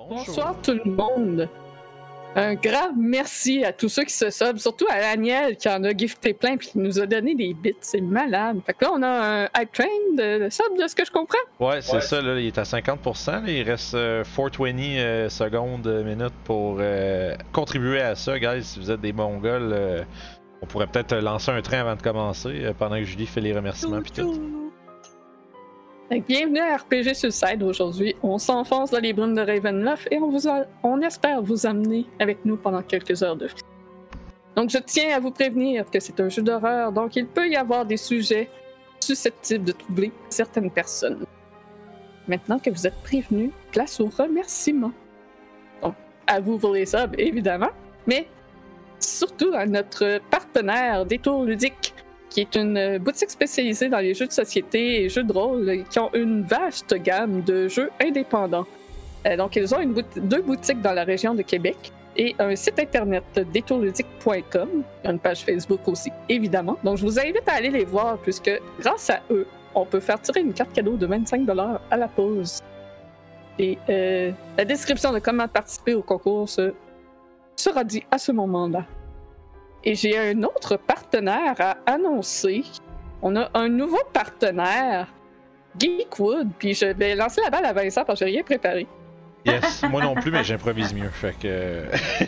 Bonsoir tout le monde. Un grand merci à tous ceux qui se subbent, surtout à Daniel qui en a gifté plein et qui nous a donné des bits. C'est malade. Fait que là, on a un hype train de sub de ce que je comprends. Ouais, c'est ça, là, il est à 50%. Là, il reste 420 secondes, minutes pour contribuer à ça, guys. Si vous êtes des Mongols, on pourrait peut-être lancer un train avant de commencer pendant que Julie fait les remerciements pis tout. Bienvenue à RPG Suicide. Aujourd'hui, on s'enfonce dans les brumes de Ravenloft et on espère vous amener avec nous pendant quelques heures de vie. Donc, je tiens à vous prévenir que c'est un jeu d'horreur, donc il peut y avoir des sujets susceptibles de troubler certaines personnes. Maintenant que vous êtes prévenus, place aux remerciements. Donc, à vous pour les subs, évidemment, mais surtout à notre partenaire Détour Ludique, qui est une boutique spécialisée dans les jeux de société et jeux de rôle qui ont une vaste gamme de jeux indépendants. Donc, ils ont deux boutiques dans la région de Québec et un site internet, détourludique.com. Il y a une page Facebook aussi, évidemment. Donc, je vous invite à aller les voir puisque, grâce à eux, on peut faire tirer une carte cadeau de 25$ à la pause. Et la description de comment participer au concours sera dit à ce moment-là. Et j'ai un autre partenaire à annoncer. On a un nouveau partenaire, Geekwood, puis je vais lancer la balle à Vincent parce que j'ai rien préparé. Yes, moi non plus, mais j'improvise mieux. Fait que.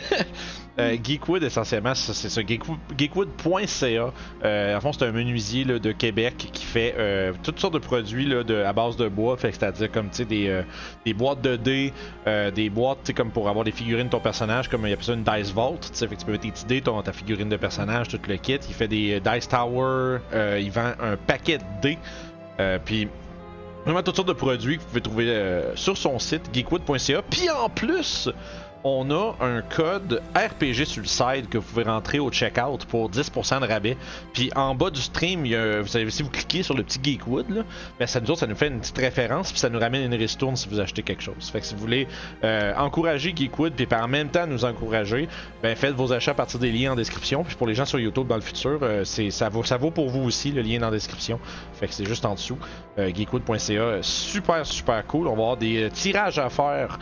Geekwood, essentiellement, c'est ça. Geekwood.ca. En fond, c'est un menuisier là, de Québec qui fait toutes sortes de produits là, à base de bois. Fait que c'est-à-dire comme des boîtes de dés, des boîtes comme pour avoir des figurines de ton personnage, comme il y a ça une Dice Vault. Fait que tu peux mettre tes petits dés, ta figurine de personnage, tout le kit. Il fait des Dice Tower. Il vend un paquet de dés. Puis. Vraiment toutes sortes de produits que vous pouvez trouver sur son site geekwood.ca. Puis en plus, on a un code RPG Suicide que vous pouvez rentrer au checkout pour 10% de rabais. Puis en bas du stream, vous savez, si vous cliquez sur le petit Geekwood, là, ben ça nous fait une petite référence, puis ça nous ramène une ristourne si vous achetez quelque chose. Fait que si vous voulez encourager Geekwood, puis en même temps nous encourager, ben faites vos achats à partir des liens en description. Puis pour les gens sur YouTube dans le futur, ça vaut pour vous aussi, le lien dans la description. Fait que c'est juste en dessous. Geekwood.ca, super cool. On va avoir des tirages à faire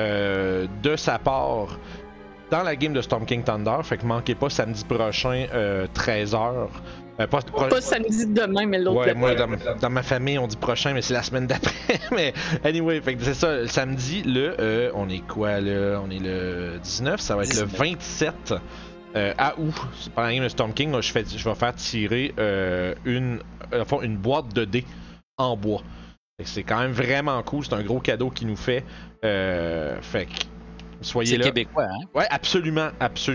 de sa part dans la game de Storm King Thunder. Fait que manquez pas samedi prochain 13h. Pas samedi demain, mais l'autre. Ouais, moi dans ma famille on dit prochain, mais c'est la semaine d'après. Mais anyway, fait que c'est ça, le samedi, on est quoi là? On est le 19, ça va être 19. Le 27 à août. Pendant la game de Storm King, là, je vais faire tirer une boîte de dés en bois. Fait que c'est quand même vraiment cool, c'est un gros cadeau qu'il nous fait. Fait que soyez là. C'est québécois, hein? Ouais, absolument.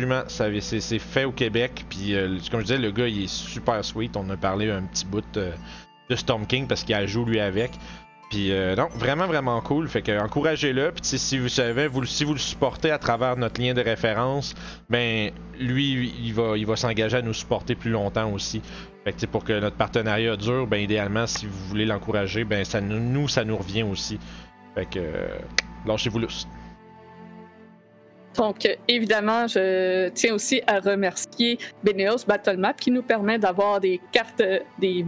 C'est fait au Québec. Puis, comme je disais, le gars, il est super sweet. On a parlé un petit bout de Storm King parce qu'il a joué lui avec. Puis, non, vraiment cool. Fait que encouragez-le. Puis, si vous savez, si vous le supportez à travers notre lien de référence, ben, lui, il va s'engager à nous supporter plus longtemps aussi. Fait que, pour que notre partenariat dure, ben, idéalement, si vous voulez l'encourager, ben, ça nous revient aussi. Fait que, lâchez-vous lousse. Donc, évidemment, je tiens aussi à remercier Beneos Battlemap qui nous permet d'avoir des cartes, des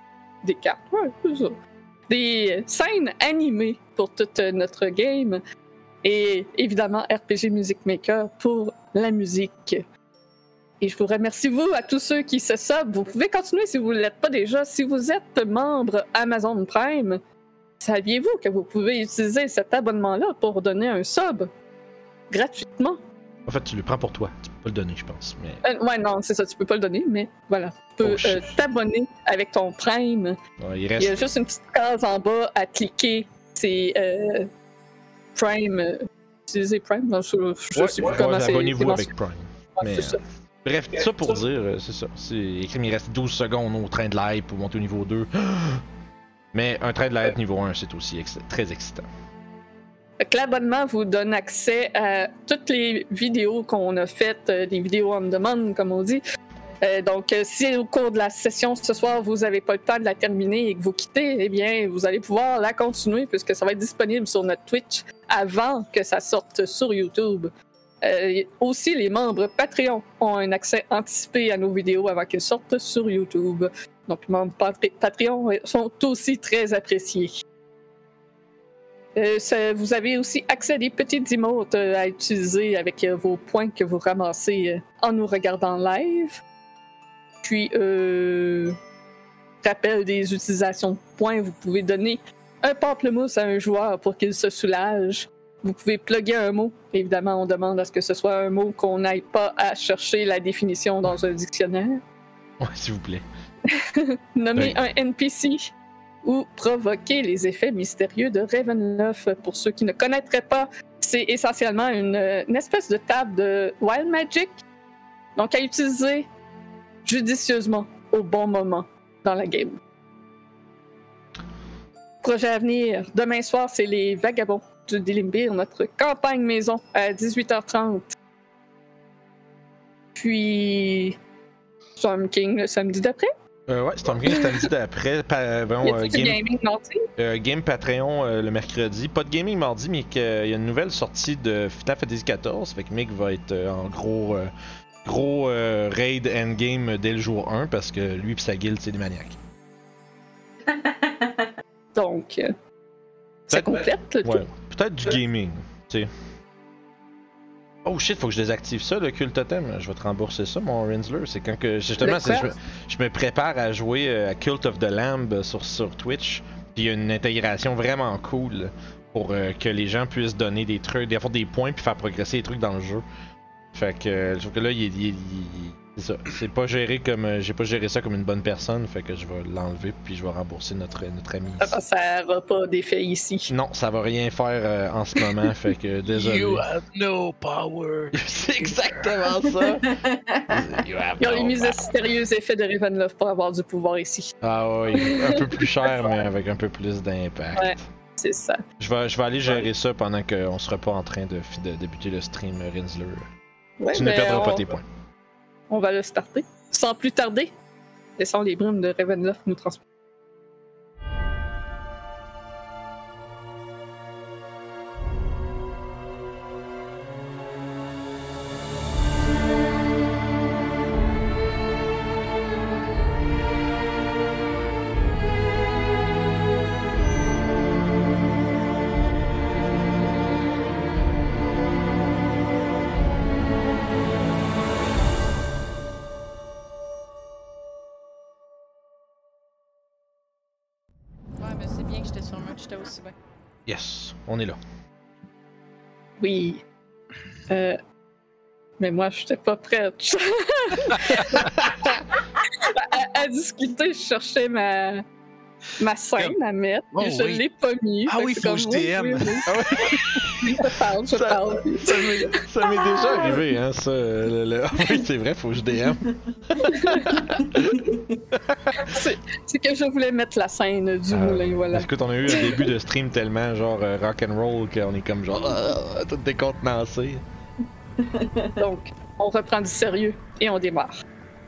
scènes animées pour toute notre game. Et évidemment, RPG Music Maker pour la musique. Et je vous remercie, vous, à tous ceux qui se sub. Vous pouvez continuer si vous ne l'êtes pas déjà. Si vous êtes membre Amazon Prime, saviez-vous que vous pouvez utiliser cet abonnement-là pour donner un sub gratuitement? En fait, tu le prends pour toi. Tu peux pas le donner, je pense. Mais... ouais, non, c'est ça. Tu peux pas le donner, mais voilà. Tu peux t'abonner avec ton Prime. Ouais, il y a juste une petite case en bas à cliquer. C'est Prime. Utiliser Prime. Non, je sais plus comment c'est. Abonnez-vous avec Prime. Ouais, mais, c'est ça. Bref, ça pour dire, c'est ça. C'est écrit, il reste 12 secondes au train de live pour monter au niveau 2. Mais un train de live niveau 1, c'est aussi très excitant. L'abonnement vous donne accès à toutes les vidéos qu'on a faites, des vidéos on demand, comme on dit. Donc, si au cours de la session ce soir, vous n'avez pas le temps de la terminer et que vous quittez, eh bien, vous allez pouvoir la continuer puisque ça va être disponible sur notre Twitch avant que ça sorte sur YouTube. Aussi, les membres Patreon ont un accès anticipé à nos vidéos avant qu'elles sortent sur YouTube. Donc, les membres Patreon sont aussi très appréciés. Vous avez aussi accès à des petites emotes à utiliser avec vos points que vous ramassez en nous regardant live. Puis, rappel des utilisations de points, vous pouvez donner un pamplemousse à un joueur pour qu'il se soulage. Vous pouvez plugger un mot. Évidemment, on demande à ce que ce soit un mot qu'on n'aille pas à chercher la définition dans un dictionnaire. Ouais, s'il vous plaît. Nommer un NPC ou provoquer les effets mystérieux de Ravenloft. Pour ceux qui ne connaîtraient pas, c'est essentiellement une espèce de table de Wild Magic. Donc, à utiliser judicieusement au bon moment dans la game. Projet à venir. Demain soir, c'est les Vagabonds du Dilimbir, notre campagne maison à 18h30. Puis Storm King le samedi d'après. Ouais, Storm King le samedi d'après. Gaming mardi. Game Patreon le mercredi. Pas de gaming mardi, mais qu'il y a une nouvelle sortie de Final Fantasy XIV. Fait que Mick va être en gros raid endgame dès le jour 1 parce que lui et sa guilde, c'est des maniaques. Donc, ça complète le tout. Peut-être du gaming, tu sais. Oh shit, faut que je désactive ça, le culte totem. Je vais te rembourser ça, mon Rinsler. C'est quand que. Justement, je me prépare à jouer à Cult of the Lamb sur Twitch. Puis il y a une intégration vraiment cool pour que les gens puissent donner des trucs, avoir des points, puis faire progresser les trucs dans le jeu. Fait que je trouve que là, c'est ça. C'est pas géré comme. J'ai pas géré ça comme une bonne personne, fait que je vais l'enlever puis je vais rembourser notre ami. Ça n'aura pas d'effet ici. Non, ça va rien faire en ce moment, fait que désolé. You have no power. C'est exactement ça. Ils ont mis de sérieux effets de Ravenloft pour avoir du pouvoir ici. Ah oui, un peu plus cher, mais avec un peu plus d'impact. Ouais, c'est ça. Je vais aller gérer ça pendant qu'on sera pas en train de débuter le stream Rinsler. Ouais, tu ne perdras pas tes points. On va le starter. Sans plus tarder, laissons les brumes de Ravenloft nous transporter. J'étais aussi bien. Yes, on est là. Oui. Mais moi, je n'étais pas prête. à discuter, je cherchais ma scène à mettre, et je l'ai pas mis. Ah oui, faut que je DM. Je parle. Ça m'est déjà arrivé, hein, ça. Oui, c'est vrai, faut que je DM. c'est que je voulais mettre la scène du moulin, voilà. Écoute, on a eu un début de stream tellement genre rock'n'roll qu'on est comme genre tout décontenancé. Donc, on reprend du sérieux et on démarre.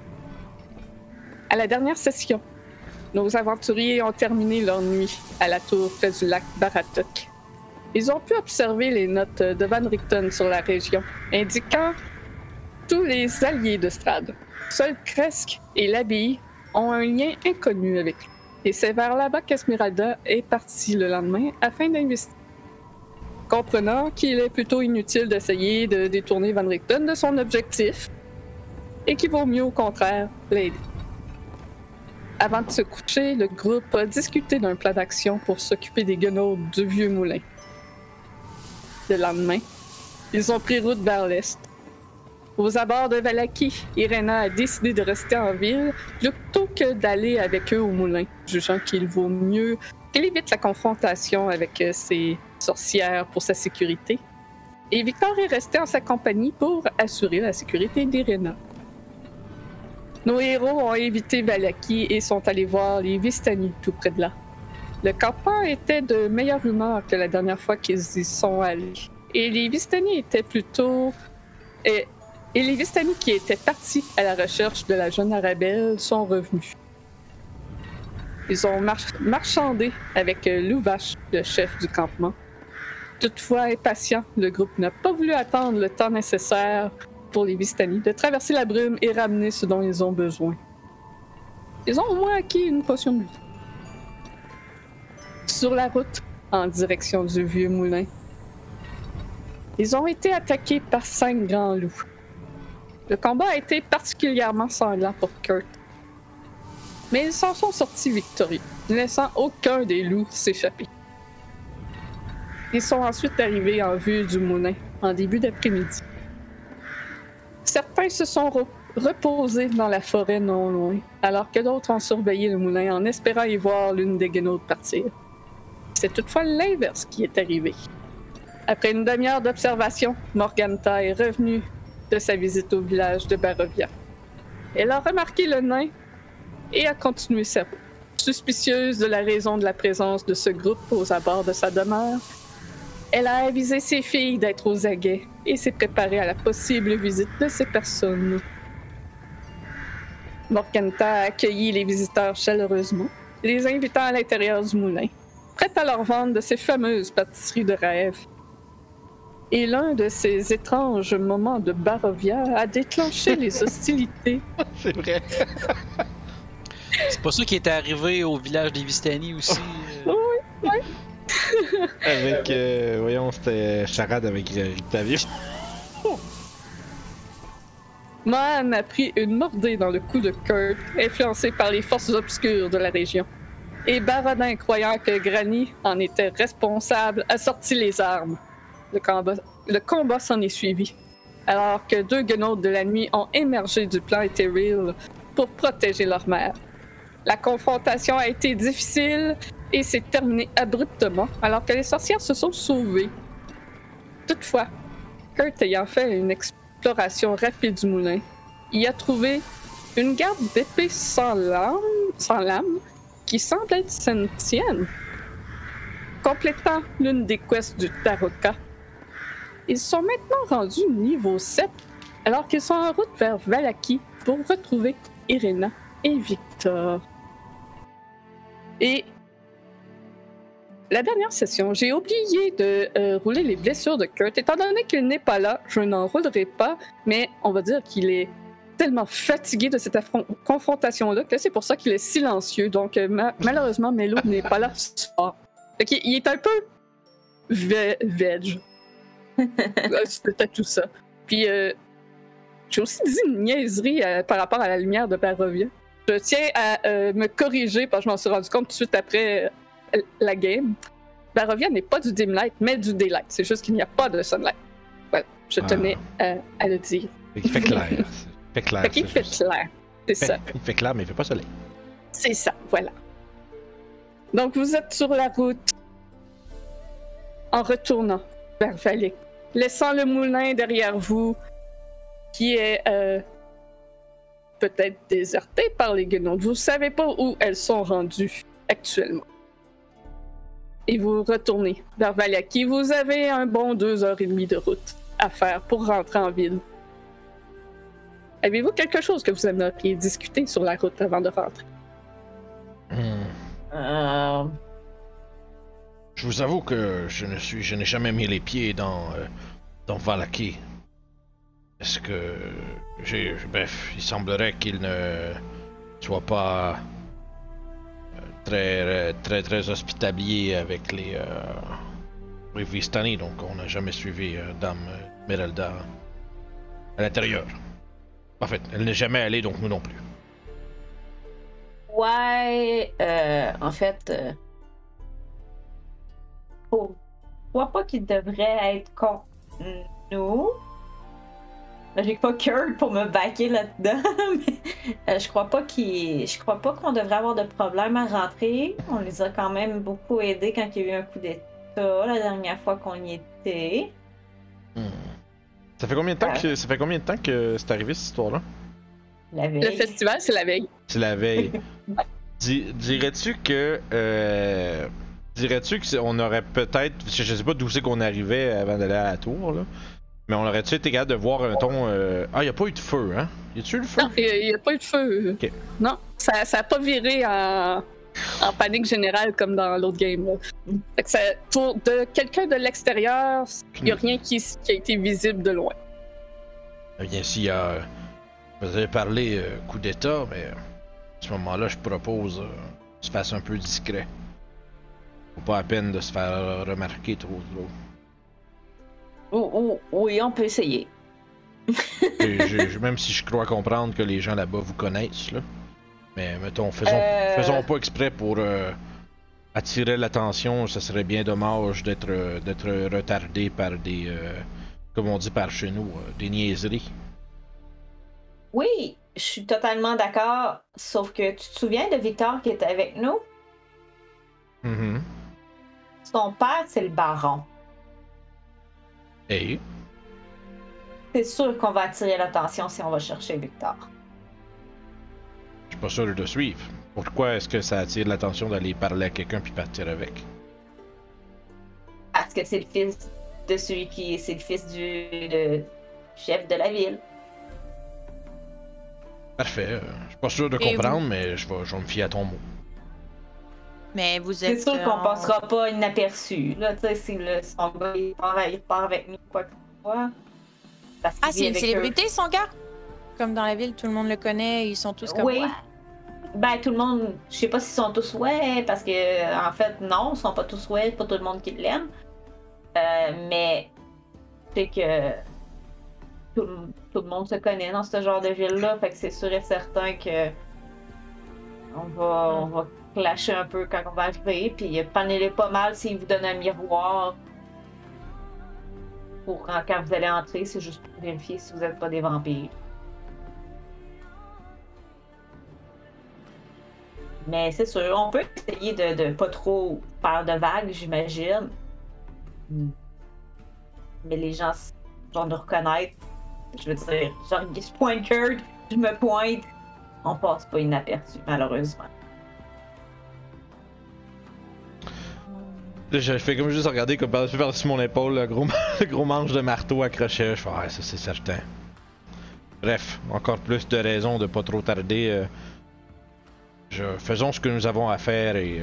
À la dernière session, nos aventuriers ont terminé leur nuit à la tour près du lac Baratok. Ils ont pu observer les notes de Van Richten sur la région, indiquant tous les alliés de Strahd. Seul Kresk et l'abbaye ont un lien inconnu avec lui. Et c'est vers là-bas qu'Esmeralda est partie le lendemain afin d'investiguer. Comprenant qu'il est plutôt inutile d'essayer de détourner Van Richten de son objectif et qu'il vaut mieux au contraire l'aider. Avant de se coucher, le groupe a discuté d'un plan d'action pour s'occuper des guenaudes du vieux moulin. Le lendemain, ils ont pris route vers l'est. Aux abords de Vallaki, Irena a décidé de rester en ville plutôt que d'aller avec eux au moulin, jugeant qu'il vaut mieux qu'elle évite la confrontation avec ses sorcières pour sa sécurité. Et Victor est resté en sa compagnie pour assurer la sécurité d'Irena. Nos héros ont évité Vallaki et sont allés voir les Vistani tout près de là. Le campement était de meilleure humeur que la dernière fois qu'ils y sont allés. Et les Vistani étaient plutôt... Et les Vistani qui étaient partis à la recherche de la jeune Arabelle sont revenus. Ils ont marchandé avec Louvache, le chef du campement. Toutefois impatient, le groupe n'a pas voulu attendre le temps nécessaire pour les Vistani de traverser la brume et ramener ce dont ils ont besoin. Ils ont au moins acquis une potion de vie. Sur la route, en direction du vieux moulin. Ils ont été attaqués par 5 grands loups. Le combat a été particulièrement sanglant pour Kurt. Mais ils s'en sont sortis victorieux, ne laissant aucun des loups s'échapper. Ils sont ensuite arrivés en vue du moulin en début d'après-midi. Certains se sont reposés dans la forêt non loin, alors que d'autres ont surveillé le moulin en espérant y voir l'une des guenaudes partir. C'est toutefois l'inverse qui est arrivé. Après une demi-heure d'observation, Morgantha est revenue de sa visite au village de Barovia. Elle a remarqué le nain et a continué sa route. Suspicieuse de la raison de la présence de ce groupe aux abords de sa demeure, elle a avisé ses filles d'être aux aguets et s'est préparée à la possible visite de ces personnes. Morgantha a accueilli les visiteurs chaleureusement, les invitant à l'intérieur du moulin, prête à leur vendre de ces fameuses pâtisseries de rêve. Et l'un de ces étranges moments de Barovia a déclenché les hostilités. C'est vrai. C'est pas ça qui était arrivé au village des Vistani aussi? Oui. Avec, voyons, c'était charade avec Rictavio. Mohan a pris une mordée dans le cou de Kurt, influencé par les forces obscures de la région. Et Barodin, croyant que Granny en était responsable, a sorti les armes. Le combat s'en est suivi, alors que 2 guenaudes de la nuit ont émergé du plan Ethereal pour protéger leur mère. La confrontation a été difficile et s'est terminée abruptement, alors que les sorcières se sont sauvées. Toutefois, Kurt ayant fait une exploration rapide du moulin, il a trouvé une garde d'épée sans lame qui semble être sentienne, complétant l'une des quests du Taroka. Ils sont maintenant rendus niveau 7, alors qu'ils sont en route vers Vallaki pour retrouver Irena et Victor. Et la dernière session, j'ai oublié de rouler les blessures de Kurt. Étant donné qu'il n'est pas là, je n'en roulerai pas, mais on va dire qu'il est tellement fatigué de cette confrontation-là que c'est pour ça qu'il est silencieux. Donc, malheureusement, Melo n'est pas là ce soir. Okay, il est un peu veg. C'était tout ça. Puis, j'ai aussi dit une niaiserie par rapport à la lumière de Barovia. Je tiens à me corriger parce que je m'en suis rendu compte tout de suite après la game. Barovia n'est pas du dim light, mais du daylight. C'est juste qu'il n'y a pas de sunlight. Voilà, je tenais à le dire. Il fait clair. Il fait clair. Il fait clair. C'est ça. Il fait clair, mais il fait pas soleil. C'est ça, voilà. Donc, vous êtes sur la route en retournant vers Valley, laissant le moulin derrière vous qui est peut-être déserté par les guenaudes. Vous ne savez pas où elles sont rendues actuellement. Et vous retournez vers Vallaki. Vous avez un bon 2h30 de route à faire pour rentrer en ville. Avez-vous quelque chose que vous aimeriez discuter sur la route avant de rentrer? Je vous avoue que je n'ai jamais mis les pieds dans Vallaki. Est-ce que bref, il semblerait qu'il ne soit pas très hospitalier avec les Vistani, donc on n'a jamais suivi Dame Merelda à l'intérieur. En fait, elle n'est jamais allée, donc nous non plus. Ouais, en fait, je crois pas qu'il devrait être contre nous. J'ai pas Kurt pour me backer là-dedans, mais je crois pas qu'on devrait avoir de problème à rentrer. On les a quand même beaucoup aidés quand il y a eu un coup d'état la dernière fois qu'on y était. Ça fait combien de temps que c'est arrivé cette histoire-là? La veille. Le festival, c'est la veille. C'est la veille. Dirais-tu que on aurait peut-être, je sais pas d'où c'est qu'on arrivait avant d'aller à la tour là, mais on aurait-tu été capable de voir un ton Ah, y a pas eu de feu, hein? Y a-tu eu le feu? Non, il y a pas eu de feu. Ok. Non, ça a pas viré en panique générale comme dans l'autre game. Là. Fait que pour quelqu'un de l'extérieur, il n'y a rien qui a été visible de loin. Eh bien, s'il y a... Vous avez parlé coup d'état, mais à ce moment-là, je propose que se fasse un peu discret. Faut pas la peine de se faire remarquer trop. Oui, on peut essayer. Même si je crois comprendre que les gens là-bas vous connaissent, là. Mais mettons, faisons pas exprès pour attirer l'attention. Ça serait bien dommage d'être retardé par des, comme on dit par chez nous, des niaiseries. Oui, je suis totalement d'accord. Sauf que tu te souviens de Victor qui était avec nous? Mm-hmm. Son père, c'est le baron. Et C'est sûr qu'on va attirer l'attention si on va chercher Victor. je suis pas sûr de suivre. Pourquoi est-ce que ça attire l'attention d'aller parler à quelqu'un puis partir avec? Parce que c'est le fils de celui qui. C'est le fils du chef de la ville. Parfait. Je suis pas sûr de Et comprendre, mais je vais me fier à ton mot. Mais vous C'est êtes. sûr qu'on passera pas inaperçu. Là, tu sais, si son gars il part avec nous, quoi que ce soit. Parce qu'il Ah, vit c'est une avec célébrité, son gars? Comme dans la ville, tout le monde le connaît, ils sont tous comme. Oui. Ouais. Ben, tout le monde, je sais pas s'ils sont tous ouais, parce que, en fait, non, ils sont pas tous ouais, pas tout le monde qui l'aime. Mais, c'est que tout le monde se connaît dans ce genre de ville-là, fait que c'est sûr et certain que on va clasher un peu quand on va arriver, puis prenez-les pas mal s'ils vous donnent un miroir pour quand vous allez entrer, c'est juste pour vérifier si vous êtes pas des vampires. Mais c'est sûr, on peut essayer de pas trop faire de vagues, j'imagine. Mais les gens vont nous reconnaître. Je veux dire, genre, je pointe Kurt, je me pointe. On passe pas inaperçu, malheureusement. Là, je fais comme juste regarder comme par-dessus mon épaule, le gros manche de marteau accroché. Je fais, ouais, ça c'est certain. Bref, encore plus de raisons de pas trop tarder. Faisons ce que nous avons à faire et.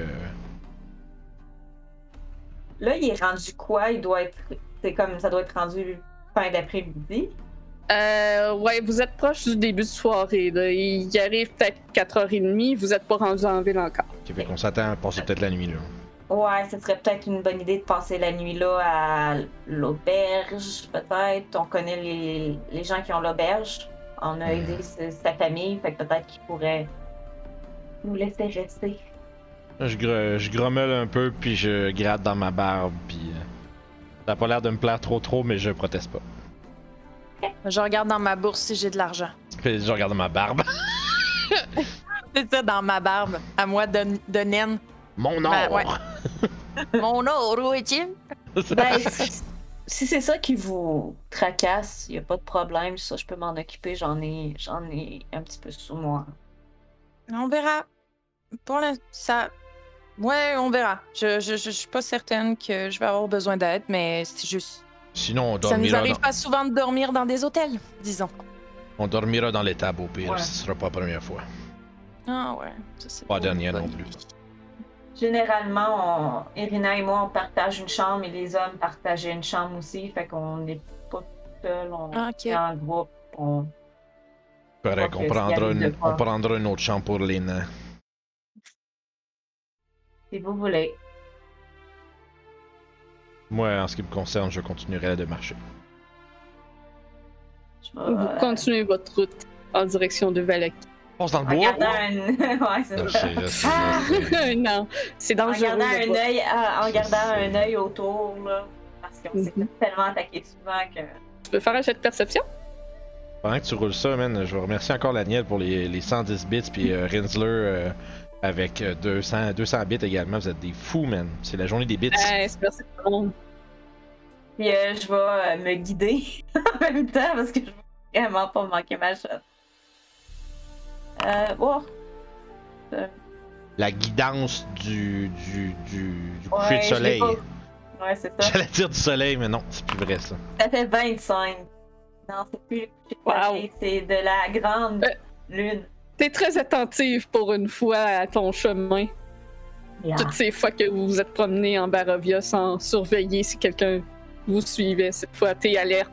Là, il est rendu quoi? Il doit être. C'est comme ça doit être rendu fin d'après-midi. Ouais, vous êtes proche du début de soirée. Là. Il arrive peut-être 4h30, vous êtes pas rendu en ville encore. Qui fait qu'on s'attend à passer peut-être la nuit là. Ouais, ce serait peut-être une bonne idée de passer la nuit là à l'auberge, peut-être. On connaît les gens qui ont l'auberge. On a aidé sa famille, fait que peut-être qu'ils pourraient nous laisser rester. Je grommelle un peu, puis je gratte dans ma barbe, puis ça a pas l'air de me plaire trop, mais je proteste pas. Je regarde dans ma bourse si j'ai de l'argent. Puis je regarde ma barbe. C'est ça, dans ma barbe, à moi de naine. Mon or! Ben, ouais. Mon or, où est-il? Ben, si c'est ça qui vous tracasse, y a pas de problème. Ça, je peux m'en occuper. J'en ai un petit peu sous moi. On verra. Pour ça. Ouais, on verra. Je suis pas certaine que je vais avoir besoin d'aide, mais c'est juste. Sinon, on Ça nous dormira, arrive pas souvent de dormir dans des hôtels, disons. on dormira dans l'étable au pire. Ouais. Ce sera pas la première fois. Ah ouais. Ça, c'est Pas la dernière bonne non idée. plus. Généralement, Irina et moi, on partage une chambre et les hommes partageaient une chambre aussi. Fait qu'on n'est pas seuls. On Ok. est en groupe. Correct, Ok, s'il arrive de on quoi. prendra une autre chambre pour les nains. Si vous voulez. Moi, en ce qui me concerne, je continuerai de marcher. Je vais, Vous continuez votre route en direction de Valaki. Passe dans le en bois! gardant ouais, c'est Je ça. sais, je sais, je sais. Non, c'est En dangereux. gardant un là-bas. œil, en Je gardant sais. un œil autour, là, parce qu'on s'est Mhm. tellement attaqué souvent que. Tu peux faire un jet de perception? Pendant que tu roules ça, man, je remercie encore Laniel pour les 110 bits, puis Rinsler avec 200 bits également. Vous êtes des fous, man. C'est la journée des bits. C'est merci tout le monde. Puis je vais me guider en même temps parce que je veux vraiment pas manquer ma shot. Oh. La guidance du coucher Ouais, de je l'ai soleil. pas. Ouais, c'est ça. J'allais dire du soleil, mais non, c'est plus vrai ça. Ça fait 25. Non, c'est plus le coucher de Wow. soleil, c'est de la grande lune. T'es très attentive pour une fois à ton chemin. Yeah. Toutes ces fois que vous vous êtes promené en Barovia sans surveiller si quelqu'un vous suivait. Cette fois, t'es alerte.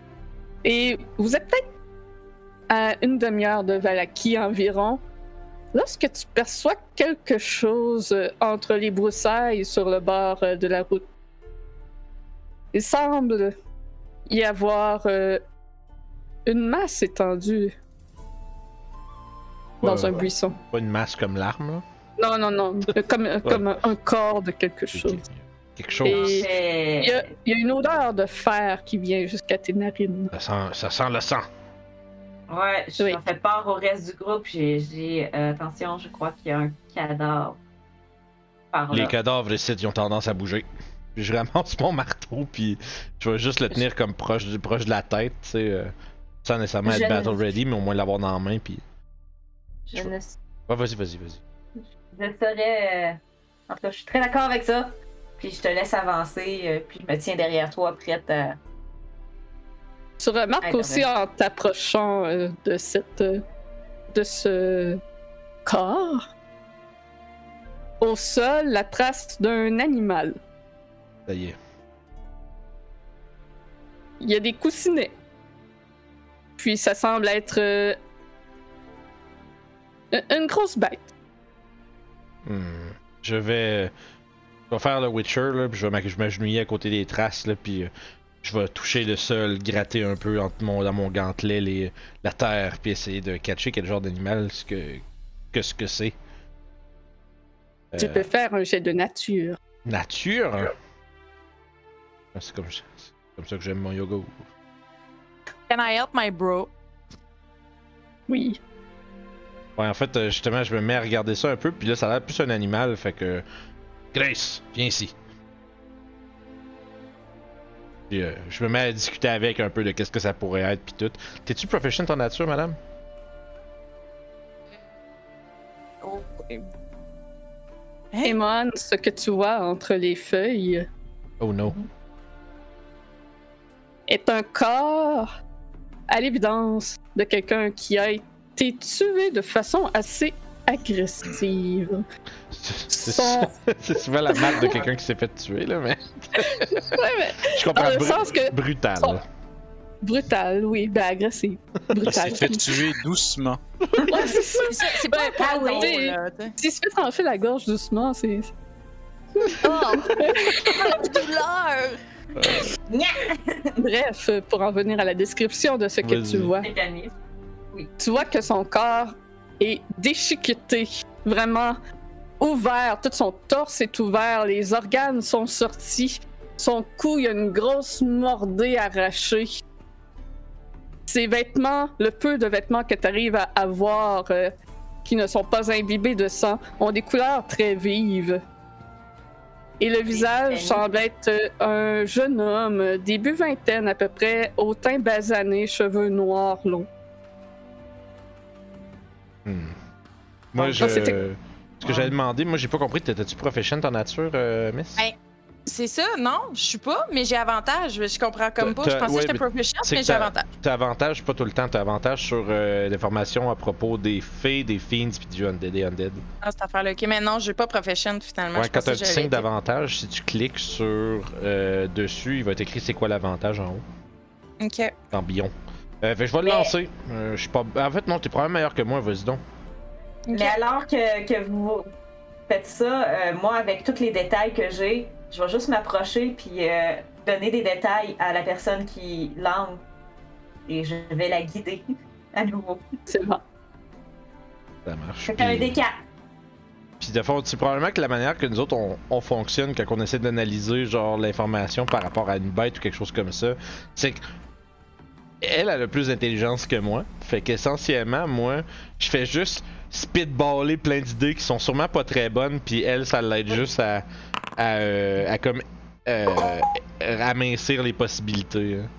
Et vous êtes peut-être à une demi-heure de Valaki environ. lorsque tu perçois quelque chose entre les broussailles sur le bord de la route, il semble y avoir une masse étendue dans un buisson. Pas une masse comme l'arme, là? Non. Comme un corps de quelque chose. Quelque chose. Et il y a une odeur de fer qui vient jusqu'à tes narines. Ça sent le sang. Ouais, j'en fais part au reste du groupe. J'ai attention, je crois qu'il y a un cadavre par là. Les cadavres ici, ils ont tendance à bouger. Puis je ramasse mon marteau, puis je vais juste le tenir comme proche de la tête, tu sais, sans nécessairement être battle ready, mais au moins l'avoir dans la main, puis... Je ne... Ouais, vas-y. Je serais... En tout cas, je suis très d'accord avec ça. Puis je te laisse avancer, puis je me tiens derrière toi, prête à... Tu remarques aussi en t'approchant de ce corps, au sol, la trace d'un animal. Ça y est. Il y a des coussinets. Puis ça semble être une grosse bête. Je vais faire le Witcher, là, puis je vais m'agenouiller à côté des traces, là, puis je vais toucher le sol, gratter un peu dans mon gantelet la terre, puis essayer de catcher quel genre d'animal, ce que c'est. Tu peux faire un jet de nature. Nature? C'est comme ça que j'aime mon yoga. Can I help my bro? Oui. Ouais, en fait, justement, je me mets à regarder ça un peu, puis là, ça a l'air plus un animal, fait que... Grace, viens ici. Puis, je me mets à discuter avec un peu de qu'est-ce que ça pourrait être, puis tout. T'es-tu proficient en nature, madame? Oh. Emon, ce que tu vois entre les feuilles Oh no. est un corps, à l'évidence, de quelqu'un qui a été tué de façon assez agressive. C'est souvent la marque de quelqu'un qui s'est fait tuer, là, mais... Ouais, mais Je comprends. dans le sens que... Brutal. Brutal, oui, ben agressif. Brutal. Il s'est fait tuer doucement. Ouais, c'est ça. C'est pas un cadeau, oui. là, t'sais. S'il se fait trancher la gorge doucement, c'est... Oh! Douleur! Bref, pour en venir à la description de ce que Vas-y. tu vois. Mécanisme. Tu vois que son corps est déchiqueté, vraiment ouvert, tout son torse est ouvert, les organes sont sortis, son cou, il y a une grosse mordée arrachée. Ses vêtements, le peu de vêtements que tu arrives à avoir qui ne sont pas imbibés de sang, ont des couleurs très vives. Et le visage semble être un jeune homme, début vingtaine à peu près, au teint basané, cheveux noirs longs. Moi, ça, c'était- Ce que j'avais demandé, moi, j'ai pas compris, t'étais-tu proficient en nature, Miss? Hey. C'est ça, non, je suis pas, mais j'ai avantage. Je comprends comme pas. Je pensais que j'étais proficient, c'est mais que j'ai avantage. T'as avantage, pas tout le temps, t'as avantage sur l'information à propos des fées, des fiends, puis du undead et undead. Ah, cette affaire-là. Ok, mais non, j'ai pas proficient finalement. Ouais, Je quand pensais t'as un que petit j'avais signe été. d'avantage, si tu cliques sur dessus, il va t'écrire c'est quoi l'avantage en haut, Ok. dans Bion. Fait que je vais le Mais- lancer. Je suis pas... En fait, non, t'es probablement meilleur que moi, vas-y donc. Ok. Mais alors que vous faites ça, moi, avec tous les détails que j'ai, je vais juste m'approcher puis donner des détails à la personne qui lance et je vais la guider à nouveau. C'est bon. Ça marche. C'est un D4. Puis de fond, c'est probablement que la manière que nous autres on fonctionne quand on essaie d'analyser genre l'information par rapport à une bête ou quelque chose comme ça, c'est que elle a le plus d'intelligence que moi. Fait qu'essentiellement, moi, je fais juste spitballer plein d'idées qui sont sûrement pas très bonnes, puis elle, ça l'aide juste à comme amincir les possibilités. Hein.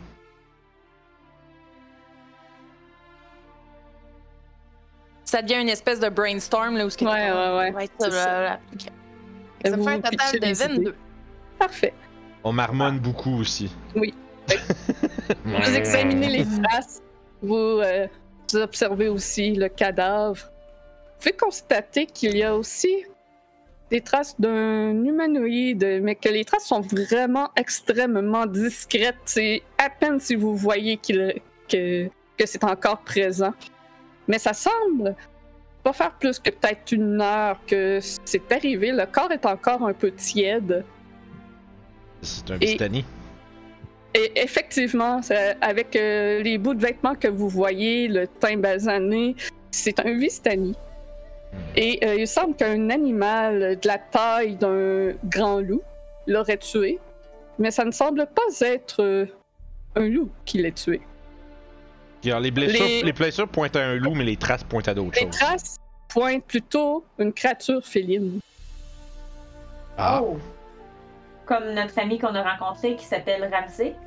Ça devient une espèce de brainstorm là où ce que Ouais. ça, C'est ça. blablabla. Ok. Ça me Vous fait un pitchez total de les 22. idées. Parfait. On marmonne beaucoup aussi. Oui. Vous examinez les traces, vous observez aussi le cadavre. Vous pouvez constater qu'il y a aussi des traces d'un humanoïde, mais que les traces sont vraiment extrêmement discrètes. C'est à peine si vous voyez que c'est encore présent. Mais ça semble pas faire plus que peut-être 1 heure que c'est arrivé. Le corps est encore un peu tiède. C'est un Vistani. Et effectivement, avec les bouts de vêtements que vous voyez, le teint basané, c'est un Vistani. Et il semble qu'un animal de la taille d'un grand loup l'aurait tué, mais ça ne semble pas être un loup qui l'a tué. Alors, les blessures pointent à un loup, mais les traces pointent à d'autres Les choses. traces pointent plutôt une créature féline. Ah. Oh! Comme notre ami qu'on a rencontré qui s'appelle Ramsey.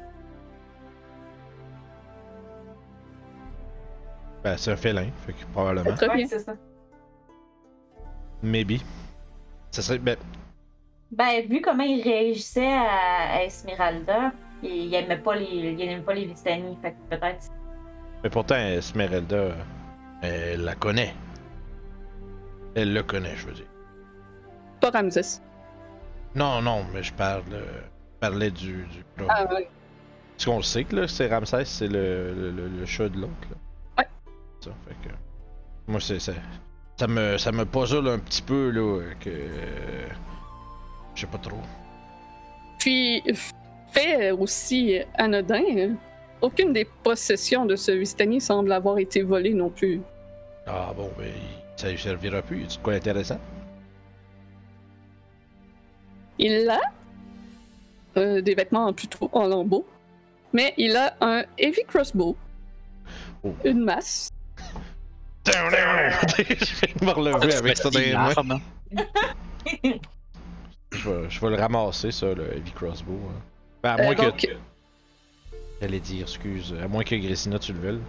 Ben, c'est un félin, fait que probablement. Très bien. c'est ça. Maybe. Ça serait. Ben, Vu comment il réagissait à Esmeralda, il aimait pas les Vistani, fait que peut-être. mais pourtant, Esmeralda. Elle la connaît. Elle le connaît, je veux dire. Pas Ramses. Non, mais je parlais du Ah ouais. Est-ce qu'on le sait que là, c'est Ramsès, c'est le chat de l'autre, là? Ouais. Ça, fait que. Moi, c'est ça. Ça me puzzle un petit peu, là, que. Je sais pas trop. Puis, fait aussi anodin, aucune des possessions de ce Vistani semble avoir été volée non plus. Ah bon, ben, Ça lui servira plus. C'est quoi intéressant? Il a des vêtements plutôt en lambeaux, mais il a un heavy crossbow, Oh. une masse, Je vais me relever avec ça dans les mains. Je vais le ramasser, ça, le Heavy Crossbow. Hein. Ben, à moins donc, que. J'allais dire, excuse. À moins que Gressina, tu le veuilles.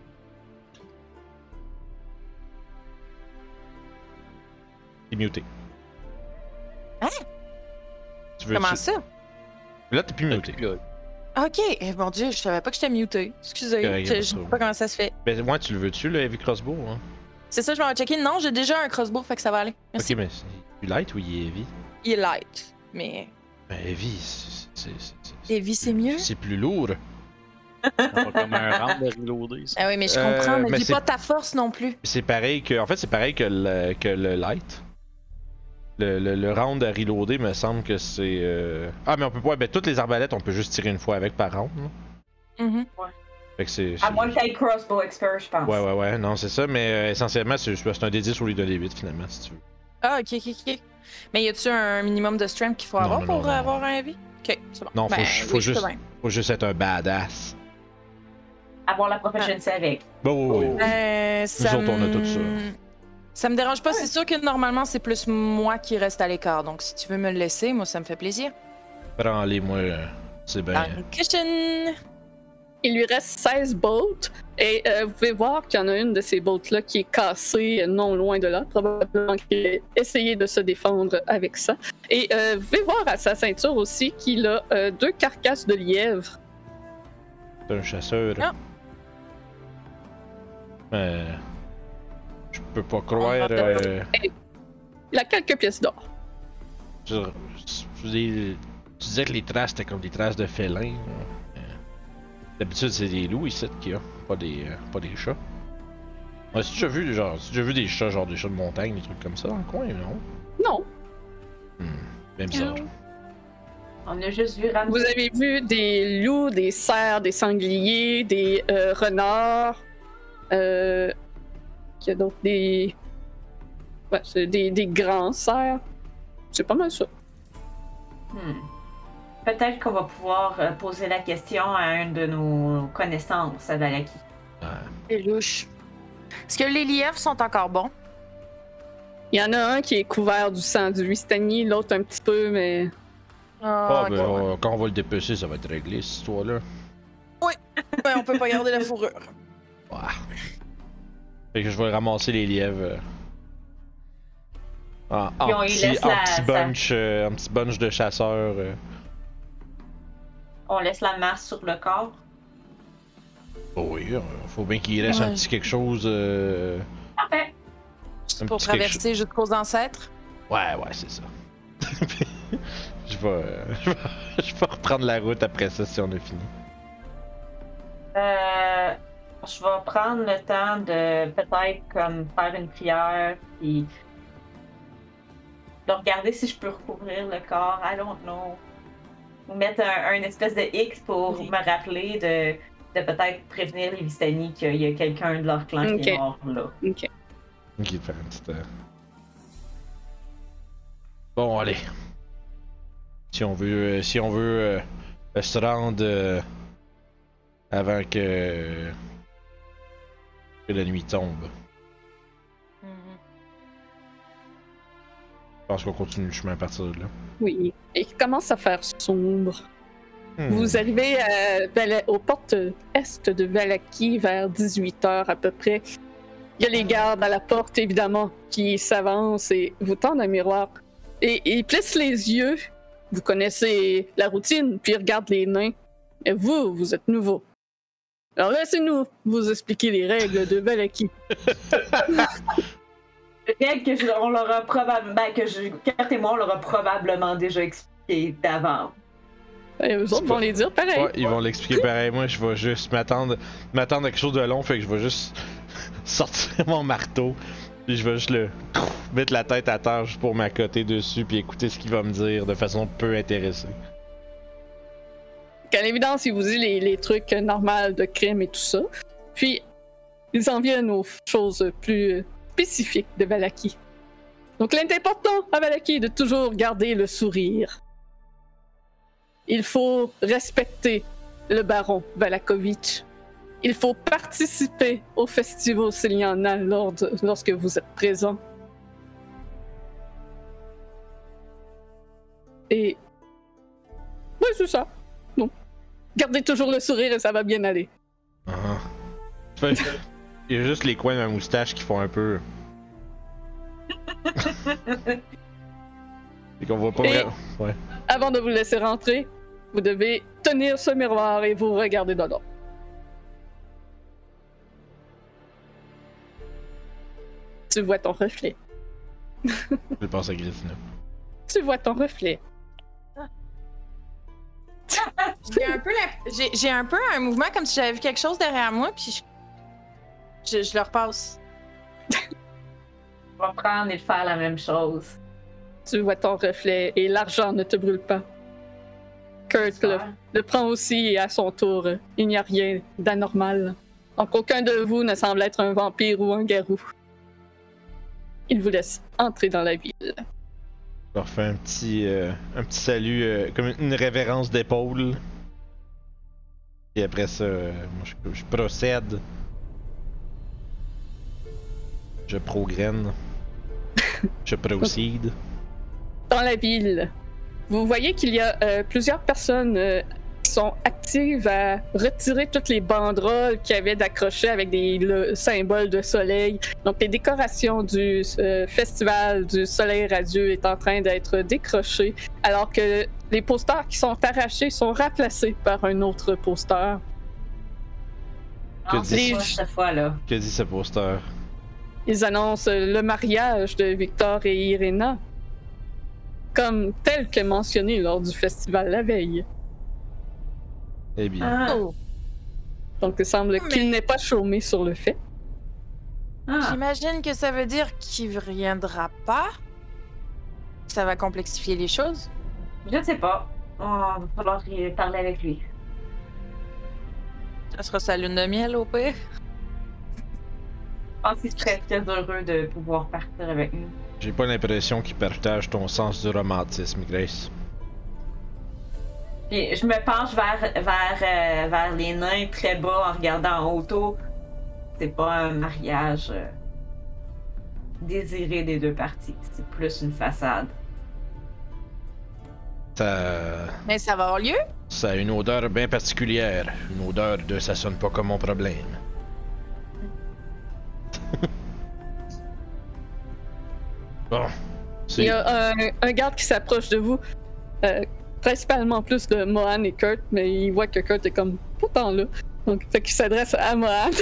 T'es muté. Hein? Tu veux Comment ça? Là, t'es plus muté. Ok, mon dieu, je savais pas que j'étais muté. Excusez, Correct, je pas sais trop. pas comment ça se fait. Ben, moi, tu le veux-tu, le Heavy Crossbow? Hein? C'est ça, je m'en vais checker. Non, j'ai déjà un crossbow, fait que ça va aller. Merci. Ok, mais c'est plus light ou il est heavy? Il est light, mais Ben, heavy, heavy, c'est mieux. c'est plus lourd. Pas comme un round de reloader, ça. Ah oui, mais je comprends, mais mais dis c'est- pas ta force non plus. C'est pareil que. En fait, c'est pareil que le light. Le round à reloader me semble que c'est. Ah, mais on peut pas. Ben, toutes les arbalètes, on peut juste tirer une fois avec par round. Là. Mhm. Fait que c'est. À moins que t'aies crossbow expert, je pense. Ouais, non, c'est ça, mais essentiellement, c'est un D10 au lieu d'un D8 finalement, si tu veux. Ah, ok. Mais y a-tu un minimum de strength qu'il faut Non, avoir non, pour non, non. avoir un heavy? Ok, c'est bon. Non, Ben, faut oui, je juste- peux bien. Faut juste être un badass. Avoir la proficiency avec. Bon, oui. Ça autres, on a tout ça. Ça me dérange pas, c'est sûr que normalement c'est plus moi qui reste à l'écart. Donc si tu veux me le laisser, moi ça me fait plaisir. Prends-les, moi, c'est bien. Cushion! il lui reste 16 bolts, et vous pouvez voir qu'il y en a une de ces bolts-là qui est cassée non loin de là, probablement qu'il a essayé de se défendre avec ça. Et vous pouvez voir à sa ceinture aussi qu'il a 2 carcasses de lièvre. C'est un chasseur. Ah. Je peux pas croire. Il a quelques pièces d'or. Tu disais que les traces c'était comme des traces de félins. D'habitude, c'est des loups ici qu'il y a, pas des chats. Ouais, si tu as vu, des chats, genre des chats de montagne, des trucs comme ça dans le coin, non? Non. Bien bizarre. On a juste vu Ramsey. Vous avez vu des loups, des cerfs, des sangliers, des renards. Qu'il y a d'autres des. Ouais, c'est des grands cerfs. C'est pas mal ça. Peut-être qu'on va pouvoir poser la question à une de nos connaissances à Valaki. C'est louche. Est-ce que les lièvres sont encore bons? Il y en a un qui est couvert du sang du Vistani, l'autre un petit peu, mais. Ah, ok, ben, ouais. quand on va le dépecer, ça va être réglé, cette histoire-là. Ouais, on peut pas garder la fourrure. Ouais. Fait que je vais ramasser les lièvres. En Puis on y petit, laisse en petit bunch de chasseurs. On laisse la masse sur le corps. Oh oui, faut bien qu'il reste un Ouais. petit quelque chose. Parfait. Juste Un pour petit quelque traverser jusqu'aux ancêtres. Ouais, c'est ça. je vais reprendre la route après ça si on a fini. Je vais prendre le temps de peut-être comme faire une prière et de regarder si je peux recouvrir le corps. I don't know. Ou mettre un espèce de X pour me rappeler de peut-être prévenir les Vistani qu'il y a quelqu'un de leur clan qui est mort là. Ok. Ok, faire une petite. Bon, allez. Si on veut se rendre avant que la nuit tombe. Je pense qu'on continue le chemin à partir de là. Oui. Et il commence à faire sombre. Vous arrivez aux portes est de Vallaki vers 18h à peu près. Il y a les gardes à la porte, évidemment, qui s'avancent et vous tendent un miroir. Et ils plissent les yeux. Vous connaissez la routine, puis ils regardent les nains. Et vous êtes nouveau. Alors laissez-nous vous expliquer les règles de Vallaki. Les règles que Kurt et moi, on leur a probablement déjà expliqué d'avant. Et eux autres vont les dire pareil. Ouais, ils vont l'expliquer pareil. Moi, je vais juste m'attendre à quelque chose de long, fait que je vais juste sortir mon marteau, puis je vais juste mettre la tête à terre juste pour m'accoter dessus, puis écouter ce qu'il va me dire de façon peu intéressée. À l'évidence, ils vous disent les trucs normaux de crime et tout ça. Puis, ils en viennent aux choses plus spécifiques de Vallaki. Donc, l'important à Vallaki est de toujours garder le sourire. Il faut respecter le baron Valakovitch. Il faut participer au festival s'il y en a lorsque vous êtes présent. Et... oui, c'est ça. Non. Gardez toujours le sourire et ça va bien aller. Il y a juste les coins de ma moustache qui font un peu... Et qu'on voit pas vraiment... Ouais. Avant de vous laisser rentrer, vous devez tenir ce miroir et vous regarder dedans. Tu vois ton reflet. Je pense à Grisina. Tu vois ton reflet. J'ai un peu un mouvement comme si j'avais vu quelque chose derrière moi, puis je le repasse. On va prendre et faire la même chose. Tu vois ton reflet et l'argent ne te brûle pas. Kurt le prend aussi et à son tour, il n'y a rien d'anormal. Donc aucun de vous ne semble être un vampire ou un garou. Il vous laisse entrer dans la ville. Je leur fais un petit salut, comme une révérence d'épaule. Et après ça, moi, je procède. Je progrène. Je procède. Dans la ville, vous voyez qu'il y a plusieurs personnes qui sont actives à retirer toutes les banderoles qu'il y avait d'accrocher avec le symbole de soleil. Donc les décorations du festival du soleil radieux est en train d'être décrochées, alors que les posters qui sont arrachés sont remplacés par un autre poster. Que Non, c'est dit- pas cette fois-là. Que dit ce poster? Ils annoncent le mariage de Victor et Irena, comme tel que mentionné lors du festival la veille. Eh bien. Ah, Oh. Donc il semble qu'il n'ait pas chômé sur le fait. ah. J'imagine que ça veut dire qu'il reviendra pas. Ça va complexifier les choses. Je ne sais pas. On va falloir y parler avec lui. Ça sera sa lune de miel au pire. Je pense qu'il serait très heureux de pouvoir partir avec nous. J'ai pas l'impression qu'il partage ton sens du romantisme, Grace. Puis je me penche vers les nains très bas en regardant en haut. C'est pas un mariage désiré des deux parties. C'est plus une façade. Mais ça va avoir lieu. Ça a une odeur bien particulière. Une odeur de ça sonne pas comme mon problème. Bon. Il y a un garde qui s'approche de vous, principalement plus de Mohan et Kurt, mais il voit que Kurt est comme pas tant là. Donc, fait qu'il s'adresse à Mohan.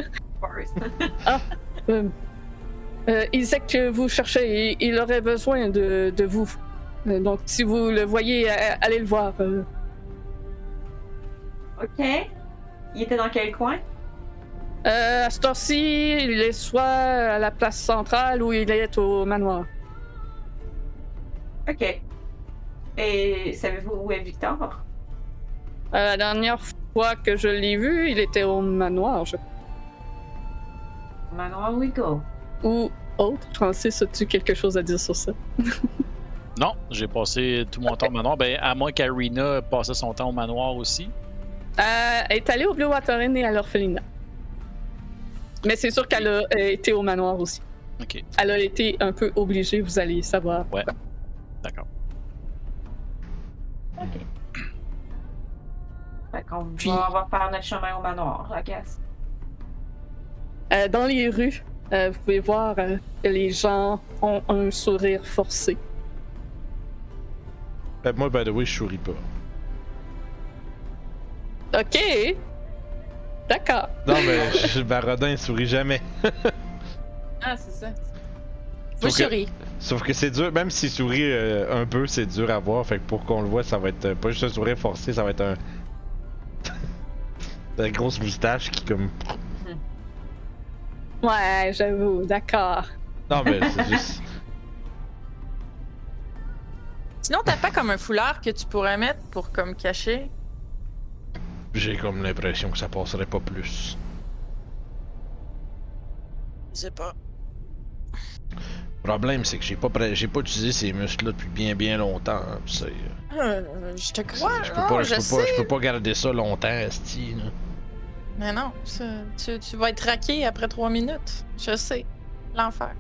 Il sait que vous cherchez et il aurait besoin de vous. Donc, si vous le voyez, allez le voir. Ok. Il était dans quel coin? À ce temps-ci, il est soit à la place centrale ou il est au manoir. Ok. Et savez-vous où est Victor? La dernière fois que je l'ai vu, il était au manoir, je crois. Manoir we go. Ou autre. Francis, as-tu quelque chose à dire sur ça? Non, j'ai passé tout mon temps au manoir. Ben, à moins qu'Arena passait son temps au manoir aussi. Elle est allée au Blue Water Inn et à l'orphelinat. Mais c'est sûr qu'elle a été au manoir aussi. Ok, Elle a été un peu obligée, vous allez savoir. ouais. D'accord. Ok. Fait qu'on Puis- va faire notre chemin au manoir, I guess. Dans les rues, vous pouvez voir que les gens ont un sourire forcé. Moi, by the way, je souris pas. Ok! D'accord. Non, mais Barodin, il sourit jamais. Ah, c'est ça. Sauf Moi, je que- souris. Sauf que c'est dur, même s'il sourit un peu, c'est dur à voir. Fait que pour qu'on le voit, ça va être pas juste un sourire forcé, ça va être un. Une grosse moustache qui, comme. Ouais, j'avoue, d'accord. Non, mais c'est juste. Sinon, t'as pas comme un foulard que tu pourrais mettre pour comme cacher? J'ai comme l'impression que ça passerait pas plus. Je sais pas. Le problème, c'est que j'ai pas utilisé ces muscles-là depuis bien longtemps. Hein, pis c'est, Je te crois, je non, peux je pas, je peux pas garder ça longtemps, esti. Là. Mais non, tu vas être raqué après 3 minutes. Je sais. L'enfer.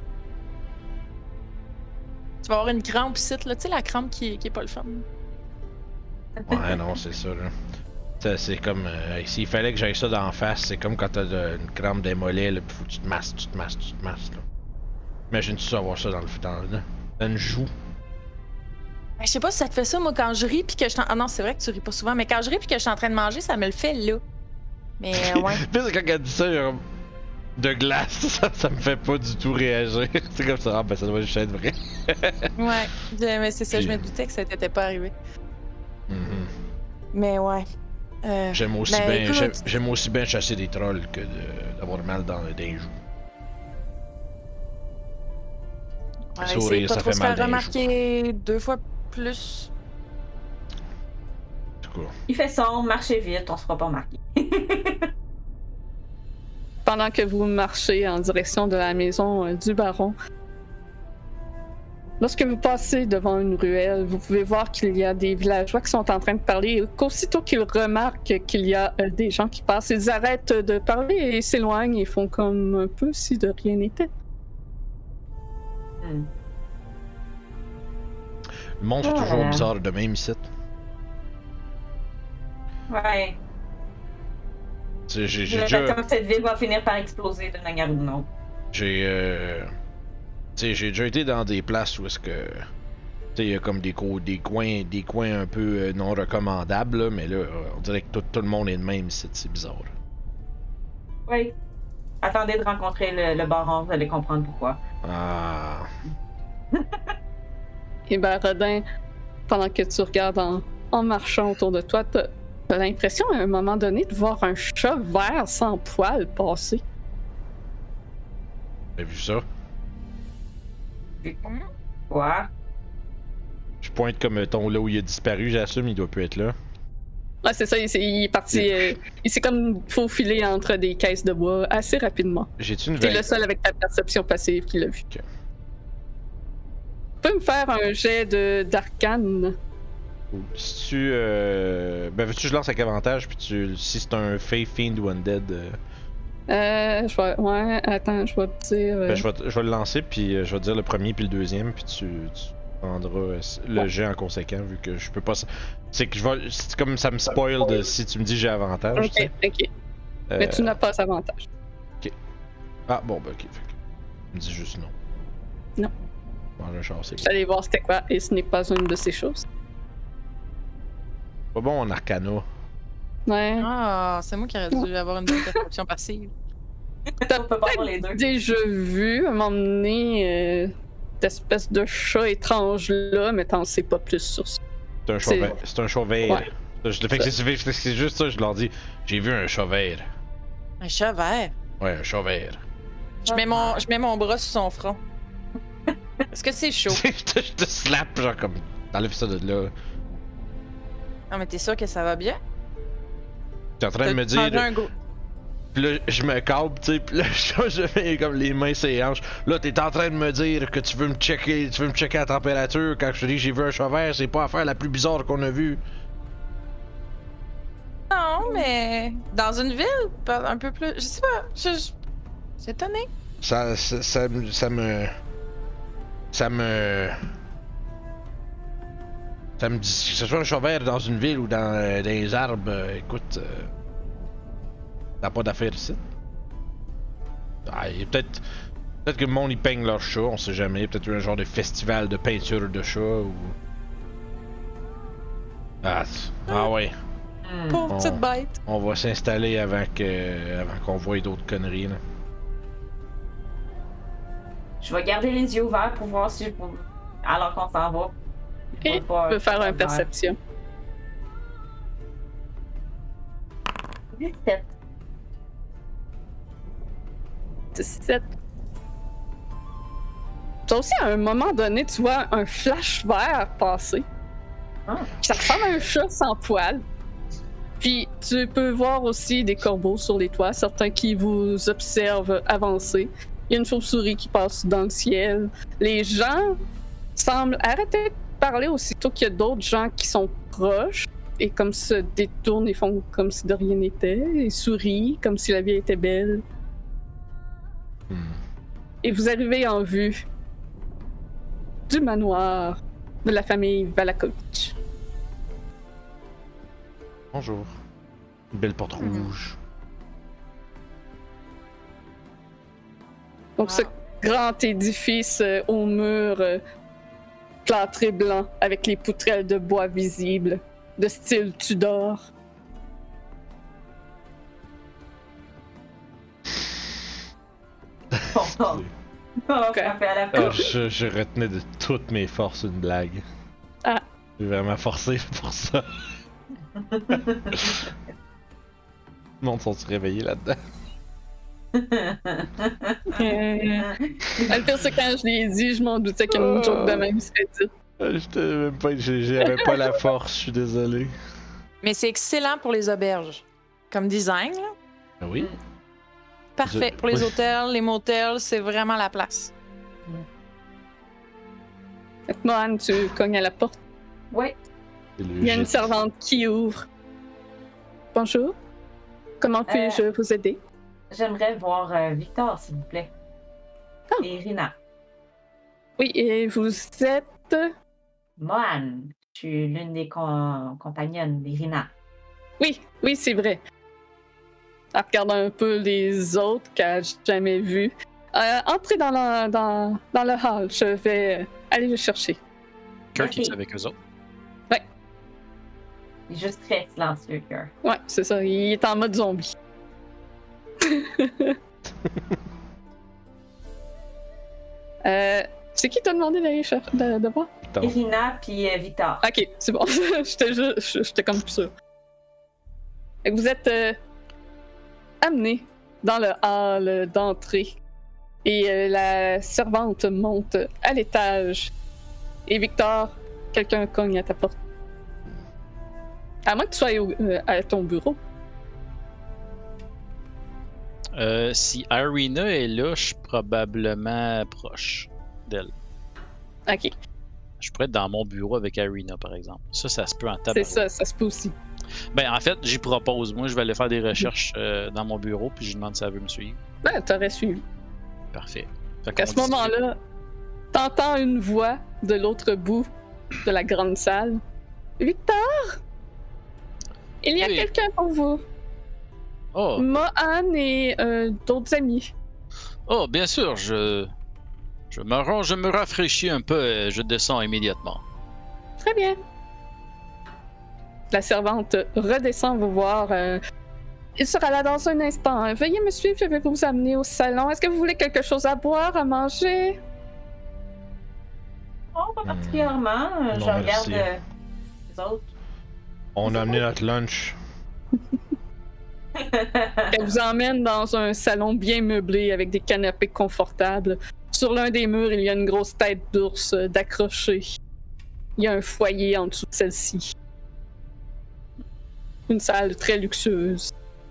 Tu vas avoir une crampe ici, là. Tu sais, la crampe qui est pas le fun. Ouais, non, c'est ça. Là. C'est comme. S'il fallait que j'aille ça d'en face, c'est comme quand t'as une crampe des mollets, là, pis faut que tu te masses. Là. Imagine-tu avoir ça dans une joue. Je sais pas si ça te fait ça, moi, quand je ris pis que je Ah non, c'est vrai que tu ris pas souvent, mais quand je ris pis que je suis en train de manger, ça me le fait là. Mais ouais. Puis c'est quand elle dit ça, genre, de glace, ça me fait pas du tout réagir. C'est comme ça, ah ben ça doit juste être vrai. Ouais. Mais c'est ça, je me doutais que ça t'était pas arrivé. Mais ouais. J'aime aussi, Ben, écoute- j'aime aussi bien chasser des trolls que d'avoir mal dans les joues. Ouais, Sourire, essaye pas ça trop fait se mal faire dans les remarquer 2 fois plus. En tout cas. Il fait sombre, marchez vite, on se fera pas remarquer. Pendant que vous marchez en direction de la maison du baron, lorsque vous passez devant une ruelle, vous pouvez voir qu'il y a des villageois qui sont en train de parler et qu'aussitôt qu'ils remarquent qu'il y a des gens qui passent, ils arrêtent de parler et s'éloignent et font comme un peu si de rien n'était. Le monde est toujours bizarre de même ici. Ouais. J'ai J'ai déjà. l'impression que cette ville va finir par exploser d'une manière ou d'une autre. J'ai déjà été dans des places où est-ce que. Tu sais, il y a comme des coins un peu non recommandables, là, mais là, on dirait que tout le monde est de même ici, c'est bizarre. Oui. Attendez de rencontrer le baron, vous allez comprendre pourquoi. Ah. Et Barodin, pendant que tu regardes en marchant autour de toi, t'as l'impression à un moment donné de voir un chat vert sans poils passer. T'as vu ça? Quoi? Je pointe comme ton là où il a disparu, j'assume, il doit plus être là. Ouais, c'est ça, il est parti. Il s'est comme faufilé entre des caisses de bois assez rapidement. J'ai-tu une T'es veille? le seul avec ta perception passive qui l'a vu. Ok. Tu peux me faire un jet d'arcane? Si tu. Ben, veux-tu que je lance avec avantage, puis si c'est un Fey, Fiend ou Undead. Ouais, attends, je vais te dire. Ben, je vais le lancer, puis je vais te dire le premier, puis le deuxième, puis tu prendras le jet en conséquent, vu que je peux pas. C'est que c'est comme ça me spoil de si tu me dis j'ai avantage. Tu sais. Ok. Mais tu n'as pas avantage. Ah, bon, ben, ok. Fait que, tu me dis juste non. Non. Manger un char, c'est bon. J'allais voir c'était quoi, et ce n'est pas une de ces choses. Pas bon en arcana. Ouais. Ah, c'est moi qui aurais dû avoir une bonne perception passive. T'as On peut pas avoir les deux. déjà vu à un moment donné cette espèce de chat étrange là, mais t'en sais pas plus sur ça. C'est un chat vert. C'est un chat vert. Ouais. Fait que c'est juste ça, je leur dis. J'ai vu un chat vert. Un chat vert. Ouais, un chat vert. Je mets mon bras sur son front. Est-ce que c'est chaud? Je te slap, genre comme. T'enlèves ça de là. Non, mais t'es sûr que ça va bien? T'es en train de me dire. Mangé un gros- Pis là, je me câble, tu sais, pis là, je mets comme les mains sur les hanches. Là, t'es en train de me dire que tu veux me checker la température quand je te dis que j'ai vu un chat vert, c'est pas l'affaire la plus bizarre qu'on a vue. Non, mais dans une ville, un peu plus. Je sais pas. Je suis étonnée. Ça me dit que ce soit un chat vert dans une ville ou dans des arbres, écoute, t'as pas d'affaire ici. Ah, il y a peut-être que le monde y peigne leur chat, on sait jamais. Peut-être un genre de festival de peinture de chat ou. Ah ouais. Pauvre petite bête. On va s'installer avant qu'on voie d'autres conneries là. Je vais garder les yeux ouverts pour voir si alors qu'on s'en va. Et tu peux faire une perception. 17. 17. Toi aussi, à un moment donné, tu vois un flash vert passer. Ah. Ça ressemble à un chat sans poils. Puis tu peux voir aussi des corbeaux sur les toits, certains qui vous observent avancer. Il y a une chauve-souris qui passe dans le ciel. Les gens semblent arrêter de parler aussitôt qu'il y a d'autres gens qui sont proches et comme se détournent et font comme si de rien n'était et sourient comme si la vie était belle. Et vous arrivez en vue du manoir de la famille Valakovitch. Bonjour. Une belle porte rouge. Donc ce grand édifice aux murs plâtré blanc avec les poutrelles de bois visibles, de style Tudor. On fait à la Ah, porte. je retenais de toutes mes forces une blague. Ah. J'ai vraiment forcé pour ça. Le monde sont réveillés là-dedans. Le pire, c'est quand je l'ai dit, je m'en doutais qu'une joke de même serait dite. J'avais pas la force, je suis désolé. Mais c'est excellent pour les auberges. Comme design, là. Ah oui? Parfait. Pour les hôtels, les motels, c'est vraiment la place. Mohan, tu cognes à la porte. Oui. Il y a une servante qui ouvre. Bonjour. Comment puis-je vous aider? J'aimerais voir Victor, s'il vous plaît. Ah. Et Rina. Oui, et vous êtes... Mohan. Je suis l'une des compagnonnes d'Irina. Oui, c'est vrai. Elle regarde un peu les autres qu'elle n'a jamais vus. Entrez dans le hall. Je vais aller le chercher. Kirk Ok. est avec eux autres. Il est juste très silencieux, Cœur. Ouais, c'est ça. Il est en mode zombie. C'est qui t'a demandé d'aller chercher de voir? Irina puis Victor. Ok, c'est bon. J'étais comme plus sûr. Fait que vous êtes amené dans le hall d'entrée. Et la servante monte à l'étage. Et Victor, quelqu'un cogne à ta porte. À moins que tu sois à ton bureau. Si Irina est là, je suis probablement proche d'elle. Ok, Je pourrais être dans mon bureau avec Irina, par exemple. Ça se peut en c'est tabarouette. ça se peut aussi. Ben, en fait, j'y propose. Moi, je vais aller faire des recherches dans mon bureau, puis je lui demande si elle veut me suivre. Ben, t'aurais suivi. Parfait. Fait À qu'on ce discute. moment-là, t'entends une voix de l'autre bout de la grande salle. Victor! Il y a Oui. quelqu'un pour vous. Oh, Mohan et d'autres amis. oh, bien sûr, je m'arrange, je me rafraîchis un peu et je descends immédiatement. Très bien. La servante redescend vous voir. Il sera là dans un instant. Veuillez me suivre, je vais vous amener au salon. Est-ce que vous voulez quelque chose à boire, à manger? Oh, pas particulièrement. Je non, regarde merci. les autres. On a amené notre lunch. Elle vous emmène dans un salon bien meublé avec des canapés confortables. Sur l'un des murs, il y a une grosse tête d'ours d'accrochée. Il y a un foyer en dessous de celle-ci. Une salle très luxueuse.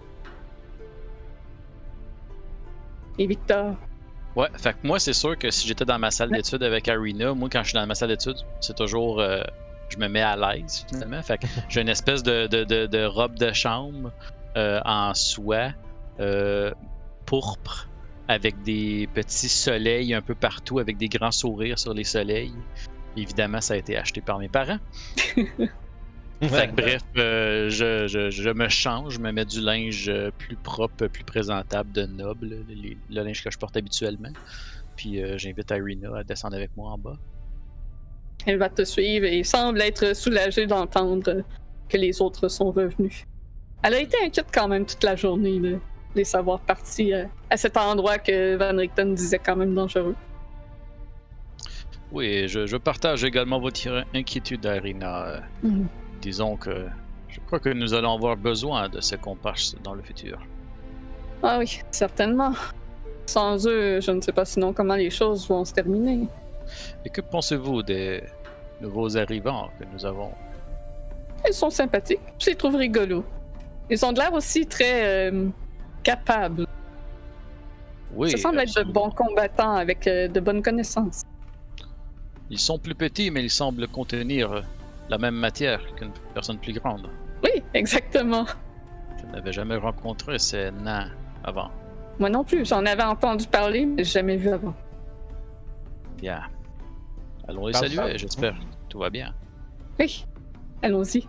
Et Victor? Ouais, fait que moi, c'est sûr que si j'étais dans ma salle d'études avec Arena, moi, quand je suis dans ma salle d'études, c'est toujours. Je me mets à l'aise, finalement. Fait que j'ai une espèce de robe de chambre en soie pourpre, avec des petits soleils un peu partout, avec des grands sourires sur les soleils. Évidemment, ça a été acheté par mes parents. Fait que bref, je me change, je me mets du linge plus propre, plus présentable de noble, le linge que je porte habituellement. Puis j'invite Irina à descendre avec moi en bas. Elle va te suivre et semble être soulagée d'entendre que les autres sont revenus. Elle a été inquiète quand même toute la journée de les savoir partis à cet endroit que Van Richten disait quand même dangereux. Oui, je partage également votre inquiétude, Irina. Disons que je crois que nous allons avoir besoin de ces comparses dans le futur. Ah oui, certainement. Sans eux, je ne sais pas sinon comment les choses vont se terminer. Et que pensez-vous des nouveaux arrivants que nous avons? Ils sont sympathiques, je les trouve rigolos. Ils ont de l'air aussi très capables. Oui. Ça semble être de bons combattants avec de bonnes connaissances. Ils sont plus petits, mais ils semblent contenir la même matière qu'une personne plus grande. Oui, exactement. Je n'avais jamais rencontré ces nains avant. Moi non plus, j'en avais entendu parler, mais jamais vu avant. Bien. Allons les Parfait. saluer, j'espère que tout va bien. Oui, allons-y.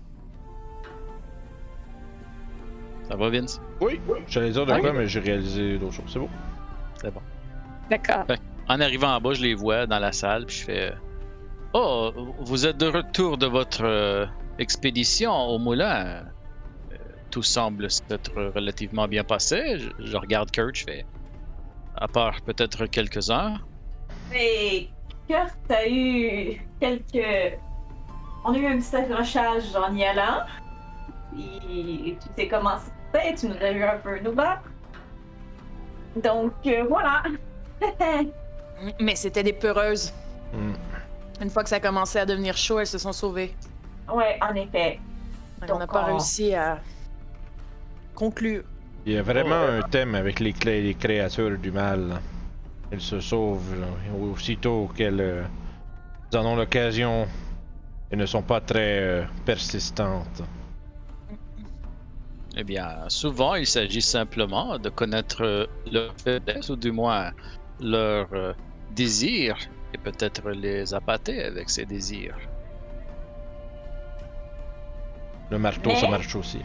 Ça va, Vince? Oui, j'allais dire de Oui. quoi, mais j'ai réalisé d'autres choses. C'est bon. C'est bon. D'accord. En arrivant en bas, je les vois dans la salle, puis je fais Oh, vous êtes de retour de votre expédition au moulin. Tout semble s'être relativement bien passé. Je regarde Kurt, je fais à part peut-être quelques heures. Mais Kurt a eu quelques. On a eu un petit accrochage en y allant. Puis tu sais comment c'était, tu nous as eu un peu nous battre. Donc voilà. Mais c'était des peureuses. Mm. Une fois que ça commençait à devenir chaud, elles se sont sauvées. Ouais, en effet. On n'a pas réussi à conclure. Il y a vraiment un thème avec les créatures du mal. Elles se sauvent aussitôt qu'elles en ont l'occasion et ne sont pas très persistantes. Eh bien, souvent, il s'agit simplement de connaître leur faiblesse, ou du moins leur désir, et peut-être les appâter avec ces désirs. Le marteau, ça marche aussi.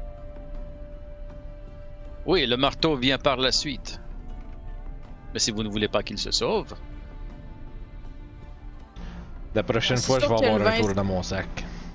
Oui, le marteau vient par la suite. Mais si vous ne voulez pas qu'il se sauve, La prochaine C'est fois, je sûr vais que avoir le un vin, tour dans mon sac.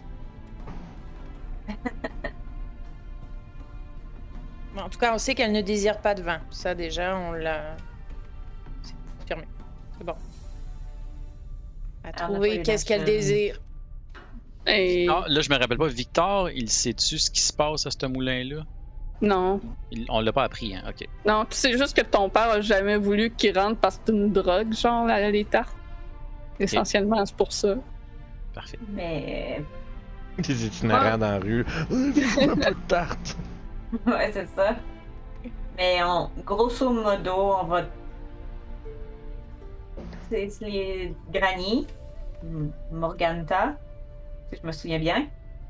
En tout cas, on sait qu'elle ne désire pas de vin. Ça, déjà, on l'a c'est confirmé. C'est bon. À Elle n'a pas trouver eu qu'est-ce la qu'elle chance. désire. Et... Ah, là, je me rappelle pas. Victor, il sait-tu ce qui se passe à ce moulin-là? Non. On l'a pas appris, hein? Ok. Non, puis c'est juste que ton père a jamais voulu qu'il rentre parce que c'est une drogue, genre, les tartes. Essentiellement, c'est pour ça. Parfait. Mais. Des itinérants dans la rue. Un peu de tarte. Ouais, c'est ça. Mais grosso modo, on va. C'est les Granny, Morganta, si je me souviens bien.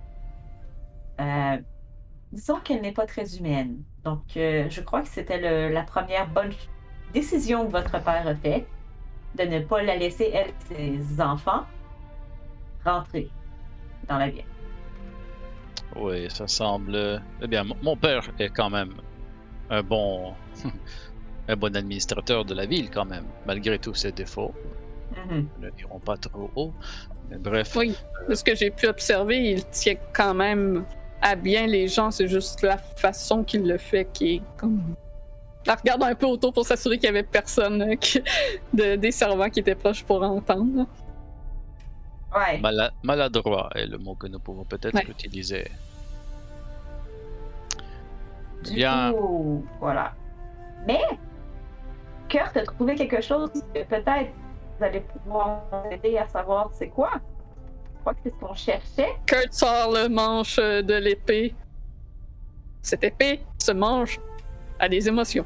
Disons qu'elle n'est pas très humaine. Donc, je crois que c'était la première bonne décision que votre père a faite, de ne pas la laisser, elle et ses enfants, rentrer dans la ville. Oui, ça semble. Eh bien, mon père est quand même un bon. un bon administrateur de la ville, quand même, malgré tous ses défauts. Mhm. Nous ne dirons pas trop haut. Mais bref. Oui, de ce que j'ai pu observer, il tient quand même à bien les gens. C'est juste la façon qu'il le fait qui est comme... Elle regarde un peu autour pour s'assurer qu'il y avait personne des servants qui étaient proches pour entendre. Ouais. Maladroit est le mot que nous pouvons peut-être Ouais. utiliser. Du Bien. coup, voilà. Mais, Kurt a trouvé quelque chose que peut-être vous allez pouvoir nous aider à savoir c'est quoi. Je crois que c'est ce qu'on cherchait. Kurt sort le manche de l'épée. Cette épée se mange à des émotions.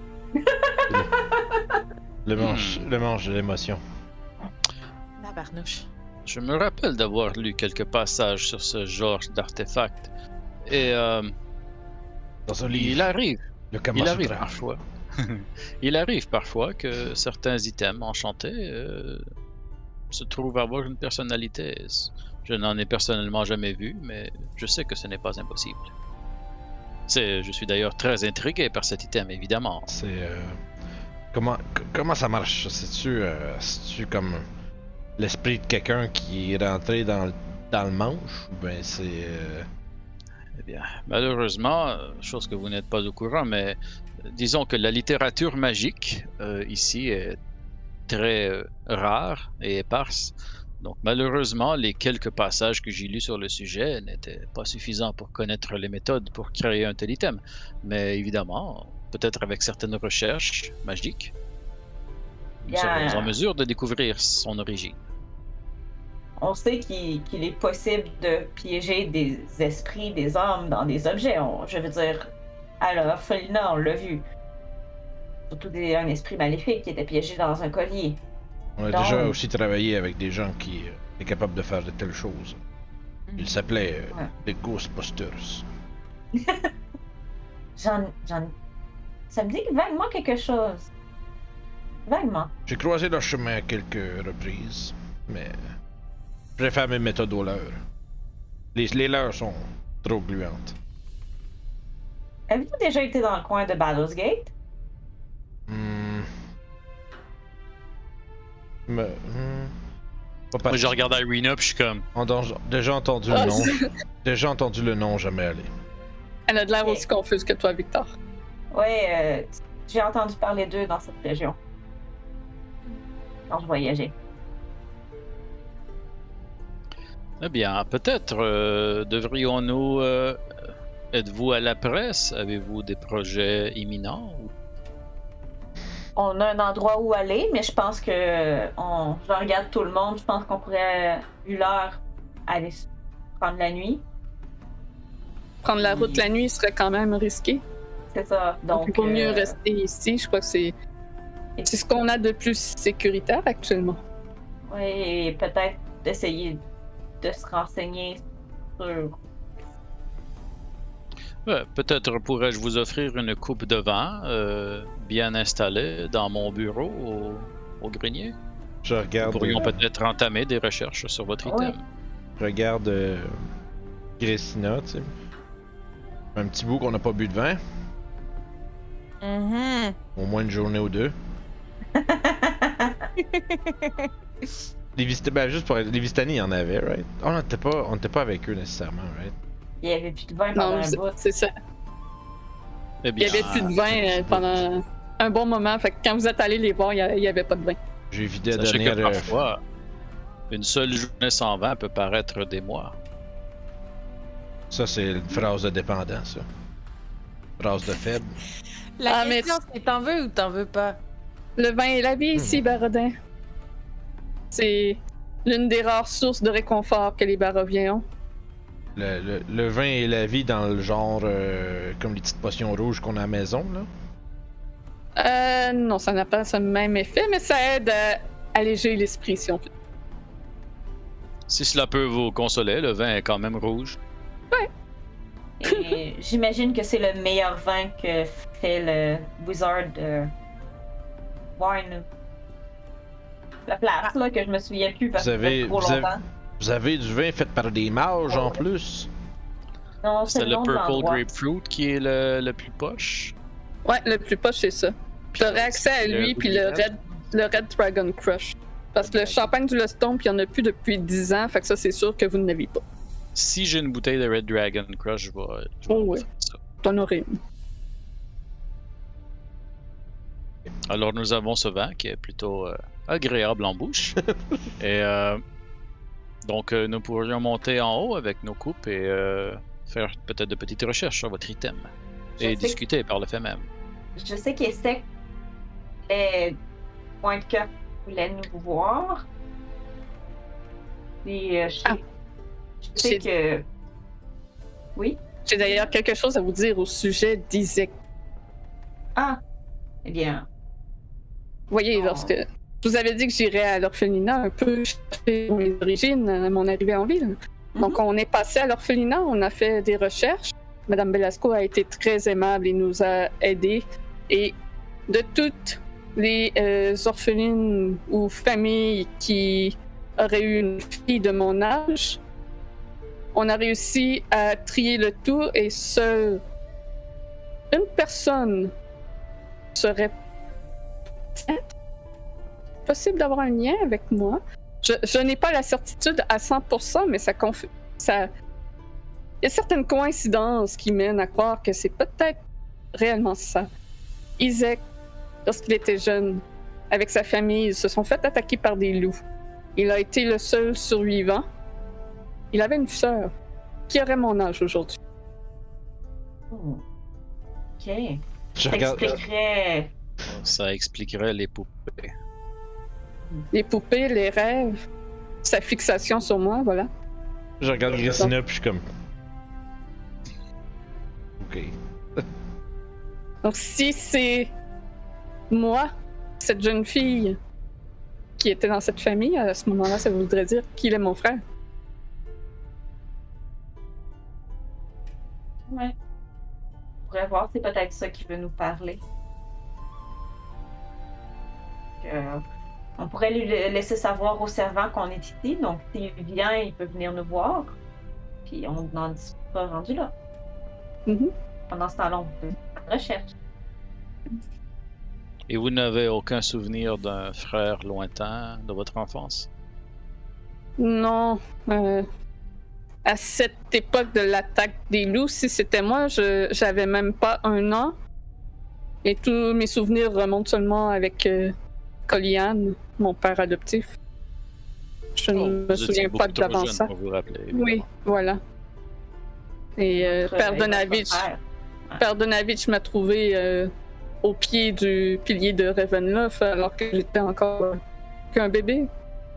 Le manche de l'émotion. La barnouche. Je me rappelle d'avoir lu quelques passages sur ce genre d'artefact. Et Dans un il livre, arrive. le Kama Il arrive Sutra. parfois. Il arrive parfois que certains items enchantés se trouvent avoir une personnalité. Je n'en ai personnellement jamais vu, mais je sais que ce n'est pas impossible. Je suis d'ailleurs très intrigué par cet item, évidemment. C'est. Comment ça marche? C'est-tu comme l'esprit de quelqu'un qui est rentré dans le manche? Ou bien c'est. Eh bien, malheureusement, chose que vous n'êtes pas au courant, mais disons que la littérature magique ici est très rare et éparse. Donc malheureusement, les quelques passages que j'ai lus sur le sujet n'étaient pas suffisants pour connaître les méthodes pour créer un tel item. Mais évidemment, peut-être avec certaines recherches magiques, nous Bien. serons en mesure de découvrir son origine. On sait qu'il est possible de piéger des esprits, des âmes dans des objets. Je veux dire, à l'orphelinat, on l'a vu. Surtout un esprit maléfique qui était piégé dans un collier. On a Donc- déjà aussi travaillé avec des gens qui étaient capables de faire de telles choses. Ils s'appelaient Ouais. les Ghostbusters. Ça me dit vaguement quelque chose. Vaguement. J'ai croisé leur chemin à quelques reprises, mais je préfère mes méthodes aux leurs. Les leurs sont trop gluantes. Avez-vous déjà été dans le coin de Baldur's Gate? Pas Moi, je parti. regarde Irina puis je suis comme... Déjà entendu Ah, le nom. Déjà entendu le nom, jamais allé. Elle a de l'air aussi confuse que toi, Victor. Ouais, j'ai entendu parler d'eux dans cette région. Quand je voyageais. Eh bien, peut-être devrions-nous... êtes-vous à la presse? Avez-vous des projets imminents? On a un endroit où aller, mais je pense que je regarde tout le monde. Je pense qu'on pourrait, vu l'heure, aller prendre la nuit. Prendre la route la nuit serait quand même risqué. C'est ça. Donc, il vaut mieux euh, rester ici. Je crois que c'est ce qu'on a de plus sécuritaire actuellement. Oui, et peut-être d'essayer de se renseigner sur. Ouais, peut-être pourrais-je vous offrir une coupe de vin bien installée dans mon bureau au grenier. Je Nous regarde. pourrions peut-être entamer des recherches sur votre item. Ouais. Je regarde Gressina, tu sais. Un petit bout qu'on n'a pas bu de vin, Mhm. au moins une journée ou deux. Ben, juste pour être. Les Vistani, il y en avait, right? Oh, on n'était pas avec eux nécessairement, right? Il y avait plus de vin pendant Non, un bout. c'est ça. Eh Il y bien, avait plus de vin pendant un bon moment. Fait que quand vous êtes allés les voir, il y avait pas de vin. J'ai vidé la sachez que dernière. parfois, une seule journée sans vin peut paraître des mois. Ça, c'est une phrase de dépendant, ça. Phrase de faible. La Ah, mais- question, c'est t'en veux ou t'en veux pas? Le vin et la vie ici, Barodin. C'est l'une des rares sources de réconfort que les Baroviens ont. Le vin et la vie dans le genre comme les petites potions rouges qu'on a à la maison, là. Non, ça n'a pas ce même effet, mais ça aide à alléger l'esprit, si on peut. Si cela peut vous consoler, le vin est quand même rouge. Et j'imagine que c'est le meilleur vin que fait le Wizard Wine. La place, là, que je me souviens plus parce Vous que ça fait avez- trop vous avez- longtemps. Vous avez du vin fait par des mages en plus. Non, c'est C'est le le nom de Purple l'endroit. Grapefruit qui est le plus poche. Ouais, le plus poche, c'est ça. T'aurais accès à lui, puis le Red Dragon Crush. Parce que le champagne du Lostomp, il y en a plus depuis 10 ans, fait que ça, c'est sûr que vous ne l'avez pas. Si j'ai une bouteille de Red Dragon Crush, je vais Oh, vous ouais. faire ça. T'en aurais une. Alors nous avons ce vin qui est plutôt agréable en bouche. Et donc nous pourrions monter en haut avec nos coupes et faire peut-être de petites recherches sur votre item. Et discuter par le fait même. Je sais qu'Estec et Point de Cœur voulaient nous voir. Et je sais que. Oui? J'ai d'ailleurs quelque chose à vous dire au sujet d'Isaac. Ah! Eh bien. Vous voyez, lorsque je vous avais dit que j'irais à l'orphelinat un peu chercher mes origines à mon arrivée en ville. Donc, on est passé à l'orphelinat, on a fait des recherches. Madame Belasco a été très aimable et nous a aidés. Et de toutes les orphelines ou familles qui auraient eu une fille de mon âge, on a réussi à trier le tout et seule une personne serait possible d'avoir un lien avec moi. Je n'ai pas la certitude à 100%, mais ça il y a certaines coïncidences qui mènent à croire que c'est peut-être réellement ça. Isaac, lorsqu'il était jeune, avec sa famille, ils se sont fait attaquer par des loups. Il a été le seul survivant. Il avait une sœur qui aurait mon âge aujourd'hui. Oh. Ok. Je Ça regarde. expliquerait. Ça expliquerait les poupées. Les poupées, les rêves, sa fixation sur moi, voilà. Je regarde Grissina puis je suis comme. Ok. Donc si c'est moi, cette jeune fille qui était dans cette famille, à ce moment-là, ça voudrait dire qu'il est mon frère. Ouais. On pourrait voir, c'est peut-être ça qui veut nous parler. On pourrait lui laisser savoir au servant qu'on est ici, donc s'il vient, il peut venir nous voir. Puis on en discutera rendu là. Mhm. Pendant ce temps-là, on peut faire une recherche. Et vous n'avez aucun souvenir d'un frère lointain de votre enfance? Non. À cette époque de l'attaque des loups, si c'était moi, j'avais même pas 1 an. Et tous mes souvenirs remontent seulement avec Coliane, mon père adoptif. Je ne me souviens pas d'avant ça. Vous rappeler, Oui, voilà. Et Père Donavitch m'a trouvé au pied du pilier de Ravenloft alors que j'étais encore qu'un bébé.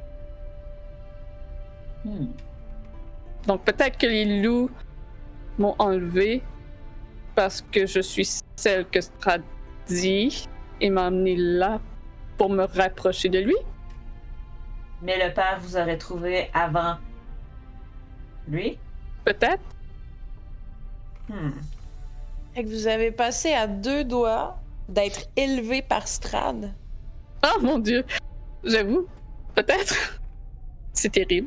Donc peut-être que les loups m'ont enlevé parce que je suis celle que Strahd dit et m'a amené là pour me rapprocher de lui. Mais le père vous aurait trouvé avant lui? Peut-être. Fait que vous avez passé à 2 doigts d'être élevé par Strahd. Oh mon Dieu! J'avoue. Peut-être. C'est terrible.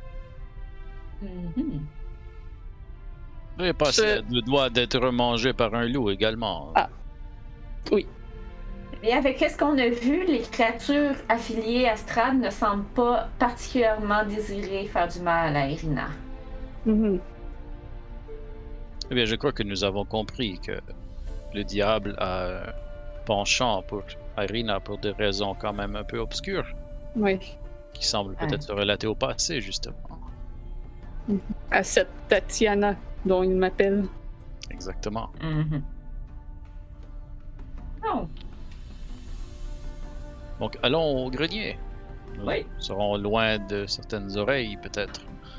Vous avez passé le doigt d'être mangé par un loup également. Ah. Oui. Et avec ce qu'on a vu, les créatures affiliées à Strahd ne semblent pas particulièrement désirer faire du mal à Irina. Mhm. Eh bien, je crois que nous avons compris que le diable a un penchant pour Irina pour des raisons quand même un peu obscures, Oui. qui semblent peut-être se relater au passé, justement. À cette Tatiana dont il m'appelle. Exactement. Oh, Donc, allons au grenier. Nous Oui. serons loin de certaines oreilles, peut-être.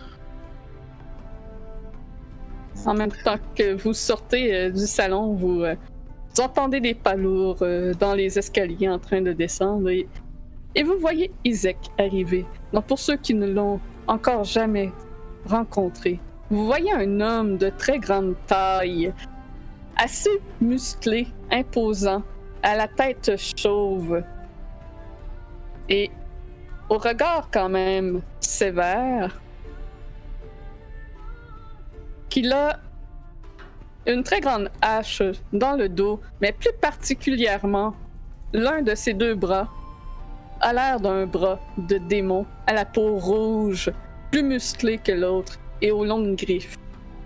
En même temps que vous sortez du salon, vous entendez des pas lourds dans les escaliers en train de descendre et vous voyez Isaac arriver. Donc pour ceux qui ne l'ont encore jamais rencontré, vous voyez un homme de très grande taille, assez musclé, imposant, à la tête chauve et au regard quand même sévère, qu'il a une très grande hache dans le dos, mais plus particulièrement, l'un de ses 2 bras a l'air d'un bras de démon à la peau rouge, plus musclé que l'autre et aux longues griffes.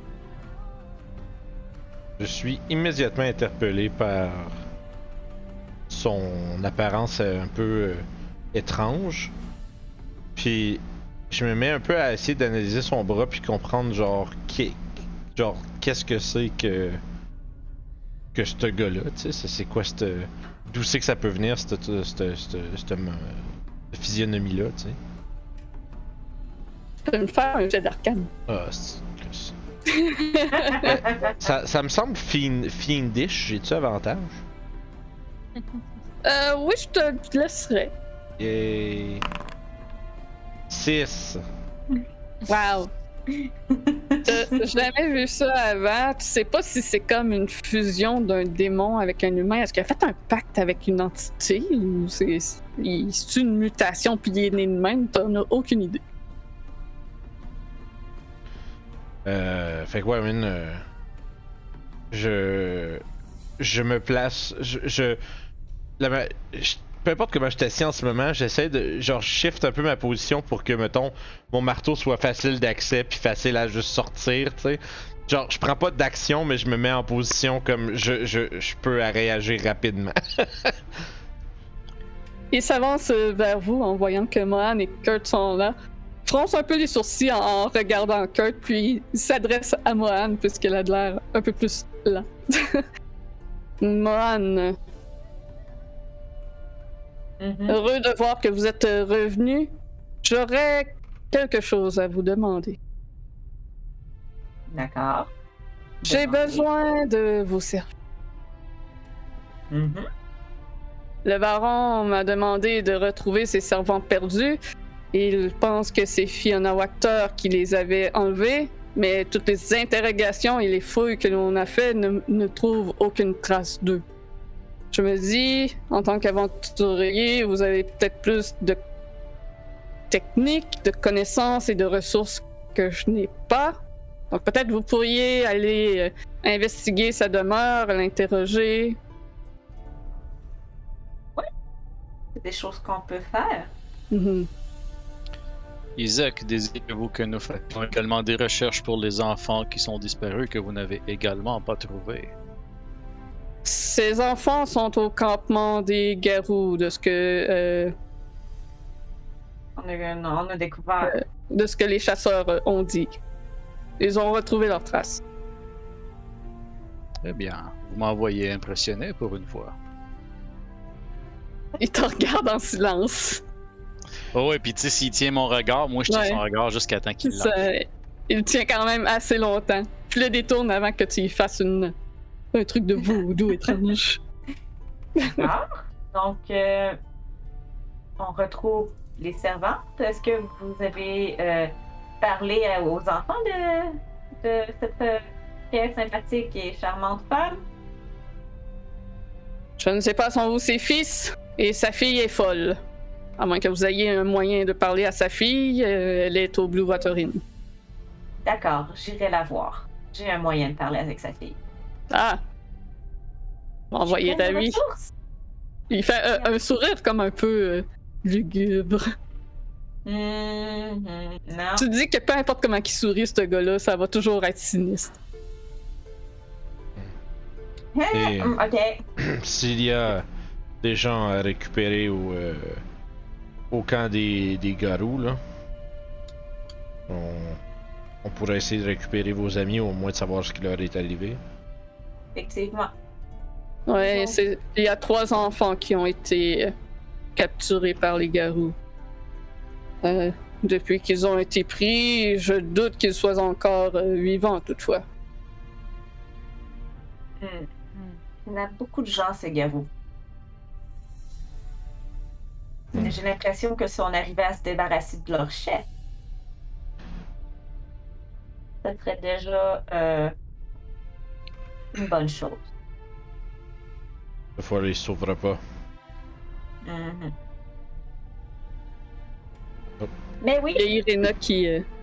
Je suis immédiatement interpellé par son apparence un peu étrange. Puis je me mets un peu à essayer d'analyser son bras puis comprendre genre qu'est-ce que c'est que que ce gars-là, tu sais, c'est quoi cette... D'où c'est que ça peut venir, cette physionomie-là, tu sais. Tu peux me faire un jet d'arcane. Ah, c'est... ça me semble fiendish, j'ai-tu avantage? Oui, je te laisserai. Et... 6. Wow! J'ai jamais vu ça avant. Tu sais pas si c'est comme une fusion d'un démon avec un humain. Est-ce qu'il a fait un pacte avec une entité ou c'est une mutation puis il est né de même? T'en as aucune idée. Fait que ouais, je me place, peu importe comment je t'assieds en ce moment, j'essaie de, genre, shift un peu ma position pour que, mettons, mon marteau soit facile d'accès puis facile à juste sortir, tu sais. Genre, je prends pas d'action, mais je me mets en position comme je peux réagir rapidement. Il s'avance vers vous en voyant que Mohan et Kurt sont là. Fronce un peu les sourcils en regardant Kurt, puis il s'adresse à Mohan puisqu'elle a de l'air un peu plus lent. Mohan, heureux de voir que vous êtes revenu. J'aurais quelque chose à vous demander. D'accord. J'ai besoin de vos services. Le baron m'a demandé de retrouver ses servants perdus. Il pense que c'est Fiona Wachter qui les avait enlevés, mais toutes les interrogations et les fouilles que l'on a fait ne trouvent aucune trace d'eux. Je me dis, en tant qu'aventurier, vous avez peut-être plus de techniques, de connaissances et de ressources que je n'ai pas. Donc peut-être vous pourriez aller investiguer sa demeure, l'interroger. C'est des choses qu'on peut faire. Isaac, désirez-vous que nous fassions également des recherches pour les enfants qui sont disparus que vous n'avez également pas trouvés? Ces enfants sont au campement des Garous, de ce que On a découvert. de ce que les chasseurs ont dit. Ils ont retrouvé leurs traces. Eh bien, vous m'envoyez impressionné pour une fois. Il te regarde en silence. Oh ouais, puis tu sais, s'il tient mon regard, moi je tiens son regard jusqu'à temps qu'il lâche. Il le tient quand même assez longtemps. Puis le détourne avant que tu y fasses un truc de voodoo étrange. D'accord. Donc, on retrouve les servantes. Est-ce que vous avez parlé aux enfants de cette très sympathique et charmante femme? Je ne sais pas sont où ses fils, et sa fille est folle. À moins que vous ayez un moyen de parler à sa fille, elle est au Blue Water Inn. D'accord, j'irai la voir. J'ai un moyen de parler avec sa fille. Ah! Envoyez à lui. Il fait un sourire comme un peu lugubre. Non. Tu dis que peu importe comment il sourit, ce gars-là, ça va toujours être sinistre. Et Ok. s'il y a des gens à récupérer au camp des Garous, là, on pourrait essayer de récupérer vos amis, au moins de savoir ce qui leur est arrivé. Effectivement. Ouais, il y a 3 enfants qui ont été capturés par les Garous. Depuis qu'ils ont été pris, je doute qu'ils soient encore vivants, toutefois. Il y en a beaucoup de gens, ces Garous. J'ai l'impression que si on arrivait à se débarrasser de leur chef, ça serait déjà une bonne chose. Cette fois, il se sauvera pas. Mais oui! Il y a Irena qui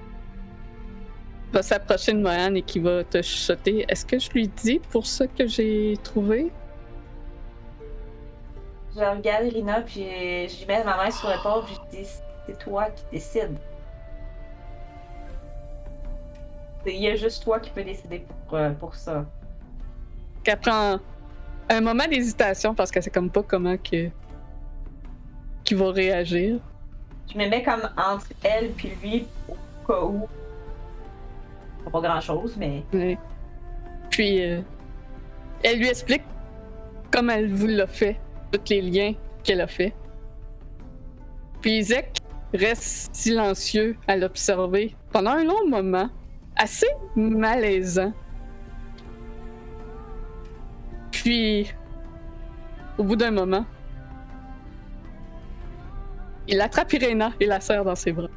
va s'approcher de Mohan et qui va te chuchoter. Est-ce que je lui dis pour ce que j'ai trouvé? Je regarde Irina, puis j'y mets ma main sur l'épaule, puis je dis c'est toi qui décides. Il y a juste toi qui peux décider pour ça. Qu'elle prend un moment d'hésitation parce qu'elle sait comme pas comment qu'il va réagir. Je me mets comme entre elle puis lui au cas où. Pas grand chose, mais. Ouais. Puis Elle lui explique comme elle vous l'a fait, tous les liens qu'elle a fait. Puis Isaac reste silencieux à l'observer pendant un long moment, assez malaisant. Puis, au bout d'un moment, il attrape Irena et la serre dans ses bras.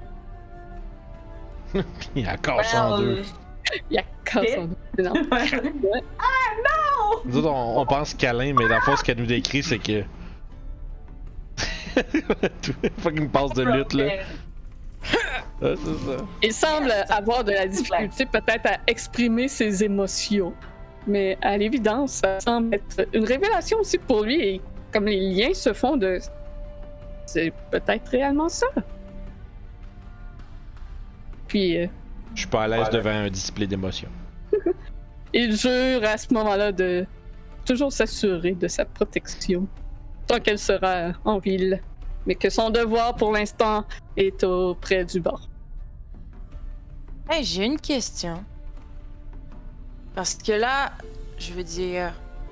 Il a cassé en deux. Il a cassé en deux. Non. Ouais. Nous autres, on pense câlin, mais dans le fond, ce qu'elle nous décrit, c'est que. Fucking passe de lutte, là. Ouais, c'est ça. Il semble avoir de la difficulté peut-être à exprimer ses émotions. Mais à l'évidence, ça semble être une révélation aussi pour lui. Et comme les liens se font de... C'est peut-être réellement ça. Puis... Je suis pas à l'aise devant un display d'émotion. il jure à ce moment-là de toujours s'assurer de sa protection tant qu'elle sera en ville. Mais que son devoir pour l'instant est auprès du bord. Hey, j'ai une question. Parce que là, je veux dire...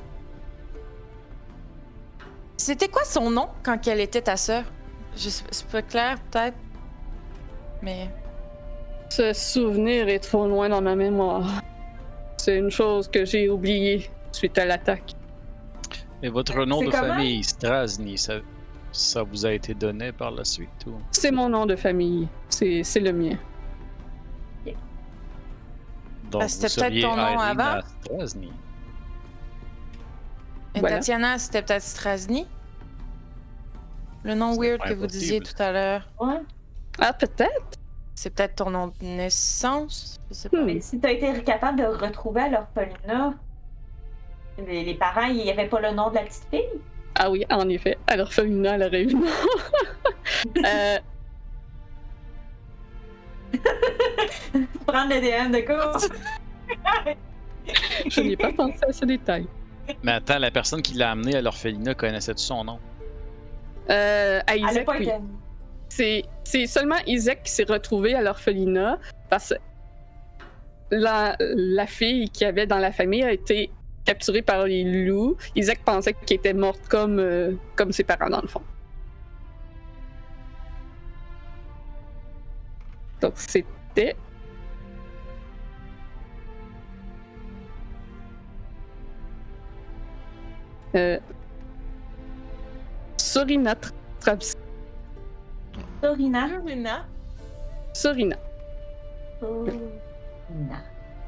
C'était quoi son nom quand elle était ta sœur? C'est pas clair, peut-être. Mais... Ce souvenir est trop loin dans ma mémoire. C'est une chose que j'ai oubliée suite à l'attaque. Et votre nom C'est de comment? famille, Strasny, ça vous a été donné par la suite ou... C'est mon nom de famille. C'est le mien. Donc, Ah, c'était vous peut-être seriez ton nom Irina avant? Strasny. Et Voilà. Tatiana, c'était peut-être Strasny? Le nom C'est weird pas que vous disiez impossible. tout à l'heure. Ouais. Ah, peut-être? C'est peut-être ton nom de naissance? Je sais pas. Hmm. Mais si t'as été capable de retrouver à l'orphelinat, les parents, il n'y avait pas le nom de la petite fille? Ah oui, en effet. À l'orphelinat, à la réunion. Prendre le DM de course. Je n'ai pas pensé à ce détail. Mais attends, la personne qui l'a amené à l'orphelinat connaissait-tu son nom? À Elle a Isaac, pas oui. été... C'est seulement Isaac qui s'est retrouvé à l'orphelinat parce que la fille qu'il y avait dans la famille a été capturée par les loups. Isaac pensait qu'elle était morte comme ses parents, dans le fond. Donc, c'était... Sorina Travis. Sorina. Luna. Sorina. Sorina.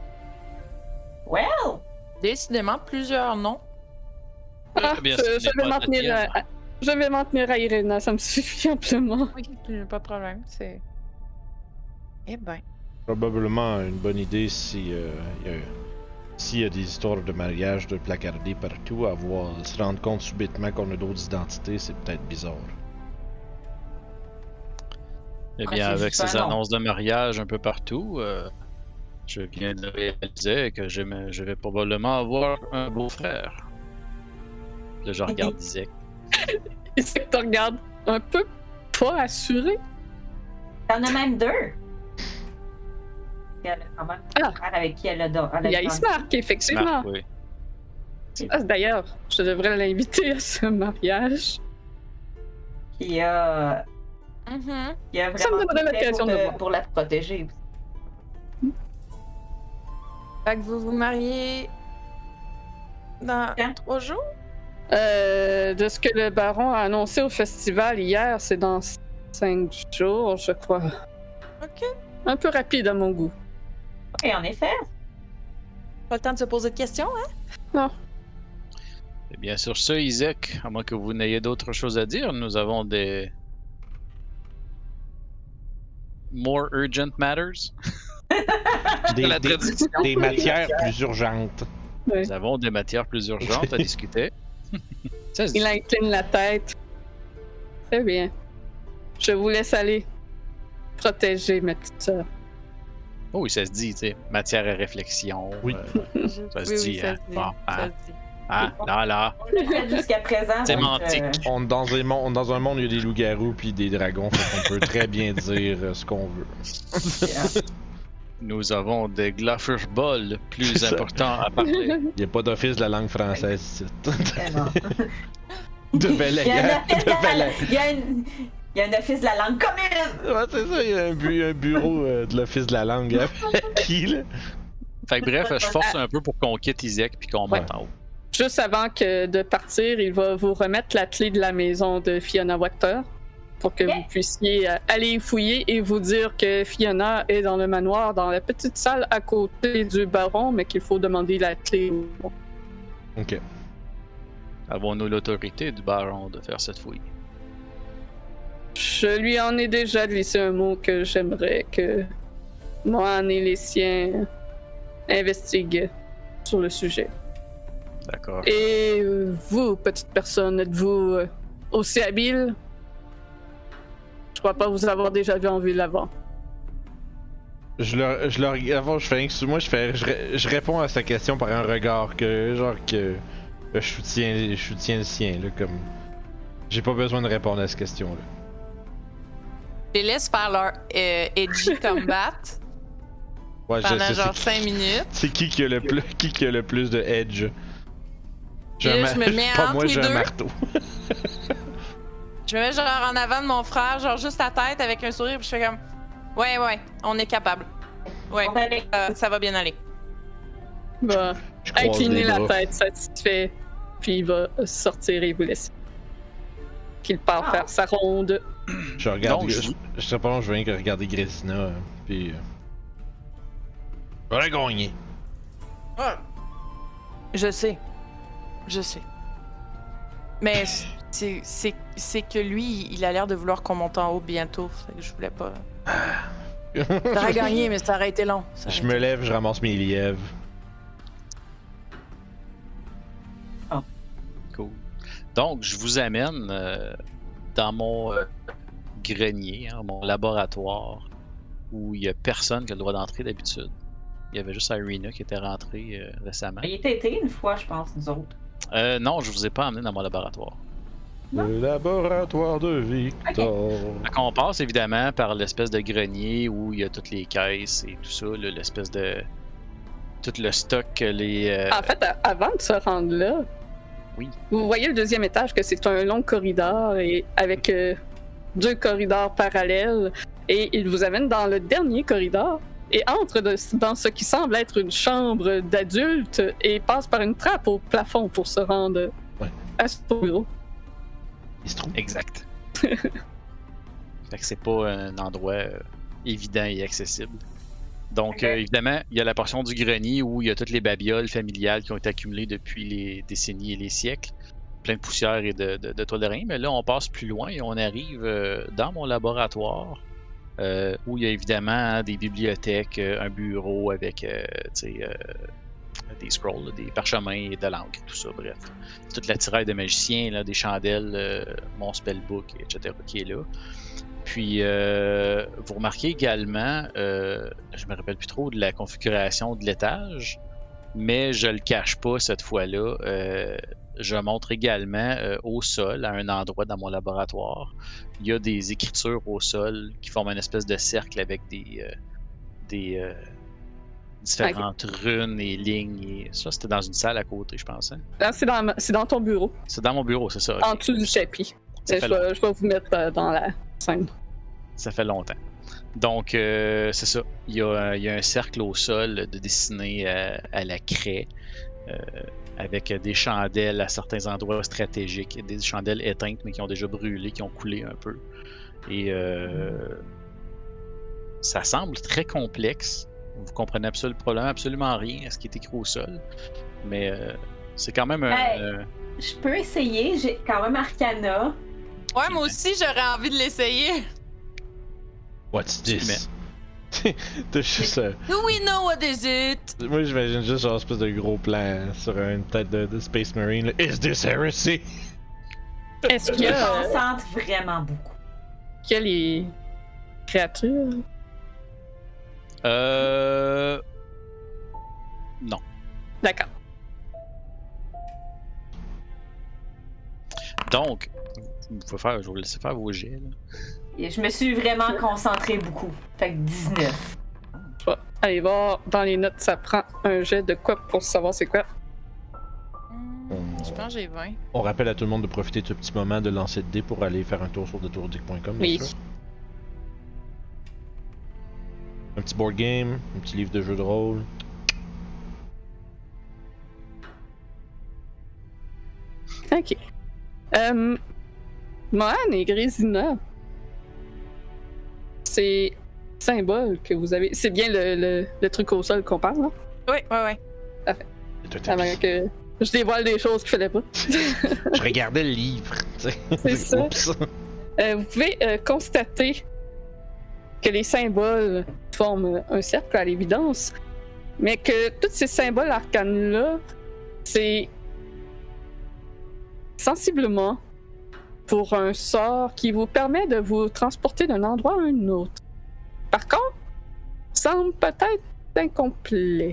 Well! Décidément, plusieurs noms. Ah, bien, je, ce je n'est vais pas m'en tenir Tatiana. je vais m'en tenir à Irena, ça me suffit amplement. Oui, pas de problème. C'est. Eh ben. Probablement une bonne idée si s'il y a des histoires de mariage de placardés partout, se rendre compte subitement qu'on a d'autres identités, c'est peut-être bizarre. Eh Ah, bien, c'est avec juste ces un nom. annonces de mariage un peu partout, je viens de réaliser que je vais probablement avoir un beau-frère. Là, je regarde Isaac. Isaac te regarde un peu pas assuré. T'en as même deux. Elle a quand même un Ah. frère avec qui elle a Il y a Ismark, effectivement. Marc, oui. Ah, d'ailleurs, je devrais l'inviter à ce mariage. qui a Mhm. qui a Ça me vraiment donnerait tout fait l'occasion de voir. pour la protéger. Fait que vous vous mariez dans Quand? 3 jours? De ce que le baron a annoncé au festival hier, c'est dans 5 jours, je crois. Ok. Un peu rapide à mon goût. Et en effet, Pas le temps de se poser de questions, hein? Et bien sur ce, Isaac, à moins que vous n'ayez d'autres choses à dire, nous avons des more urgent matters. La tradition. Des matières plus urgentes. Nous avons des matières plus urgentes à discuter. Ça se dit. Il incline la tête. Très bien. Je vous laisse aller protéger ma petite sœur. Oh oui, ça se dit, tu sais, matière à réflexion. Oui. Ça se dit, hein. Bon, ça hein. se dit. Ah, là. on l'a fait jusqu'à présent. Sémantique. donc, On est dans un monde où il y a des loups-garous puis des dragons, fait qu'on peut très bien dire ce qu'on veut. Nous avons des Glaffersball plus C'est ça. importants à parler. Il n'y a pas d'office de la langue française ici. Non. De Valet. Il y a un office de la langue commune! Ouais, c'est ça, il y a un bureau de l'office de la langue. Qui, là? Fait que bref, je force un peu pour qu'on quitte Isaac puis qu'on monte en haut. Juste avant de partir, il va vous remettre la clé de la maison de Fiona Wachter pour que vous puissiez aller fouiller et vous dire que Fiona est dans le manoir, dans la petite salle à côté du baron, mais qu'il faut demander la clé. Ok. Avons-nous l'autorité du baron de faire cette fouille? Je lui en ai déjà glissé un mot que j'aimerais que Mohan et les siens investiguent sur le sujet. D'accord. Et vous, petite personne, êtes-vous aussi habile? Je crois pas vous avoir déjà vu en ville avant. Je réponds à sa question par un regard que je soutiens le sien là, comme j'ai pas besoin de répondre à cette question là. Je les laisse faire leur edgy combat Ouais, pendant je sais genre 5 minutes. c'est qui a le plus de edge. Et là, je me mets pas entre moi, les j'ai un deux. marteau. Je me mets genre en avant de mon frère, genre juste la tête avec un sourire, puis je fais comme ouais, on est capable. Ouais, On va aller. ça va bien aller. Il va Je croise incliner les la bras. tête, satisfait, puis il va sortir et vous laisser. Qu'il part Ah. faire sa ronde. Je regarde. Donc, Je serais pas long, je viens que regarder Grésina, puis. J'aurais gagné. Je sais. Mais c'est que lui, il a l'air de vouloir qu'on monte en haut bientôt. Fait que je voulais pas. T'aurais gagné, mais ça aurait été long. Ça aurait Je été- me lève, je ramasse mes lièvres. Cool. Donc, je vous amène dans mon grenier, hein, mon laboratoire, où il y a personne qui a le droit d'entrer d'habitude. Il y avait juste Irina qui était rentrée récemment. Il était été une fois, je pense, nous autres. Non, je vous ai pas emmené dans mon laboratoire. Le laboratoire de Victor. Fait qu'on passe évidemment par l'espèce de grenier où il y a toutes les caisses et tout ça, là, l'espèce de. Tout le stock que les. En fait, avant de se rendre là, Oui. vous voyez le deuxième étage que c'est un long corridor et avec 2 corridors parallèles et il vous amène dans le dernier corridor et entre dans ce qui semble être une chambre d'adulte et passe par une trappe au plafond pour se rendre à son bureau. Il se trouve. Exact. Fait que c'est pas un endroit évident et accessible. Donc, Ok. évidemment, il y a la portion du grenier où il y a toutes les babioles familiales qui ont été accumulées depuis les décennies et les siècles. Plein de poussière et de toiles d'araignée. Mais là, on passe plus loin et on arrive dans mon laboratoire où il y a évidemment des bibliothèques, un bureau avec des scrolls, là, des parchemins et de l'encre, tout ça, bref. Toute la tiraille de magiciens, là, des chandelles, mon spellbook, etc. qui est là. Puis, vous remarquez également, je me rappelle plus trop de la configuration de l'étage, mais je le cache pas cette fois-là. Je montre également au sol, à un endroit dans mon laboratoire, il y a des écritures au sol qui forment une espèce de cercle avec des différentes runes et lignes. Et ça, c'était dans une salle à côté, je pense. Hein? Là, c'est dans ton bureau, C'est dans mon bureau, c'est ça. en ok. dessous du tapis. Ça Je fait vais vous mettre dans la scène. Ça fait longtemps. Donc, c'est ça. Il y a un cercle au sol de dessiné à la craie, avec des chandelles à certains endroits stratégiques, des chandelles éteintes, mais qui ont déjà brûlé, qui ont coulé un peu. Et ça semble très complexe. Vous comprenez probablement absolument rien à ce qui est écrit au sol. Mais c'est quand même un... Hey. Je peux essayer, j'ai quand même Arcana. Ouais, moi aussi, j'aurais envie de l'essayer. What's this? T'as juste. Do we know what is it? Moi, j'imagine juste genre une espèce de gros plan sur une tête de Space Marine. Là. Is this heresy? Est-ce qu'il Je y me a, concentre vraiment beaucoup. qu'il y a les créatures? Non. D'accord. Donc, vous pouvez faire, je vais vous laisser faire vos jets. Là. Et je me suis vraiment concentrée beaucoup. Fait que 19. Allez voir dans les notes, ça prend un jet de quoi pour savoir c'est quoi. Je pense que j'ai 20. On rappelle à tout le monde de profiter de ce petit moment de lancer de dés pour aller faire un tour sur detourdic.com, bien Oui. sûr. Un petit board game, un petit livre de jeu de rôle. Ok. Mohan et Grésina. C'est symbole que vous avez. C'est bien le truc au sol qu'on parle, là? Oui. C'est un Avant tapis. que je dévoile des choses qu'il fallait pas. Je regardais le livre. tu sais. C'est ça. Oups. Vous pouvez constater que les symboles forment un cercle à l'évidence, mais que tous ces symboles arcanes-là, c'est sensiblement pour un sort qui vous permet de vous transporter d'un endroit à un autre. Par contre, semble peut-être incomplet.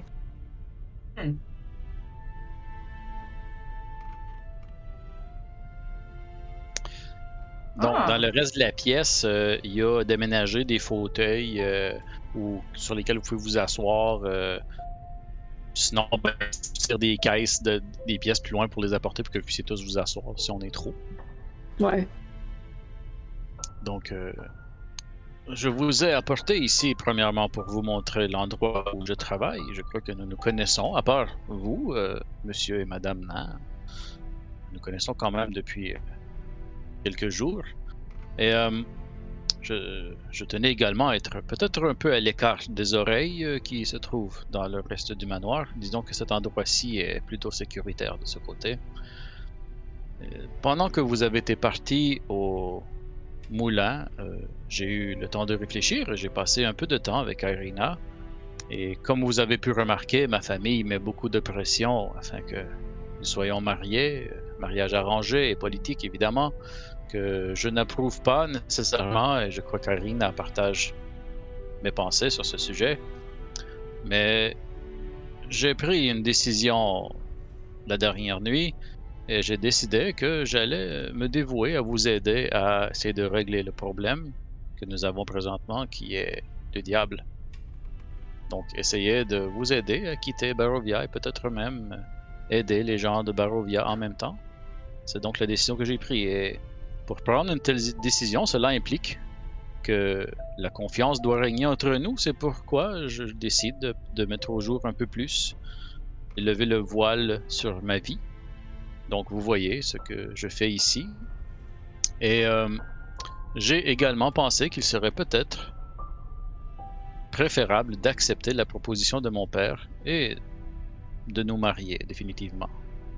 Donc, Ah. dans le reste de la pièce, il y a déménagé des fauteuils sur lesquels vous pouvez vous asseoir. Sinon, sortir des caisses, des pièces plus loin pour les apporter pour que vous puissiez tous vous asseoir si on est trop. Ouais. Donc, je vous ai apporté ici, premièrement, pour vous montrer l'endroit où je travaille. Je crois que nous nous connaissons, à part vous, monsieur et madame Nan. Nous connaissons quand même depuis quelques jours. Et je tenais également à être peut-être un peu à l'écart des oreilles qui se trouvent dans le reste du manoir. Disons que cet endroit-ci est plutôt sécuritaire de ce côté. Pendant que vous avez été parti au moulin, j'ai eu le temps de réfléchir et j'ai passé un peu de temps avec Irina. Et comme vous avez pu remarquer, ma famille met beaucoup de pression afin que nous soyons mariés, mariage arrangé et politique évidemment, que je n'approuve pas nécessairement, et je crois qu'Irina partage mes pensées sur ce sujet. Mais j'ai pris une décision la dernière nuit et j'ai décidé que j'allais me dévouer à vous aider à essayer de régler le problème que nous avons présentement, qui est le diable. Donc, essayer de vous aider à quitter Barovia et peut-être même aider les gens de Barovia en même temps. C'est donc la décision que j'ai prise. Et pour prendre une telle décision, cela implique que la confiance doit régner entre nous. C'est pourquoi je décide de mettre au jour un peu plus et lever le voile sur ma vie. Donc, vous voyez ce que je fais ici. Et j'ai également pensé qu'il serait peut-être préférable d'accepter la proposition de mon père et de nous marier définitivement.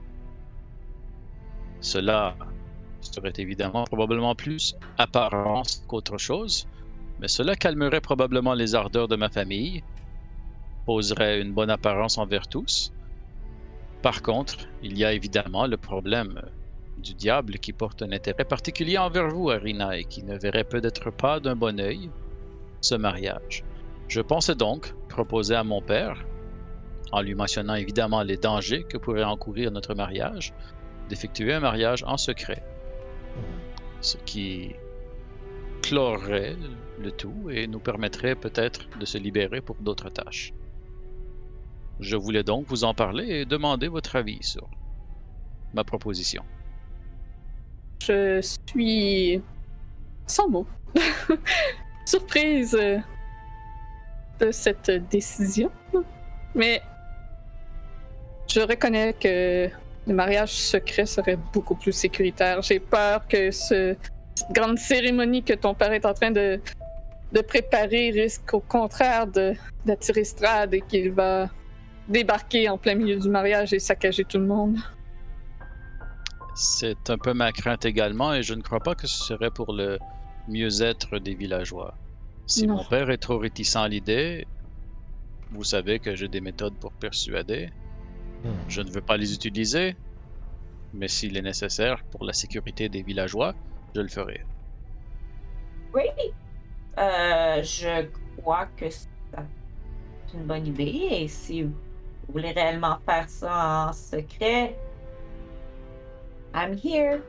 Cela serait évidemment probablement plus apparence qu'autre chose, mais cela calmerait probablement les ardeurs de ma famille, poserait une bonne apparence envers tous. Par contre, il y a évidemment le problème du diable qui porte un intérêt particulier envers vous, Irina, et qui ne verrait peut-être pas d'un bon œil ce mariage. Je pensais donc proposer à mon père, en lui mentionnant évidemment les dangers que pourrait encourir notre mariage, d'effectuer un mariage en secret. Ce qui clorerait le tout et nous permettrait peut-être de se libérer pour d'autres tâches. Je voulais donc vous en parler et demander votre avis sur ma proposition. Je suis sans mots. Surprise de cette décision. Mais je reconnais que le mariage secret serait beaucoup plus sécuritaire. J'ai peur que cette grande cérémonie que ton père est en train de préparer risque au contraire d'attirer Strahd et qu'il va débarquer en plein milieu du mariage et saccager tout le monde. C'est un peu ma crainte également et je ne crois pas que ce serait pour le mieux-être des villageois. Si Non. mon père est trop réticent à l'idée, vous savez que j'ai des méthodes pour persuader. Je ne veux pas les utiliser, mais s'il est nécessaire pour la sécurité des villageois, je le ferai. Oui. Je crois que c'est une bonne idée. Et si vous voulez réellement faire ça en secret, I'm here.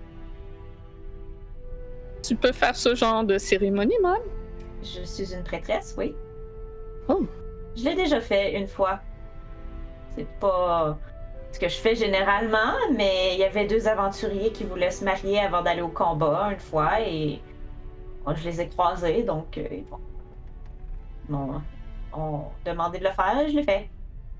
Tu peux faire ce genre de cérémonie, man? Je suis une prêtresse, oui. Je l'ai déjà fait une fois. C'est pas ce que je fais généralement, mais il y avait 2 aventuriers qui voulaient se marier avant d'aller au combat une fois et bon, je les ai croisés, donc bon, on demandé de le faire, je l'ai fait.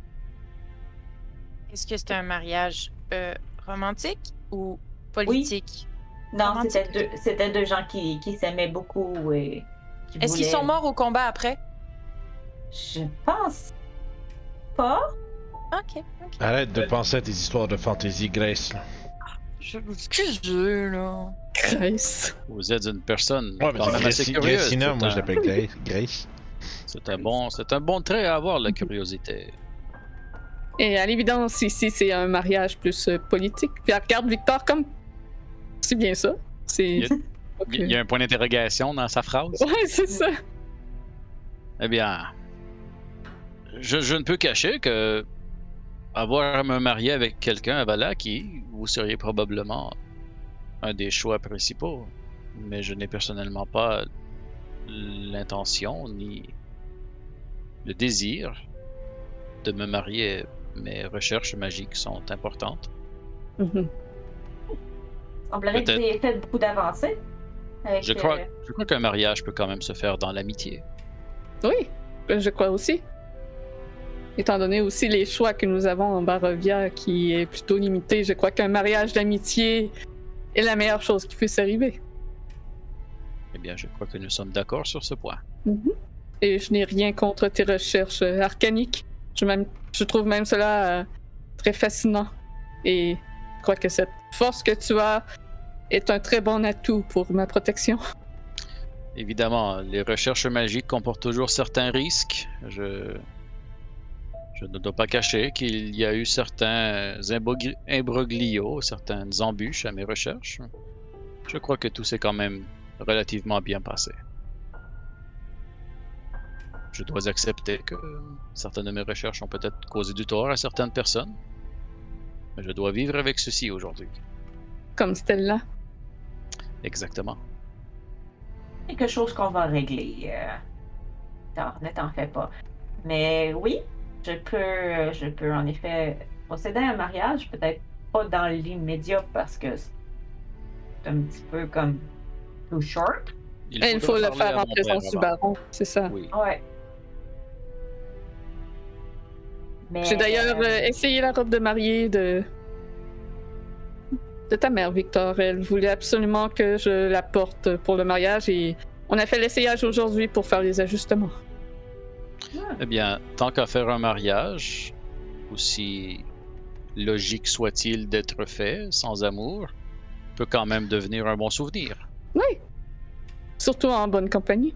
Est-ce que c'était un mariage romantique ou politique? Non, Romantique. c'était deux gens qui s'aimaient beaucoup et qui Est-ce qu'ils voulaient- sont morts au combat après? Je pense pas. Ok. Arrête de penser à tes histoires de fantasy, Grace. Là. Excusez, là. Grace. Vous êtes une personne Ouais, mais quand même assez curieuse. Gracina, moi je C'est l'appelle Grace. c'est un bon trait à avoir, la curiosité. Et à l'évidence, ici, c'est un mariage plus politique. Puis elle regarde Victor comme. C'est bien ça. C'est. Il y a un point d'interrogation dans sa phrase. Ouais, c'est ça. Eh bien, je ne peux cacher que avoir à me marier avec quelqu'un à Valaki, vous seriez probablement un des choix principaux. Mais je n'ai personnellement pas l'intention ni le désir de me marier. Mes recherches magiques sont importantes. Mhm. Il semblerait que vous ayez fait beaucoup d'avancées. avec, Je crois qu'un mariage peut quand même se faire dans l'amitié. Oui, je crois aussi. Étant donné aussi les choix que nous avons en Barovia, qui est plutôt limité, je crois qu'un mariage d'amitié est la meilleure chose qui puisse arriver. Eh bien, je crois que nous sommes d'accord sur ce point. Et je n'ai rien contre tes recherches arcaniques. Je trouve même cela très fascinant. Et je crois que cette force que tu as est un très bon atout pour ma protection. Évidemment, les recherches magiques comportent toujours certains risques. Je ne dois pas cacher qu'il y a eu certains imbroglios, certaines embûches à mes recherches. Je crois que tout s'est quand même relativement bien passé. Je dois accepter que certaines de mes recherches ont peut-être causé du tort à certaines personnes. Mais je dois vivre avec ceci aujourd'hui. Comme Stella. Exactement. quelque chose qu'on va régler. Ne t'en fais pas. Mais oui, je peux en effet procéder à un mariage, peut-être pas dans l'immédiat parce que c'est un petit peu comme too short. Il faut le faire en présence du baron, c'est ça. Oui. Ouais. Mais, J'ai d'ailleurs essayé la robe de mariée de ta mère, Victor. Elle voulait absolument que je la porte pour le mariage et on a fait l'essayage aujourd'hui pour faire les ajustements. Eh bien, tant qu'à faire un mariage, aussi logique soit-il d'être fait, sans amour, peut quand même devenir un bon souvenir. Oui. Surtout en bonne compagnie.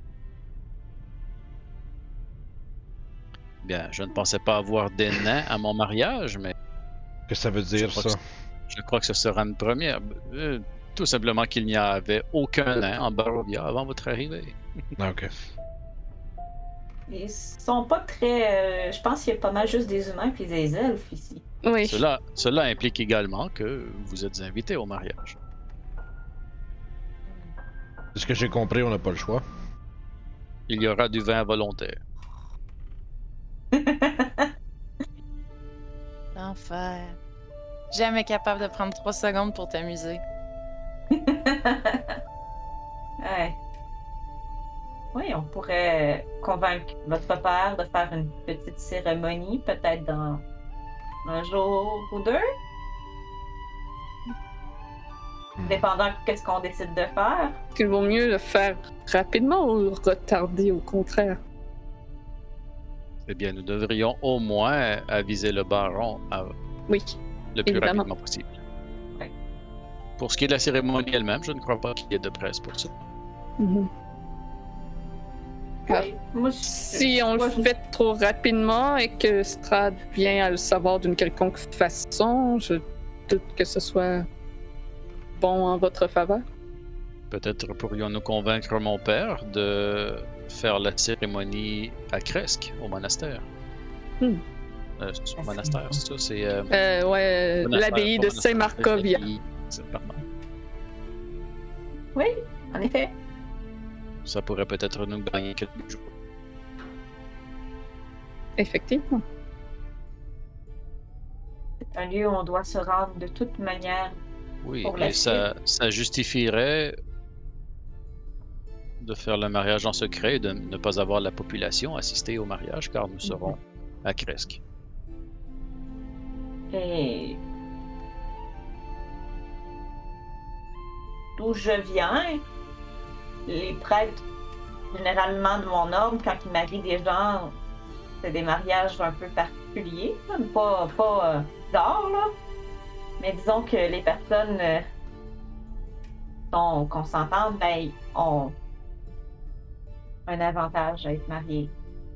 Bien, je ne pensais pas avoir des nains à mon mariage, mais Que ça veut dire, Je crois ça? je crois que ce sera une première. Tout simplement qu'il n'y avait aucun nain en Barovia avant votre arrivée. Ah, ok. ils sont pas très. Je pense qu'il y a pas mal juste des humains puis des elfes ici. Oui. Cela implique également que vous êtes invité au mariage. C'est ce que j'ai compris, on n'a pas le choix. Il y aura du vin volontaire. L'enfer. Jamais capable de prendre 3 secondes pour t'amuser. Ouais. Oui, on pourrait convaincre votre père de faire une petite cérémonie, peut-être dans un jour ou deux. Dépendant de qu'est-ce qu'on décide de faire. Est-ce qu'il vaut mieux le faire rapidement ou retarder au contraire? Eh bien, nous devrions au moins aviser le baron Oui. le plus Évidemment. rapidement possible. Ouais. Pour ce qui est de la cérémonie elle-même, je ne crois pas qu'il y ait de presse pour ça. Mhm. Ah. Oui. Moi, Si on moi, le fait trop rapidement et que Strad vient à le savoir d'une quelconque façon, je doute que ce soit bon en votre faveur. Peut-être pourrions-nous convaincre mon père de faire la cérémonie à Kresk, au monastère. Hmm. C'est au monastère, c'est ça? C'est Ouais, monastère, l'abbaye pas de monastère, Saint-Marcovia. l'abbaye, pardon. Oui, en effet. Ça pourrait peut-être nous gagner quelques jours. Effectivement. C'est un lieu où on doit se rendre de toute manière. Oui, Pour la et ça justifierait de faire le mariage en secret et de ne pas avoir la population assister au mariage, car nous serons à Kresk. Et d'où je viens, les prêtres, généralement de mon ordre, quand ils marient des gens, c'est des mariages un peu particuliers, là, pas d'or, là. Mais disons que les personnes qu'on s'entende, ben, ont un avantage à être mariées.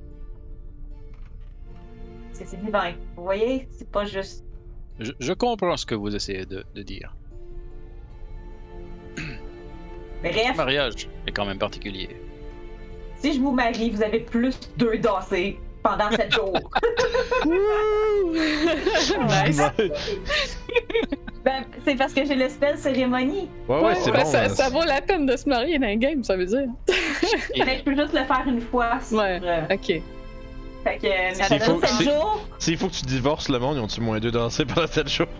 C'est vivant. Vous voyez, c'est pas juste. Je comprends ce que vous essayez de dire. Bref, Le mariage est quand même particulier. si je vous marie, vous avez plus 2 dansés pendant 7 jours. Nice. Ben, c'est parce que j'ai le spell cérémonie. Ouais, c'est bon. Ça vaut la peine de se marier dans un game, ça veut dire. Mais je peux juste le faire une fois sur. Ouais, ok. Fait que ça S'il donne faut- 7 jours. S'il faut que tu divorces le monde, ils ont-tu moins 2 dansés pendant 7 jours?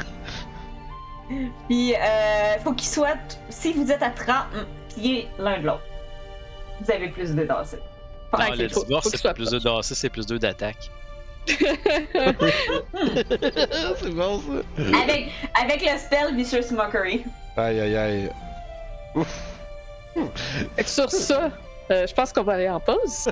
Puis faut qu'ils soient. Si vous êtes à 30 pieds l'un de l'autre, vous avez plus de dansés. Non, Ok, le faut divorce, que c'est ce soit pas plus de danser, c'est plus 2 d'attaque. C'est bon ça. Avec le spell Vicious Mockery. Aïe aïe aïe. Fait que sur ça, je pense qu'on va aller en pause.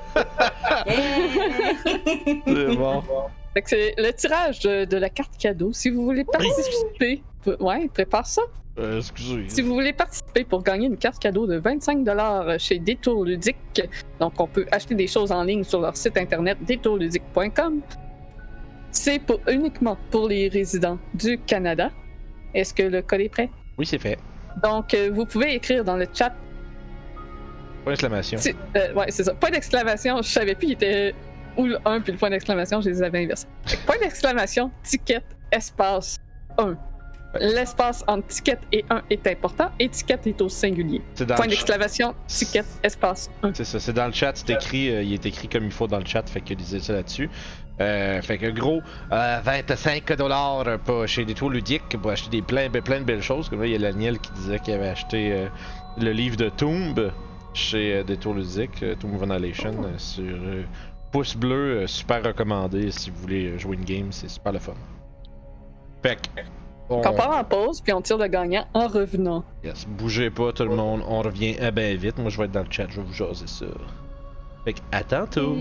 C'est bon. Fait que c'est le tirage de la carte cadeau. Si vous voulez participer, ouais, prépare ça. Excusez. Si vous voulez participer pour gagner une carte cadeau de 25$ chez Détour Ludique, donc on peut acheter des choses en ligne sur leur site internet détourludique.com. C'est uniquement pour les résidents du Canada. Est-ce que le code est prêt? Oui, c'est fait. Donc, vous pouvez écrire dans le chat. Point d'exclamation. Ouais, c'est ça. Point d'exclamation. Je savais plus, il était où le 1 puis le point d'exclamation, je les avais inversés. Fait que point d'exclamation, ticket, espace 1. L'espace entre ticket et 1 est important. Et ticket est au singulier. C'est dans Point le d'exclamation, ticket, espace 1. C'est ça, c'est dans le chat, c'est écrit, il est écrit comme il faut dans le chat, fait que lisez ça là-dessus. Fait que gros, 25$ pour chez Détour Ludique pour acheter plein de belles choses. Comme là, il y a Daniel qui disait qu'il avait acheté le livre de Tomb chez Détour Ludique, Tomb of Annihilation, sur pouce bleu, super recommandé si vous voulez jouer une game, c'est super le fun. Fait que, On part en pause, puis on tire le gagnant en revenant. yes, bougez pas tout le monde, on revient bien vite. Moi je vais être dans le chat, je vais vous jaser ça. Fait que à tantôt.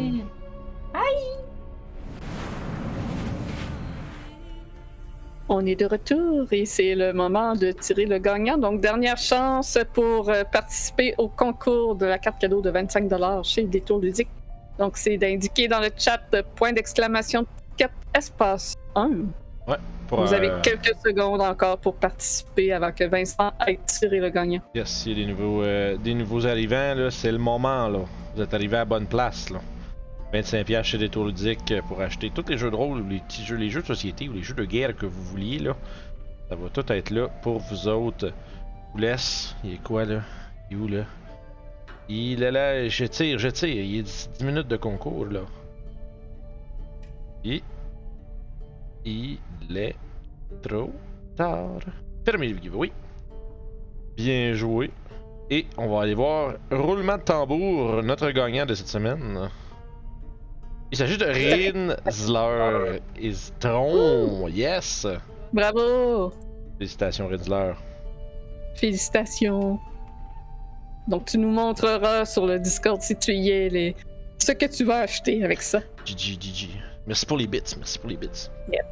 On est de retour et c'est le moment de tirer le gagnant. Donc, dernière chance pour participer au concours de la carte cadeau de 25$ chez Détour Ludique. Donc, c'est d'indiquer dans le chat point d'exclamation ticket espace 1. Ouais. Pour, Vous avez quelques secondes encore pour participer avant que Vincent aille tirer le gagnant. Yes, il y a des nouveaux arrivants, là, c'est le moment, là. Vous êtes arrivés à la bonne place, là. 25$ chez Détour Ludique pour acheter tous les jeux de rôle, les petits jeux, les jeux de société ou les jeux de guerre que vous vouliez, là. Ça va tout être là pour vous autres. Je vous laisse. Il est quoi, là? Il est où, là? Il est là, je tire. Il est 10 minutes de concours, là. Et... il est trop tard. Fermez le giveaway. Bien joué. Et on va aller voir, roulement de tambour, notre gagnant de cette semaine. Il s'agit de Rinsler Istron. Yes! Bravo! Félicitations, Rinsler. Félicitations. Donc, tu nous montreras sur le Discord si tu y es ce que tu vas acheter avec ça. GG. Merci pour les bits. Yep.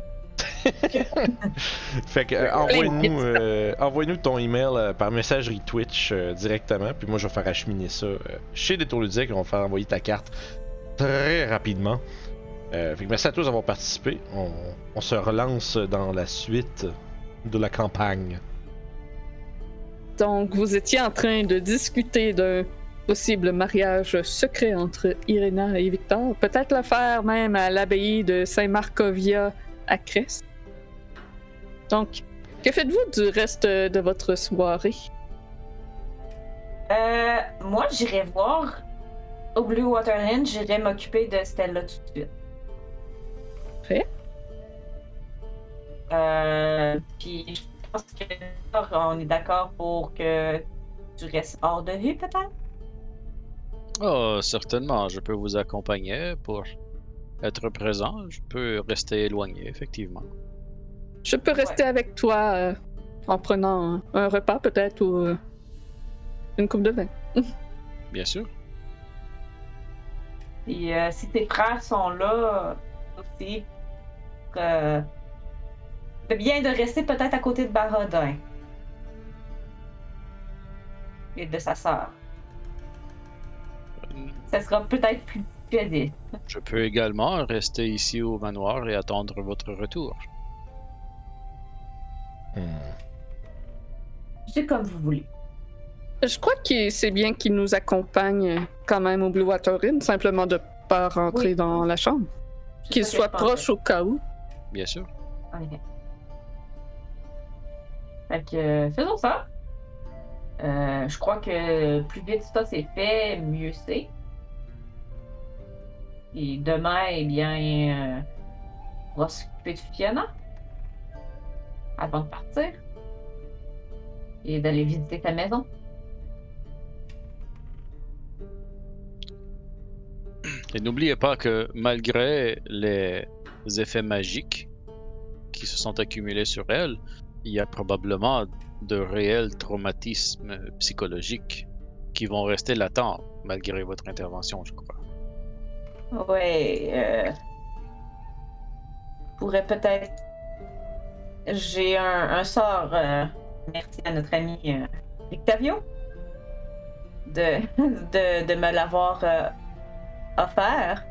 Fait que envoie-nous ton email par messagerie Twitch directement, puis moi je vais faire acheminer ça chez Détour Ludique. On va faire envoyer ta carte très rapidement. Fait que merci à tous d'avoir participé. On se relance dans la suite de la campagne. Donc, vous étiez en train de discuter d'un possible mariage secret entre Irena et Victor. Peut-être le faire même à l'abbaye de Saint-Marcovia à Crest. Donc, que faites-vous du reste de votre soirée? Moi, j'irai voir au Blue Water Inn, j'irai m'occuper de Stella tout de suite. Fait. Puis je pense que on est d'accord pour que tu restes hors de vue, peut-être? Oh, certainement, je peux vous accompagner pour être présent. Je peux rester éloigné, effectivement. Je peux rester avec toi en prenant un repas peut-être ou une coupe de vin. Bien sûr. Et si tes frères sont là aussi, c'est bien de rester peut-être à côté de Barodin et de sa sœur. Ça sera peut-être plus dissuasif. Je peux également rester ici au manoir et attendre votre retour. C'est comme vous voulez. Je crois que c'est bien qu'il nous accompagne quand même au Blue Water Inn, simplement de pas rentrer dans la chambre. Qu'il soit proche au cas où. Bien sûr. En effet. Fait que faisons ça. Je crois que plus vite ça c'est fait, mieux c'est. Et demain, eh bien, on va s'occuper de Fiona avant de partir et d'aller visiter ta maison. Et n'oubliez pas que malgré les effets magiques qui se sont accumulés sur elle, il y a probablement de réels traumatismes psychologiques qui vont rester latents malgré votre intervention, je crois. Ouais, pourrait peut-être. J'ai un sort, merci à notre ami Victavio, de me l'avoir offert.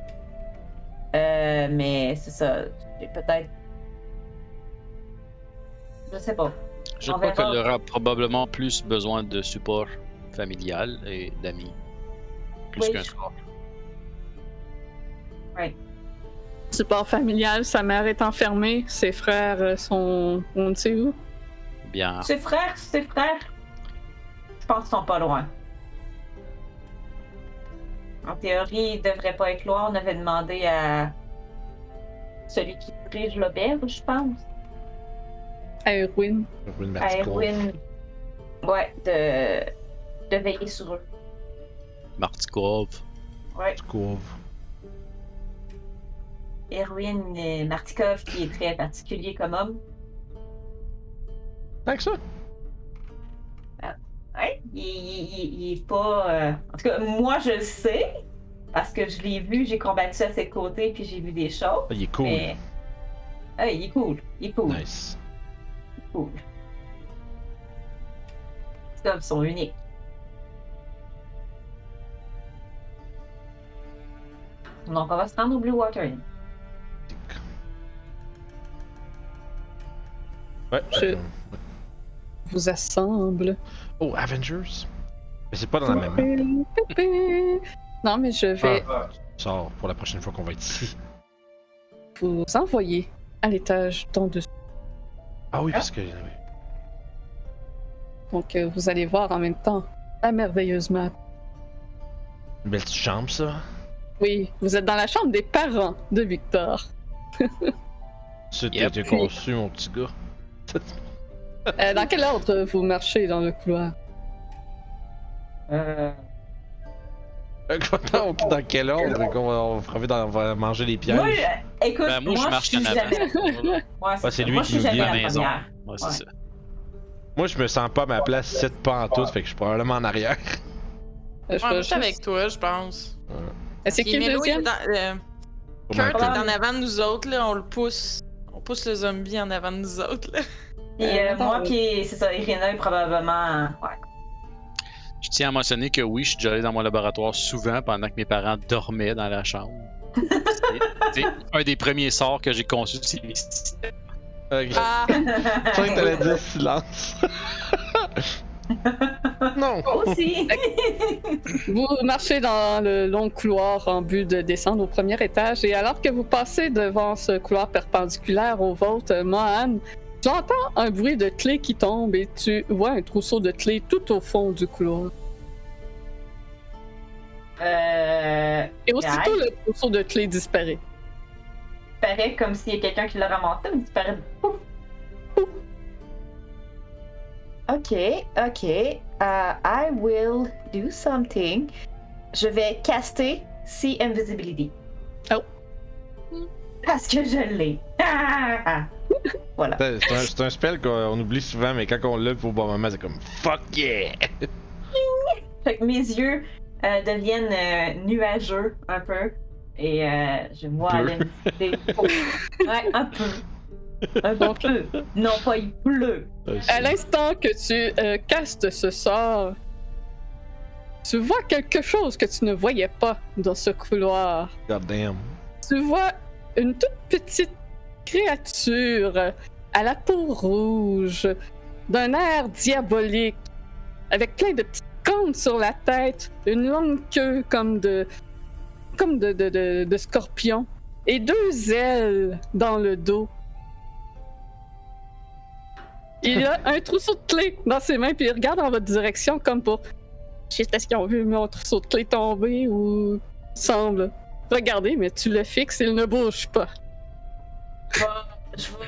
Mais c'est ça, j'ai peut-être. Je sais pas. Je crois qu'elle aura probablement plus besoin de support familial et d'amis. Plus qu'un sort. Oui. Support familial, sa mère est enfermée, ses frères sont. On ne sait où. Bien. Ses frères, je pense qu'ils sont pas loin. En théorie, ils devraient pas être loin. On avait demandé à celui qui dirige l'auberge, je pense. À Erwin. À Erwin. Ouais, de veiller sur eux. Martikov. Ouais. Martikov. Erwin Martikov, qui est très particulier comme homme. Tant que ça. Ouais, il est pas. En tout cas, moi je le sais, parce que je l'ai vu, j'ai combattu à ses côtés, puis j'ai vu des choses. Il est cool. Mais... Ouais, il est cool. Il est cool. Nice. Cool. Les hommes sont uniques. Donc, on va se rendre au Blue Water Inn. Ouais. Je vous assemble. Oh, Avengers? Mais c'est pas dans la même map. Non, mais je vais Sors pour la prochaine fois qu'on va être ici. vous envoyer à l'étage d'en dessous. Ah oui, parce que. Donc, vous allez voir en même temps la merveilleuse map. Une belle petite chambre, ça. Oui, vous êtes dans la chambre des parents de Victor. C'est Yep. t'es conçu, mon petit gars. Dans quel ordre vous marchez dans le couloir? Dans quel ordre on va manger les pièges? Moi, écoute, Moi, je marche suis en avant. jamais... Ouais, c'est lui moi, qui je suis nous jamais guide. la maison. première. Ouais, c'est Ouais. ça. Moi, je me sens pas à ma place, c'est pas en tout, fait que je suis probablement en arrière. Je Ouais, vais moi, je suis juste- avec toi, je pense. C'est qui Puis le Melo, il est deuxième? Kurt Ouais. est en avant de nous autres, là, on le pousse. On pousse le zombie en avant de nous autres, là. Et attends, moi, puis c'est ça, Irina est probablement... Ouais. Je tiens à mentionner que oui, je suis déjà allé dans mon laboratoire souvent pendant que mes parents dormaient dans la chambre. C'est un des premiers sorts que j'ai conçu, c'est les systèmes. Ok. Ah! Je croyais que t'allais dire silence. Non! Aussi! Vous marchez dans le long couloir en but de descendre au premier étage et alors que vous passez devant ce couloir perpendiculaire au vôtre, Mohan, tu entends un bruit de clé qui tombe et tu vois un trousseau de clés tout au fond du couloir. Et aussitôt, le trousseau de clés disparaît. disparaît comme s'il y a quelqu'un qui l'a ramassé, il disparaît. Pouf. Ok. I will do something. Je vais caster See Invisibility. Oh. Parce que je l'ai. Voilà. C'est un spell qu'on oublie souvent, mais quand on l'a au bon moment, c'est comme fuck yeah! Fait que mes yeux deviennent nuageux un peu. Et je vois l'entité. Ouais, un peu. Un peu. Non, pas il pleut. À l'instant que tu castes ce sort, tu vois quelque chose que tu ne voyais pas dans ce couloir. God damn. Tu vois une toute petite créature à la peau rouge, d'un air diabolique, avec plein de petites cornes sur la tête, une longue queue comme de scorpion, et 2 ailes dans le dos. Il a un trousseau de clés dans ses mains, puis il regarde en votre direction comme pour... Je sais pas ce qu'ils ont vu mon trousseau de clés tomber ou... semble regarder, mais tu le fixes, il ne bouge pas. Je vais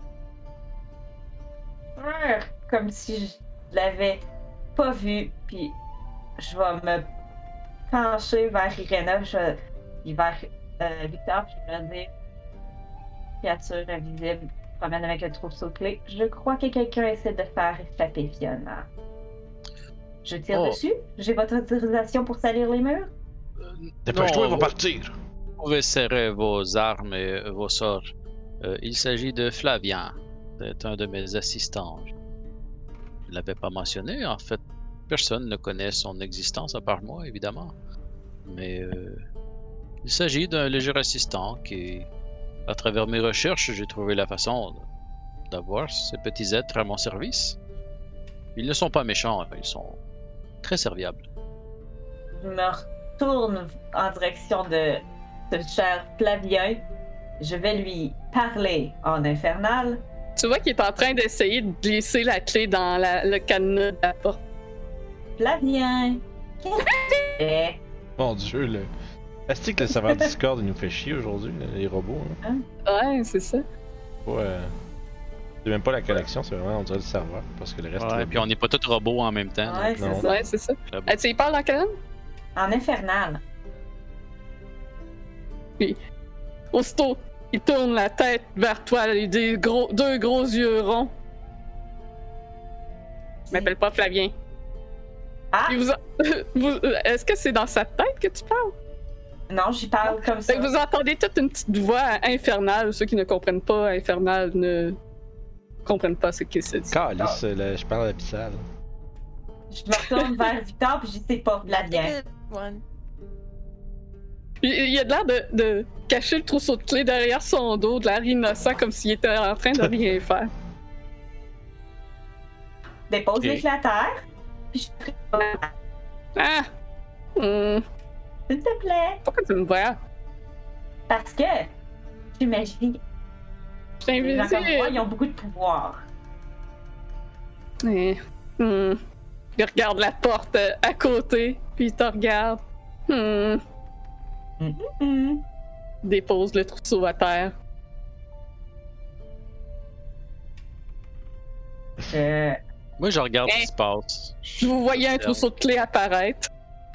faire comme si je l'avais pas vu, puis je vais me pencher vers Irena, puis vers Victor, puis je vais dire créature invisible promène avec un trousseau de clés. Je crois que quelqu'un essaie de faire échapper Fiona. Je tire dessus. J'ai votre autorisation pour salir les murs? Dépêche-toi, il va partir. Vous pouvez serrer vos armes et vos sorts. Il s'agit de Flavien. C'est un de mes assistants. Je ne l'avais pas mentionné. En fait, personne ne connaît son existence à part moi, évidemment. Mais il s'agit d'un léger assistant qui, à travers mes recherches, j'ai trouvé la façon d'avoir ces petits êtres à mon service. Ils ne sont pas méchants, ils sont très serviables. Je me retourne en direction de ce cher Flavien. Je vais lui parler en infernal. Tu vois qu'il est en train d'essayer de glisser la clé dans le cadenas de la porte. Flavien, qu'est-ce que tu fais? Mon dieu, le... Est-ce que le serveur Discord il nous fait chier aujourd'hui, les robots? Hein? Ouais, c'est ça. Ouais. C'est même pas la connexion, c'est vraiment on dirait le serveur, parce que le reste... Ouais, puis on n'est pas tous robots en même temps. Ouais, donc, c'est ça. Ouais, c'est ça. Tu y parles dans quelle langue? En infernal. Puis, aussitôt, il tourne la tête vers toi, deux gros yeux ronds. Je m'appelle pas Flavien. Ah! Puis est-ce que c'est dans sa tête que tu parles? Non, j'y parle comme ça. Fait que vous entendez toute une petite voix infernale. Ceux qui ne comprennent pas infernal ne comprennent pas ce qu'il se dit. Calice, je parle à l'abyssal. Je me retourne vers Victor puis je dis c'est pas Flavien. Il a l'air de cacher le trousseau de clés derrière son dos, de l'air innocent, comme s'il était en train de rien faire. Dépose les clés à terre, puis je... Ah! S'il te plaît. Pourquoi tu me vois? Parce que je suis magie. Je suis Les gens comme moi, invisible. ils ont beaucoup de pouvoir. Il regarde la porte à côté, puis il te regarde. Dépose le trousseau à terre. Moi, je regarde ce qui se passe. Vous voyez un trousseau de clés apparaître.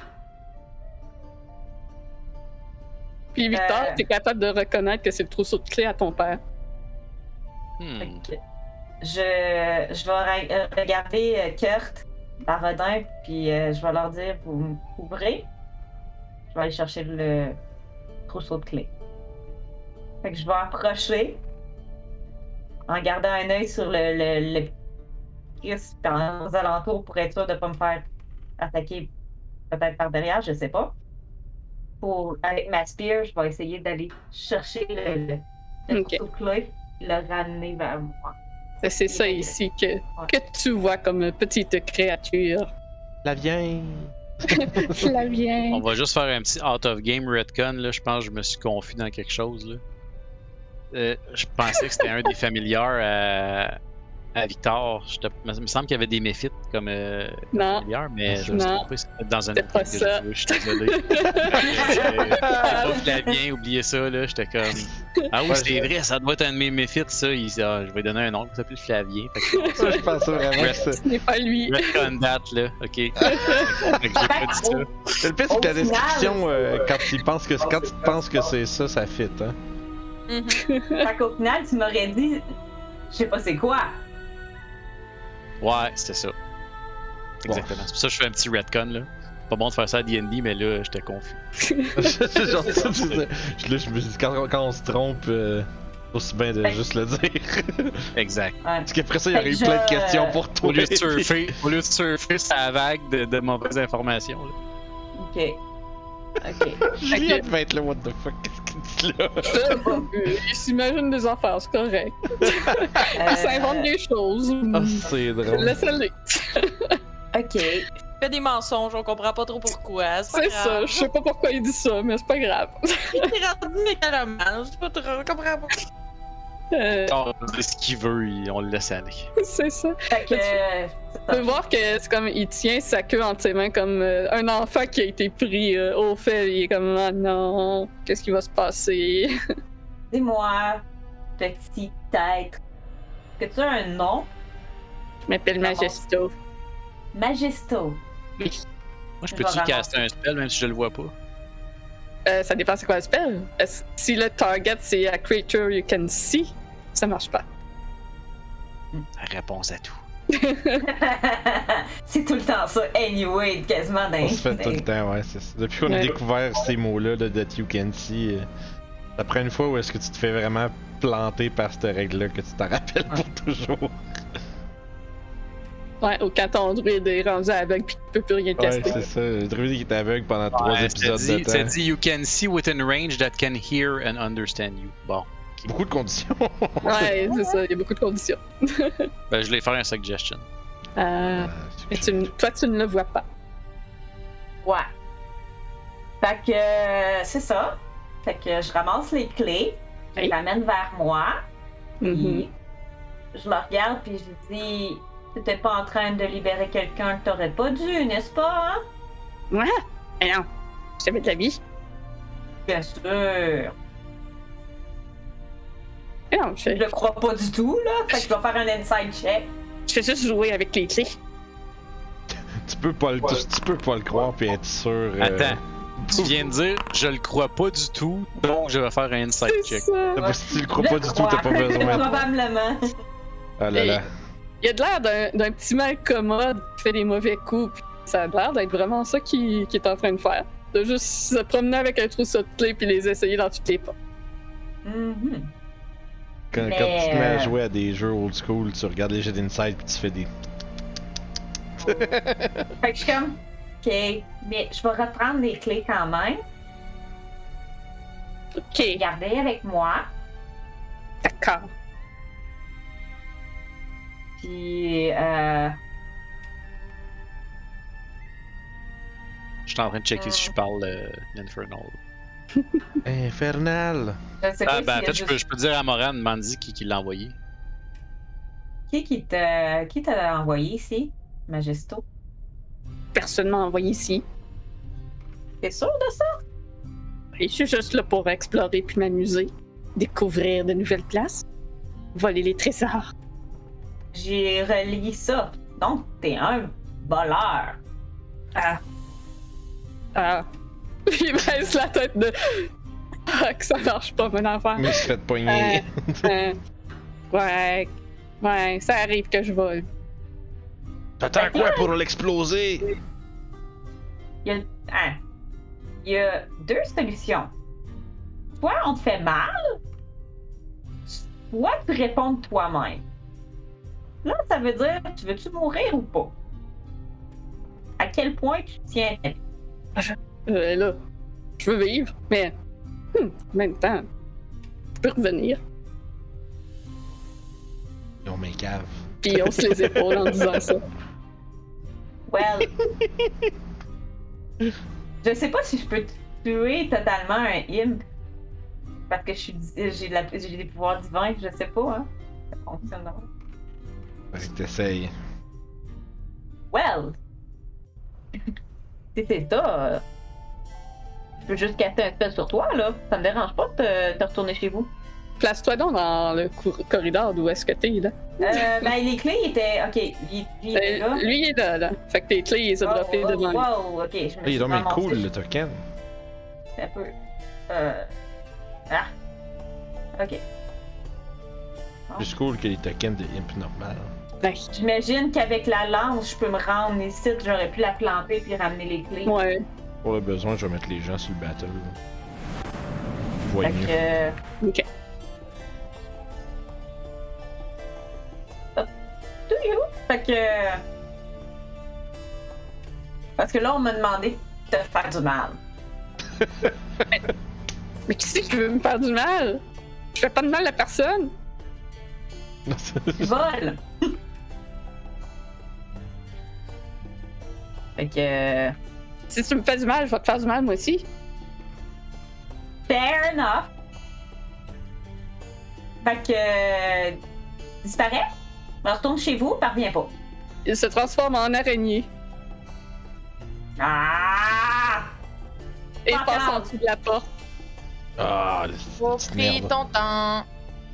Puis Victor, t'es capable de reconnaître que c'est le trousseau de clés à ton père. Fait que je vais regarder Kurt, Barodin, puis je vais leur dire vous me couvrez. Je vais aller chercher le trousseau de clés. Fait que je vais approcher en gardant un œil sur le Chris aux alentours pour être sûr de ne pas me faire attaquer peut-être par derrière, je sais pas. Avec ma spear, je vais essayer d'aller chercher le trousseau de clés et le ramener vers moi. C'est ça ici que tu vois comme petite créature. Flavien! Flavien! On va juste faire un petit out-of-game retcon, là. Je pense que je me suis confus dans quelque chose, là. Je pensais que c'était un des familiars à Victor, il me semble qu'il y avait des méfites comme Non. familière, mais je me suis Non. trompé, c'était dans un C'était autre pas truc que ça. j'ai joué, je suis désolé. C'était pas Flavien, oubliez ça, là, j'étais comme... Ah oui, c'est vrai, ça doit être un de mes méfites, ça. Il dit, je vais donner un nom, ça s'appelle Flavien. Fait que, Je pensais vraiment que ça. Ce n'est pas lui. retcon date, là, ok. Fait que j'ai pas dit ça. Le pire, c'est que la Au final, description, quand tu penses que c'est ça, ça fit, hein. Fait qu'au final, tu m'aurais dit, je sais pas c'est quoi. Ouais, c'était ça. Exactement. C'est pour ça que je fais un petit retcon, là. Pas bon de faire ça à D&D, mais là, j'étais confus. C'est genre ça, tu sais. Là, je me dis, quand on se trompe, aussi bien de juste le dire. Exact. Ouais. Parce qu'après ça, il y aurait eu Fait que plein de questions pour toi. Au lieu de surfer sur la vague de mauvaises informations, là. Ok. Ok. Julien devait être là, what the fuck, qu'est-ce qu'il dit là? Il s'imagine des affaires, c'est correct. Il s'invente des choses. Ah, c'est drôle. Laisse aller. Ok. Il fait des mensonges, on comprend pas trop pourquoi. C'est ça, je sais pas pourquoi il dit ça, mais c'est pas grave. Il est rendu mégalomane, je sais pas trop, on comprend pas. On dit ce qu'il veut, on le laisse aller. C'est ça. Fait que. Tu peux voir que c'est comme il tient sa queue entre ses mains comme un enfant qui a été pris au fait. Il est comme ah non, qu'est-ce qui va se passer? Dis-moi, petit être, est-ce que tu as un nom? Je m'appelle Majesto. Majesto. Oui. Moi, je peux-tu caster un spell même si je le vois pas? Ça dépend c'est quoi le spell. Si le target c'est a creature you can see, ça marche pas. La réponse à tout. C'est tout le temps ça, anyway, quasiment dans On se fait tout le temps, ouais, c'est ça. Depuis qu'on a Ouais. découvert ces mots-là, là, that you can see, ça prend une fois où est-ce que tu te fais vraiment planter par cette règle-là que tu t'en rappelles pour toujours. Ouais, ou quand ton druide est rendu aveugle pis qu'il peut plus rien Ouais, caster. c'est ça. Le druide qui est aveugle pendant 3 épisodes de Ça temps. dit you can see within range that can hear and understand you. Bon. Beaucoup de conditions. Ouais, c'est ça, il y a beaucoup de conditions. Ben, je vais faire un suggestion. Mais toi, tu ne le vois pas. Ouais. Fait que c'est ça. Fait que je ramasse les clés, je les Oui. ramène vers moi, Mhm. puis je le regarde puis je dis t'étais pas en train de libérer quelqu'un que t'aurais pas dû, n'est-ce pas, hein? Ouais? Mais non, j'avais de la vie. Bien sûr. Mais non, Je le crois pas du tout, là. Fait que je vais faire un inside check. je fais juste jouer avec les clés. Tu peux pas le croire puis être sûr. Attends. Tu viens de dire je le crois pas du tout, donc je vais faire un inside C'est check. ça. Si tu le crois Je pas du tout, t'as pas crois. besoin. Probablement. Ah là là. Il a de l'air d'un petit mal commode qui fait des mauvais coups, pis ça a l'air d'être vraiment ça qu'il est en train de faire. De juste se promener avec un trousseau de clés puis les essayer dans toutes les portes. Mhm. Quand Mais, tu te mets à jouer à des jeux old school, tu regardes les jeux d'inside puis tu fais des. Fait que je suis comme, ok, mais je vais reprendre les clés quand même. Ok, Gardez avec moi. d'accord. Puis, Je suis en train de checker si je parle l'Infernal. Infernal! je sais pas Ah, ben en s'il y a fait, juste- je peux dire à Moran, demande-y qui l'a envoyé. Qui t'a envoyé ici, Majesto? Personne m'a envoyé ici. T'es sûr de ça? Et je suis juste là pour explorer puis m'amuser. Découvrir de nouvelles places. Voler les trésors. J'ai relié ça. Donc, t'es un voleur. Ah. Ah. Il baisse la tête de. Ah, que ça marche pas, mon enfant. Mais il se fait pogner. Ouais. Ouais, ça arrive que je vole. T'attends quoi pour l'exploser? Il y a deux solutions. Soit on te fait mal, soit tu réponds de toi-même. Là, ça veut dire, tu veux-tu mourir ou pas? À quel point tu tiens ta vie? Là, je veux vivre, mais. En même temps, je peux revenir. Ils ont mes caves. Puis on se les épaules en disant ça. Well. Je sais pas si je peux tuer totalement un imp. Parce que j'ai des pouvoirs divins, je sais pas, hein. Ça fonctionne. Fait que t'essayes. Well! Si c'est ça, je peux juste casser un spell sur toi, là. Ça me dérange pas de te retourner chez vous. Place-toi donc dans le corridor d'où est-ce que t'es, là. Ben, les clés étaient. Ok, lui était là. Lui, il est là. Fait que tes clés, il les a droppées devant lui. Wow, ok. Je me Il suis est donc bien ramassée. cool, le token. Un peu. Ah. Ok. Plus cool que les tokens de Imp normal. Nice. J'imagine qu'avec la lance, je peux me rendre ici, j'aurais pu la planter puis ramener les clés. Ouais. Pour le besoin, je vais mettre les gens sur le battle. Vous voyez Fait mieux. que. Ok. Do you? Fait que. Parce que là, on m'a demandé de te faire du mal. Mais qui c'est qui veut me faire du mal? Je fais pas de mal à personne. Tu voles! Fait que. Si tu me fais du mal, je vais te faire du mal, moi aussi. Fair enough. Fait que. Disparaît. Retourne chez vous, parviens pas. Il se transforme en araignée Ah! et il Fuck passe en off. dessous de la porte. Ah, Faut petite pris merde. ton temps.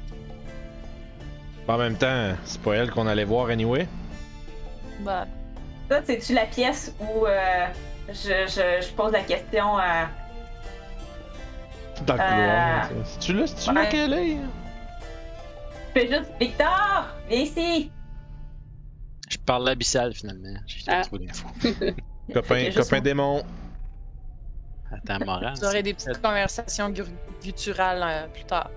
En même temps, c'est pas elle qu'on allait voir anyway. Bah, Ça, c'est-tu la pièce où je pose la question à. Dans le couloir. C'est-tu là? C'est-tu là ouais. qu'elle est? Je fais juste Victor, viens ici! Je parle l'abyssal finalement. J'ai Ah. trouvé l'info. Copain, Fait que juste- copain démon. Attends, Moran. vous aurez des petites conversations gutturales plus tard.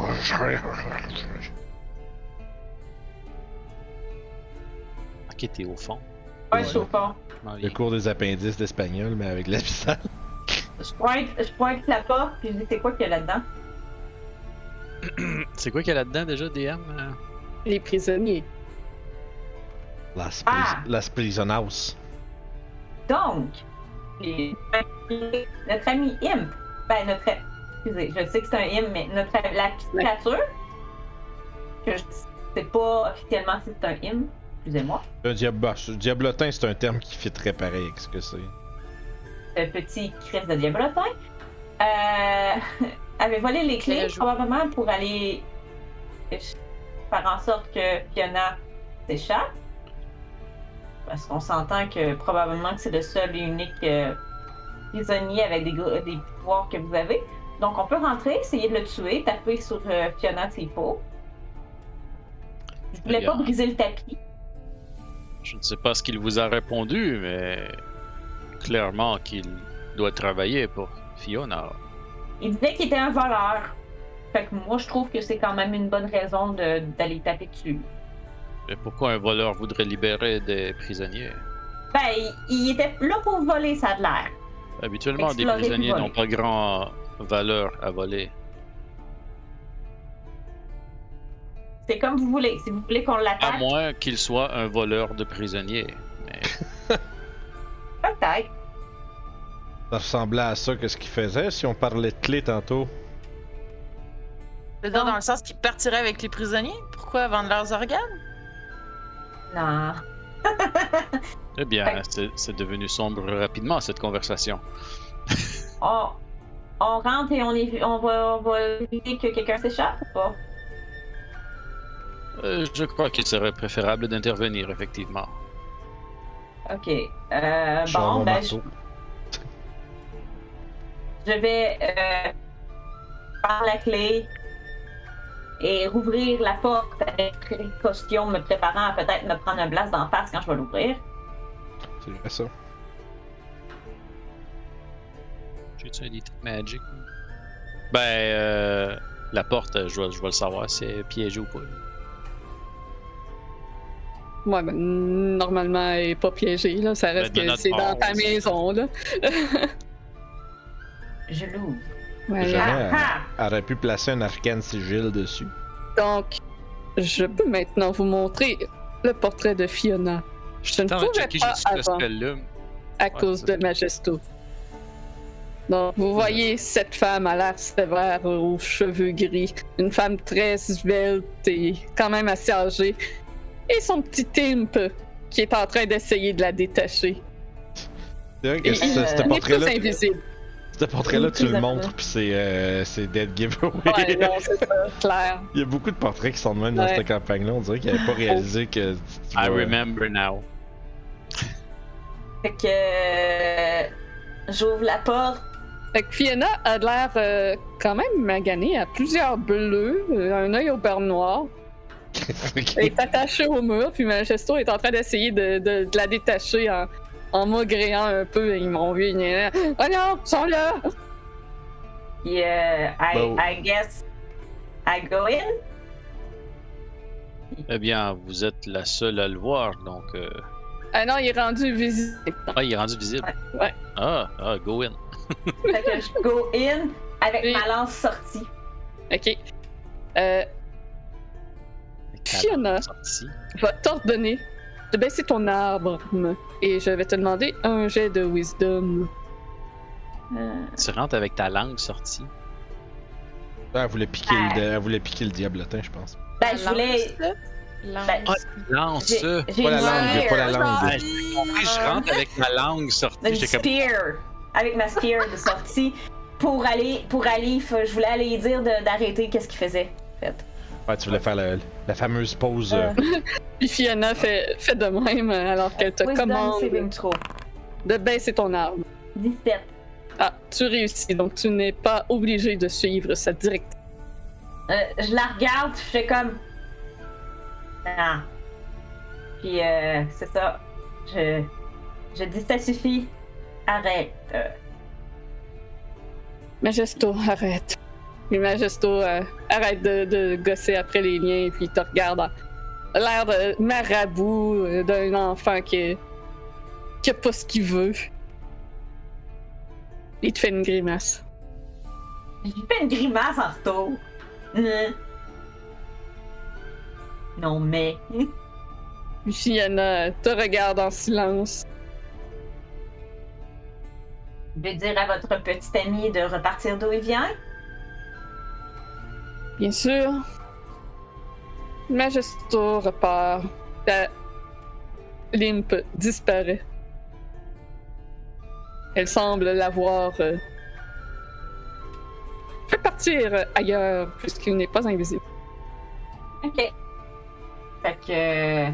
Ok, t'es au fond. Ouais, je suis au fond. Je m'en Le viens. cours des appendices d'espagnol, mais avec l'abyssal. Je pointe la porte, puis je dis c'est quoi qu'il y a là-dedans? C'est quoi qu'il y a là-dedans déjà, DM? Les prisonniers. Las Prisonhouse. Donc, notre ami Imp, ben excusez, je sais que c'est un Imp, mais la petite Ouais. créature, que je sais pas officiellement si c'est un Imp, excusez-moi, Un diablotin, c'est un terme qui fitterait pareil avec ce que c'est. le petit Chris de Diablotin, avait volé les clés Ajout. probablement pour aller faire en sorte que Fiona s'échappe. Parce qu'on s'entend que probablement que c'est le seul et unique prisonnier avec des pouvoirs que vous avez. Donc on peut rentrer, essayer de le tuer, taper sur Fiona s'il faut. Je voulais pas Regarde. briser le tapis. Je ne sais pas ce qu'il vous a répondu, mais clairement qu'il doit travailler pour Fiona. Il disait qu'il était un voleur. Fait que moi je trouve que c'est quand même une bonne raison d'aller taper dessus. Et pourquoi un voleur voudrait libérer des prisonniers? Ben, il était là pour voler, ça a de l'air. Habituellement, des Explorer prisonniers puis n'ont pas grand valeur à voler. C'est comme vous voulez. Si vous voulez qu'on À l'attaque, moins qu'il soit un voleur de prisonniers. Mais peut-être. Ça ressemblait à ça que ce qu'il faisait si on parlait de clés tantôt. Je veux dire, dans le sens qu'ils partiraient avec les prisonniers? Pourquoi vendre leurs organes? Non. eh bien, c'est devenu sombre rapidement cette conversation. On rentre et on va éviter que quelqu'un s'échappe ou pas? Je crois qu'il serait préférable d'intervenir, effectivement. Ok. Genre Bon, mon ben, marteau. je vais prendre la clé et rouvrir la porte avec précaution, me préparant à peut-être me prendre un blast d'en face quand je vais l'ouvrir. C'est vrai ça. J'ai-tu un detect magic? Ben, la porte, je vais le savoir si elle est piégée ou pas. Ouais, ben, normalement, elle est pas piégée, là. Ça reste Ben, de que notre c'est dans part, ta c'est maison, là. Je l'ouvre. Voilà. Jamais Ah, elle aurait pu placer un arcane sigil dessus. Donc, je peux maintenant vous montrer le portrait de Fiona. Je ne Attends, on va pouvais checker pas juste ce avant spell-là. à Ouais, cause c'est de ça. Majesto. Donc, vous voyez, cette femme a l'air sévère, aux cheveux gris. Une femme très svelte et quand même assez âgée. et son petit imp qui est en train d'essayer de la détacher. C'est vrai que Et ce il est portrait-là, tous invisible. ce portrait-là, tu le Exactement. montres, puis c'est dead giveaway. Ouais, non, c'est ça, clair. Il y a beaucoup de portraits qui sont de même dans Ouais. cette campagne-là. On dirait qu'il avait pas réalisé que. I remember now. Fait que. J'ouvre la porte. Fait que Fiona a l'air quand même maganée à plusieurs bleus, un œil au beurre noir. Elle est attachée au mur, puis Majesto est en train d'essayer de la détacher en maugréant un peu. Ils m'ont vu. Oh non, ils sont là! Puis, Bon. I guess. I go in. Eh bien, vous êtes la seule à le voir, donc. Ah non, il est rendu visible. Ah, il est rendu visible. Ouais. Ah, go in. Fait que je go in avec Oui. ma lance sortie. Ok. Fiona Sorti. va t'ordonner de baisser ton arbre et je vais te demander un jet de wisdom. Tu rentres avec ta langue sortie. Elle voulait piquer, elle voulait piquer le diablotin, je pense. Ben, je voulais. Lance. Ben, Lance J'ai ça. j'ai Pas la une langue, spear. pas la langue. Ah, j'ai compris, je rentre avec ma langue sortie. Une J'étais comme. spear. Avec ma spear de sortie. Pour aller, je voulais aller dire d'arrêter qu'est-ce qu'il faisait. En fait. Ouais, tu voulais faire la fameuse pause. Puis Fiona fait de même alors qu'elle te Wisdom commande saving throw. de baisser ton arbre. 17. Ah, tu réussis, donc tu n'es pas obligé de suivre sa directive. Je la regarde, je fais comme. Non. Puis c'est ça. Je dis ça suffit. Arrête. Majesto, arrête. Puis Majesto arrête de gosser après les liens, puis il te regarde en l'air de marabout d'un enfant qui a pas ce qu'il veut. Il te fait une grimace. J'ai fait une grimace en retour. Non, mais. Puis Fiona te regarde en silence. Je vais dire à votre petit ami de repartir d'où il vient. Bien sûr. Majesto repart. La limpe disparaît. Elle semble l'avoir fait partir ailleurs puisqu'il n'est pas invisible. Ok. Fait que.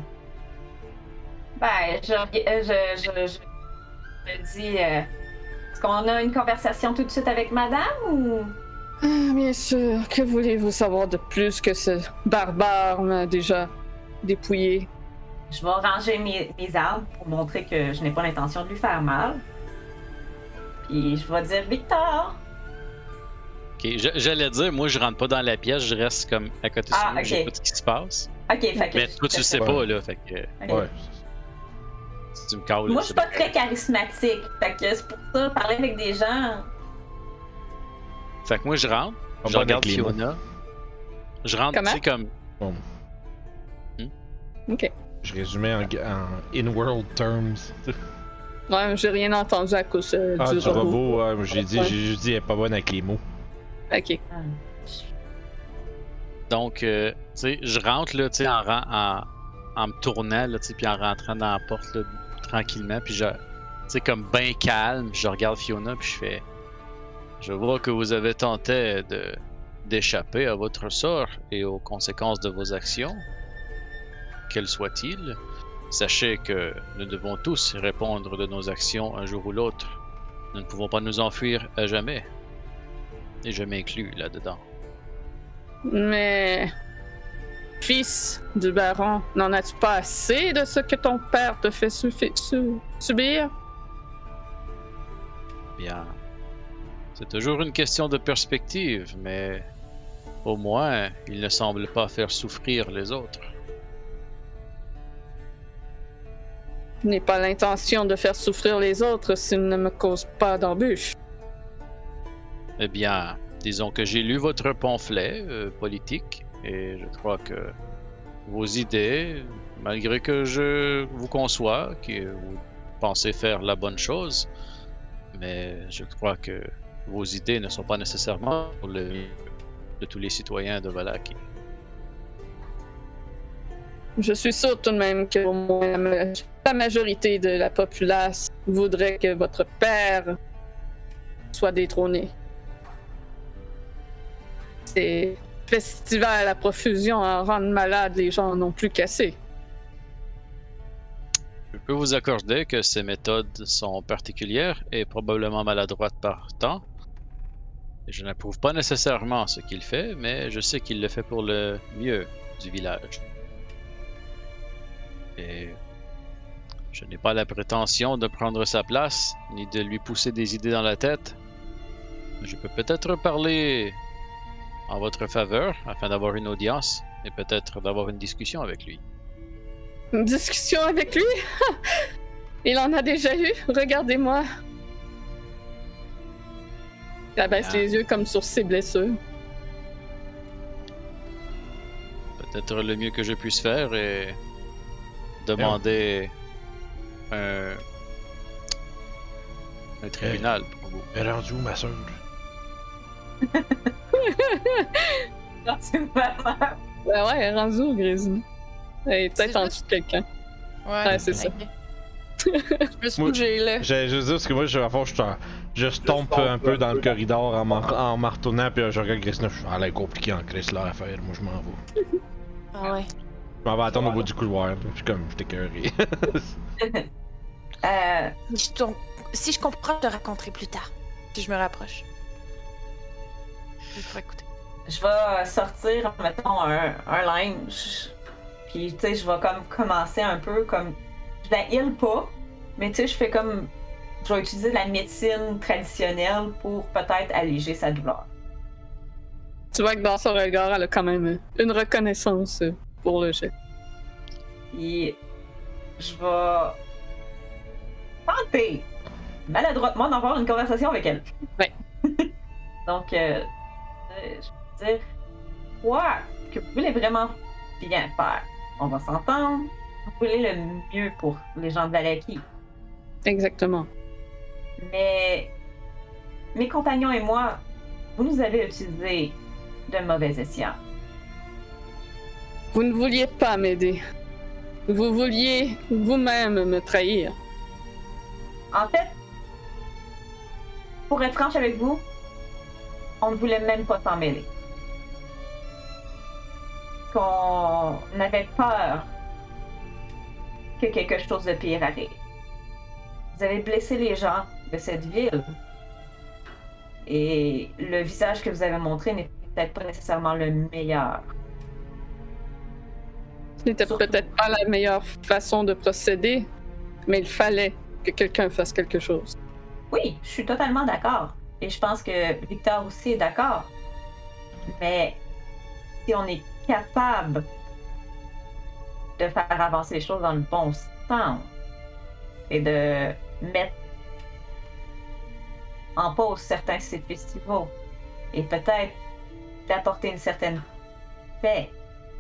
Ben, je dis. Est-ce qu'on a une conversation tout de suite avec madame ou. Ah, bien sûr. Que voulez-vous savoir de plus que ce barbare m'a déjà dépouillé? Je vais ranger mes armes pour montrer que je n'ai pas l'intention de lui faire mal. Puis je vais dire Victor. Ok, j'allais dire, moi je rentre pas dans la pièce, je reste comme à côté de Ah, lui, ok. j'écoute ce qui se passe. Ok, fait que. Mais toi tu sais Ouais. pas là, fait que Ok. Ouais. si tu me cales. Moi, je suis pas très charismatique. Fait que c'est pour ça, parler avec des gens. Fait que moi je rentre, On je va regarde avec les mots. Fiona. Je rentre, Comment? tu sais, comme. Ok. Je résumais en in-world terms. Ouais, j'ai rien entendu à cause Ah, du du robot. robot, ouais, j'ai Ouais. juste dit, elle est pas bonne avec les mots. Ok. Donc, tu sais, je rentre là, tu sais, en me tournant, là, tu sais, puis en rentrant dans la porte, là, tranquillement, puis tu sais, comme bien calme, je regarde Fiona, puis je fais. Je vois que vous avez tenté d'échapper à votre sort et aux conséquences de vos actions, quelles soient-ils. Sachez que nous devons tous répondre de nos actions un jour ou l'autre. Nous ne pouvons pas nous enfuir à jamais. Et je m'inclus là-dedans. Mais. Fils du baron, n'en as-tu pas assez de ce que ton père te fait subir? Bien. C'est toujours une question de perspective, mais au moins, il ne semble pas faire souffrir les autres. Je n'ai pas l'intention de faire souffrir les autres s'ils ne me causent pas d'embûches. Eh bien, disons que j'ai lu votre pamphlet politique et je crois que vos idées, malgré que je vous conçois, que vous pensez faire la bonne chose, mais je crois que vos idées ne sont pas nécessairement pour le mieux de tous les citoyens de Vallaki. je suis sûr tout de même que au moins la majorité de la populace voudrait que votre père soit détrôné. Ces festivals à profusion en rendent malades les gens n'ont plus qu'assez. Je peux vous accorder que ces méthodes sont particulières et probablement maladroites par temps. Et je n'approuve pas nécessairement ce qu'il fait, mais je sais qu'il le fait pour le mieux du village. Et je n'ai pas la prétention de prendre sa place, ni de lui pousser des idées dans la tête. Je peux peut-être parler en votre faveur afin d'avoir une audience et peut-être d'avoir une discussion avec lui. Une discussion avec lui? Il en a déjà eu, regardez-moi. Il abaisse les yeux comme sur ses blessures. Peut-être le mieux que je puisse faire est demander un tribunal pour vous. Elle est rendue où, ma soeur? Non, c'est vraiment... Ben ouais, elle est rendue au Grésil. Elle est peut-être en dessous de quelqu'un. Ouais, c'est ça. Je me suis bougé, là. J'allais juste dire, parce que moi, je stompe un peu dans le corridor en me retournant, puis je regarde Grisna, je suis l'air compliqué en Chris, là, à faire. Moi, je m'en vais. Ah ouais. Je m'en vais attendre au bout du couloir, puis je suis comme, j'étais écœuré. Si je comprends, je te raconterai plus tard. Puis je me rapproche. Je vais écouter. Je vais sortir, mettons, un linge. Puis, tu sais, je vais comme commencer un peu comme... Je la heal pas, mais tu sais, je fais comme... Je vais utiliser de la médecine traditionnelle pour peut-être alléger sa douleur. Tu vois que dans son regard, elle a quand même une reconnaissance pour le jet. Puis, je vais tenter maladroitement d'avoir une conversation avec elle. Ouais. Donc, je veux dire, quoi que vous voulez vraiment bien faire. On va s'entendre. Vous voulez le mieux pour les gens de Vallaki. Exactement. Mais mes compagnons et moi, vous nous avez utilisé de mauvais escient. Vous ne vouliez pas m'aider. Vous vouliez vous-même me trahir. En fait, pour être franche avec vous, on ne voulait même pas s'en mêler. Qu'on avait peur que quelque chose de pire arrive. Vous avez blessé les gens de cette ville. Et le visage que vous avez montré n'est peut-être pas nécessairement le meilleur. Ce n'était peut-être pas la meilleure façon de procéder, mais il fallait que quelqu'un fasse quelque chose. Oui, je suis totalement d'accord. Et je pense que Victor aussi est d'accord. Mais si on est capable de faire avancer les choses dans le bon sens et de mettre en pause certains sites festivals et peut-être d'apporter une certaine paix,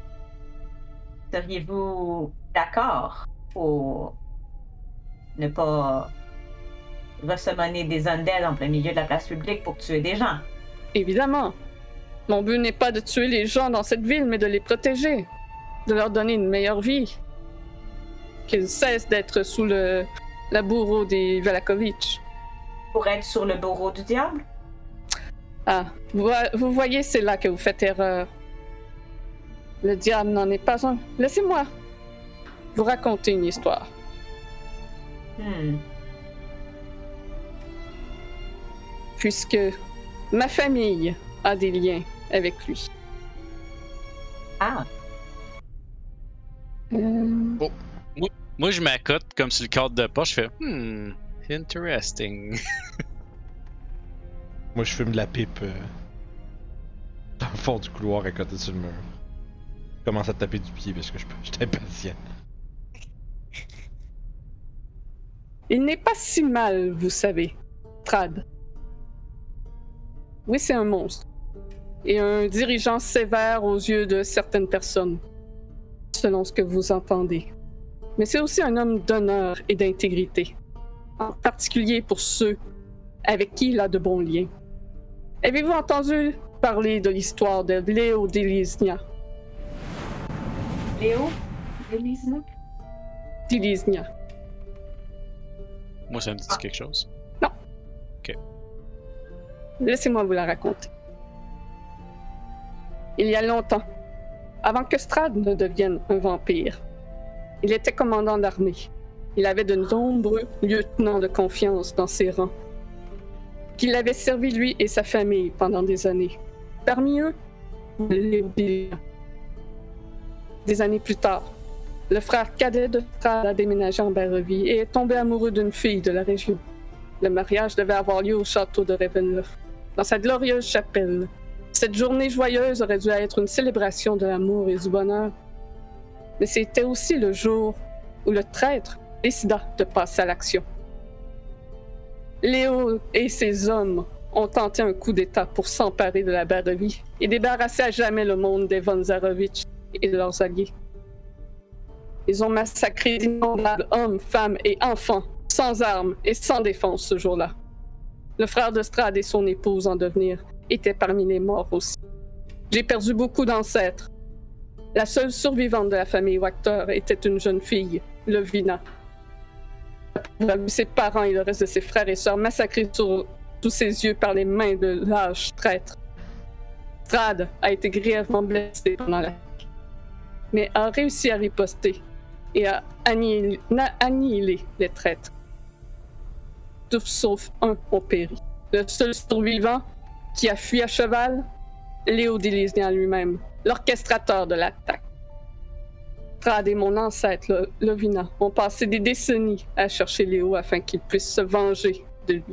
seriez-vous d'accord pour ne pas ressummoner des undead en plein milieu de la place publique pour tuer des gens? Évidemment. Mon but n'est pas de tuer les gens dans cette ville, mais de les protéger. De leur donner une meilleure vie. Qu'ils cessent d'être sous la bourreau des Valakovitch. Pour être sur le bourreau du diable? Ah, vous voyez, c'est là que vous faites erreur. Le diable n'en est pas un. Laissez-moi vous raconter une histoire. Puisque ma famille a des liens avec lui. Ah. Moi, je m'accote comme sur le cadre de poche, je fais interesting. Moi, je fume de la pipe dans le fond du couloir à côté sur le mur. Je commence à taper du pied parce que j'étais impatient. Il n'est pas si mal, vous savez, Trad. Oui, c'est un monstre. Et un dirigeant sévère aux yeux de certaines personnes, selon ce que vous entendez. Mais c'est aussi un homme d'honneur et d'intégrité, en particulier pour ceux avec qui il a de bons liens. Avez-vous entendu parler de l'histoire de Léo Delisnia? Léo Dilisnia. Moi, ça me dit quelque chose. Laissez-moi vous la raconter. Il y a longtemps, avant que Strahd ne devienne un vampire, il était commandant d'armée. Il avait de nombreux lieutenants de confiance dans ses rangs, qui l'avaient servi lui et sa famille pendant des années. Parmi eux, Léobilia. Des années plus tard, le frère cadet de Strahd a déménagé en Barovie et est tombé amoureux d'une fille de la région. Le mariage devait avoir lieu au château de Ravenloft, dans sa glorieuse chapelle. Cette journée joyeuse aurait dû être une célébration de l'amour et du bonheur. Mais c'était aussi le jour où le traître décida de passer à l'action. Léo et ses hommes ont tenté un coup d'État pour s'emparer de la Barovie et débarrasser à jamais le monde des von Zarovich et de leurs alliés. Ils ont massacré d'innombrables hommes, femmes et enfants, sans armes et sans défense ce jour-là. Le frère de Strahd et son épouse en devenir étaient parmi les morts aussi. J'ai perdu beaucoup d'ancêtres. La seule survivante de la famille Wachter était une jeune fille, Lovina. Elle a vu ses parents et le reste de ses frères et sœurs massacrés sous ses yeux par les mains de lâches traîtres. Strahd a été grièvement blessé pendant l'attaque, mais a réussi à riposter et à annihiler les traîtres. Tous sauf un ont péri. Le seul survivant qui a fui à cheval, Léo Dilisnia lui-même, l'orchestrateur de l'attaque. Strahd et mon ancêtre, Lovina, ont passé des décennies à chercher Léo afin qu'il puisse se venger de lui.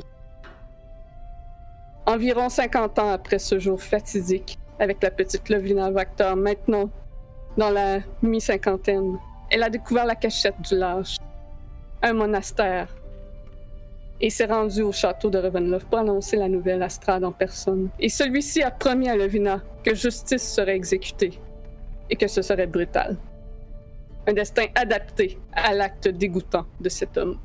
Environ 50 ans après ce jour fatidique, avec la petite Lovina Wachter maintenant dans la mi-cinquantaine, elle a découvert la cachette du lâche, un monastère, et s'est rendue au château de Ravenloft pour annoncer la nouvelle à Strahd en personne. Et celui-ci a promis à Lovina que justice serait exécutée et que ce serait brutal. Un destin adapté à l'acte dégoûtant de cet homme.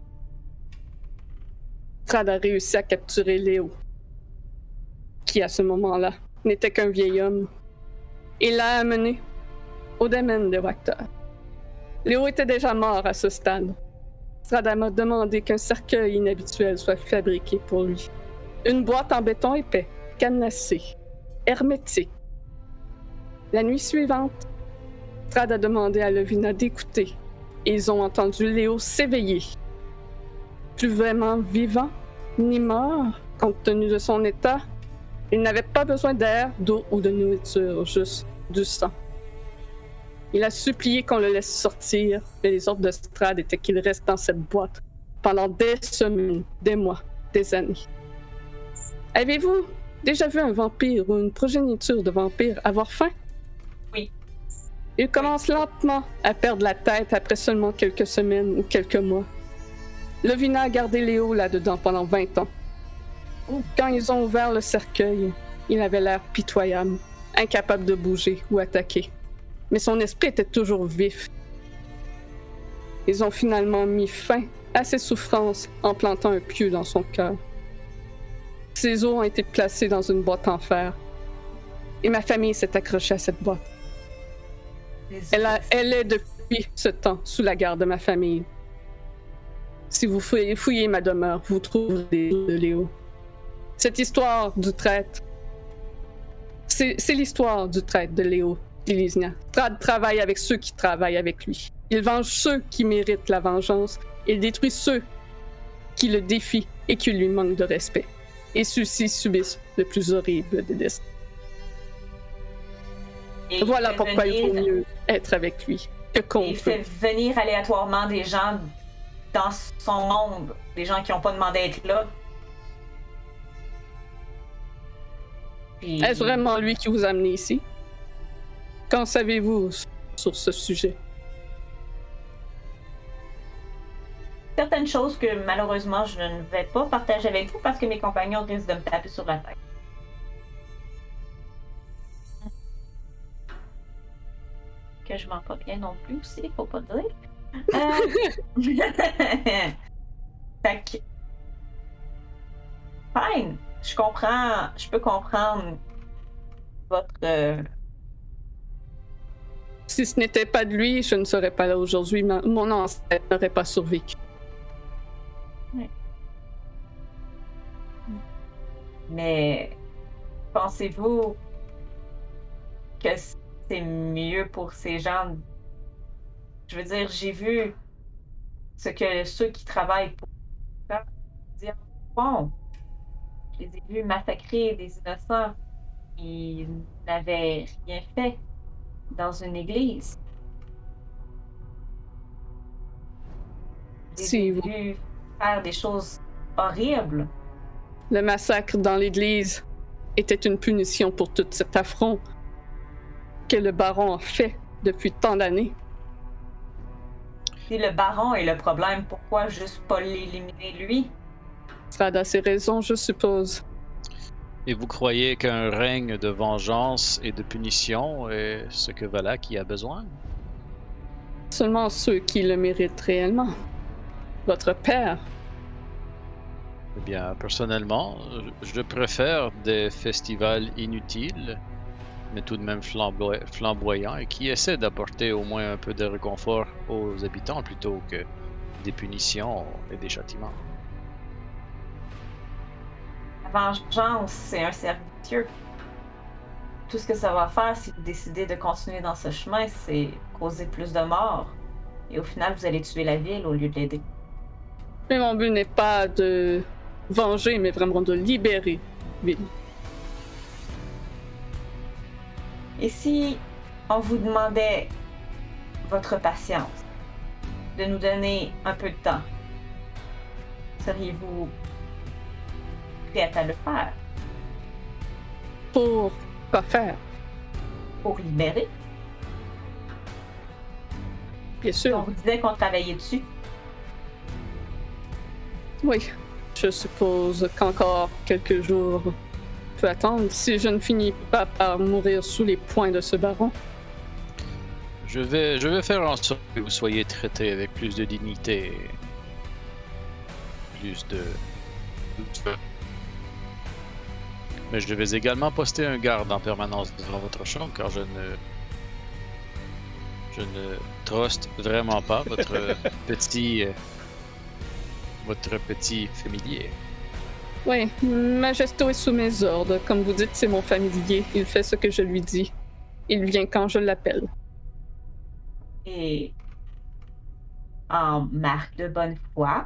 Strahd a réussi à capturer Léo, qui à ce moment-là n'était qu'un vieil homme, et l'a amené au domaine de Wachter. Léo était déjà mort à ce stade. Strahd m'a demandé qu'un cercueil inhabituel soit fabriqué pour lui. Une boîte en béton épais, cadenassée, hermétique. La nuit suivante, Strahd a demandé à Lovina d'écouter, et ils ont entendu Léo s'éveiller. Plus vraiment vivant, ni mort, compte tenu de son état, il n'avait pas besoin d'air, d'eau ou de nourriture, juste du sang. Il a supplié qu'on le laisse sortir, mais les ordres de Strahd étaient qu'il reste dans cette boîte pendant des semaines, des mois, des années. Avez-vous déjà vu un vampire ou une progéniture de vampire avoir faim? Oui. Il commence lentement à perdre la tête après seulement quelques semaines ou quelques mois. Lovina a gardé Léo là-dedans pendant 20 ans. Quand ils ont ouvert le cercueil, il avait l'air pitoyable, incapable de bouger ou attaquer. Mais son esprit était toujours vif. Ils ont finalement mis fin à ses souffrances en plantant un pieu dans son cœur. Ses os ont été placés dans une boîte en fer. Et ma famille s'est accrochée à cette boîte. Elle est depuis ce temps sous la garde de ma famille. Si vous fouillez ma demeure, vous trouverez des os de Léo. Cette histoire du traître, c'est l'histoire du traître de Léo Dilisnia. Strahd travaille avec ceux qui travaillent avec lui. Il venge ceux qui méritent la vengeance. Il détruit ceux qui le défient et qui lui manquent de respect. Et ceux-ci subissent le plus horrible des destins. Voilà pourquoi il vaut mieux être avec lui que contre. Il fait venir aléatoirement des gens dans son monde, des gens qui n'ont pas demandé à être là. Puis... Est-ce vraiment lui qui vous a amené ici? Qu'en savez-vous sur ce sujet? Certaines choses que malheureusement je ne vais pas partager avec vous parce que mes compagnons risquent de me taper sur la tête. Que je mens pas bien non plus aussi, faut pas dire. Fait que... Fine, je peux comprendre votre... Si ce n'était pas de lui, je ne serais pas là aujourd'hui. Mon ancêtre n'aurait pas survécu. Mais pensez-vous que c'est mieux pour ces gens? Je veux dire, j'ai vu ce que ceux qui travaillent pour ça dire. Bon, je les ai vus massacrer des innocents. Ils n'avaient rien fait dans une église. Je les ai vus faire des choses horribles. Le massacre dans l'église était une punition pour tout cet affront que le baron a fait depuis tant d'années. Si le baron est le problème, pourquoi juste pas l'éliminer lui? Strahd a ses raisons, je suppose. Et vous croyez qu'un règne de vengeance et de punition est ce que Valak y a besoin? Seulement ceux qui le méritent réellement. Votre père. Eh bien, personnellement, je préfère des festivals inutiles, mais tout de même flamboyants, et qui essaient d'apporter au moins un peu de réconfort aux habitants plutôt que des punitions et des châtiments. La vengeance, c'est un cercle vicieux. Tout ce que ça va faire si vous décidez de continuer dans ce chemin, c'est causer plus de morts. Et au final, vous allez tuer la ville au lieu de l'aider. Mais mon but n'est pas de venger, mais vraiment de libérer ville. Et si on vous demandait votre patience, de nous donner un peu de temps, seriez-vous prête à le faire? Pour quoi faire? Pour libérer? Bien sûr. On vous disait qu'on travaillait dessus. Oui. Je suppose qu'encore quelques jours peut attendre si je ne finis pas par mourir sous les poings de ce baron. Je vais faire en sorte que vous soyez traité avec plus de dignité. Plus de... Mais je vais également poster un garde en permanence devant votre chambre car je ne truste vraiment pas votre petit familier. Oui, Majesto est sous mes ordres. Comme vous dites, c'est mon familier. Il fait ce que je lui dis. Il vient quand je l'appelle. Et en marque de bonne foi,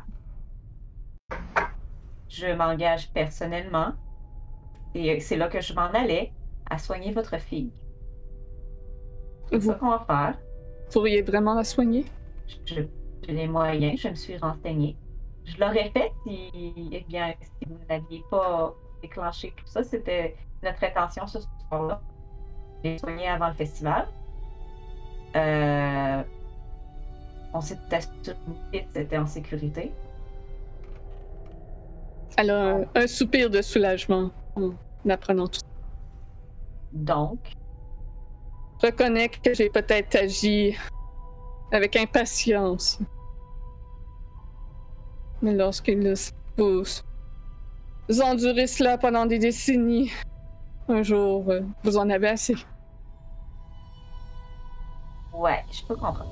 je m'engage personnellement, et c'est là que je m'en allais, à soigner votre fille. C'est ça qu'on va faire. Vous pourriez vraiment la soigner? J'ai les moyens, je me suis renseignée. Je l'aurais fait si vous n'aviez pas déclenché tout ça. C'était notre intention ce soir-là. Je l'ai soignée avant le festival. On s'est assuré que c'était en sécurité. Elle a un soupir de soulagement en apprenant tout ça. Donc? Je reconnais que j'ai peut-être agi avec impatience. Mais lorsqu'ils vous endurez cela pendant des décennies, un jour, vous en avez assez. Ouais, je peux comprendre.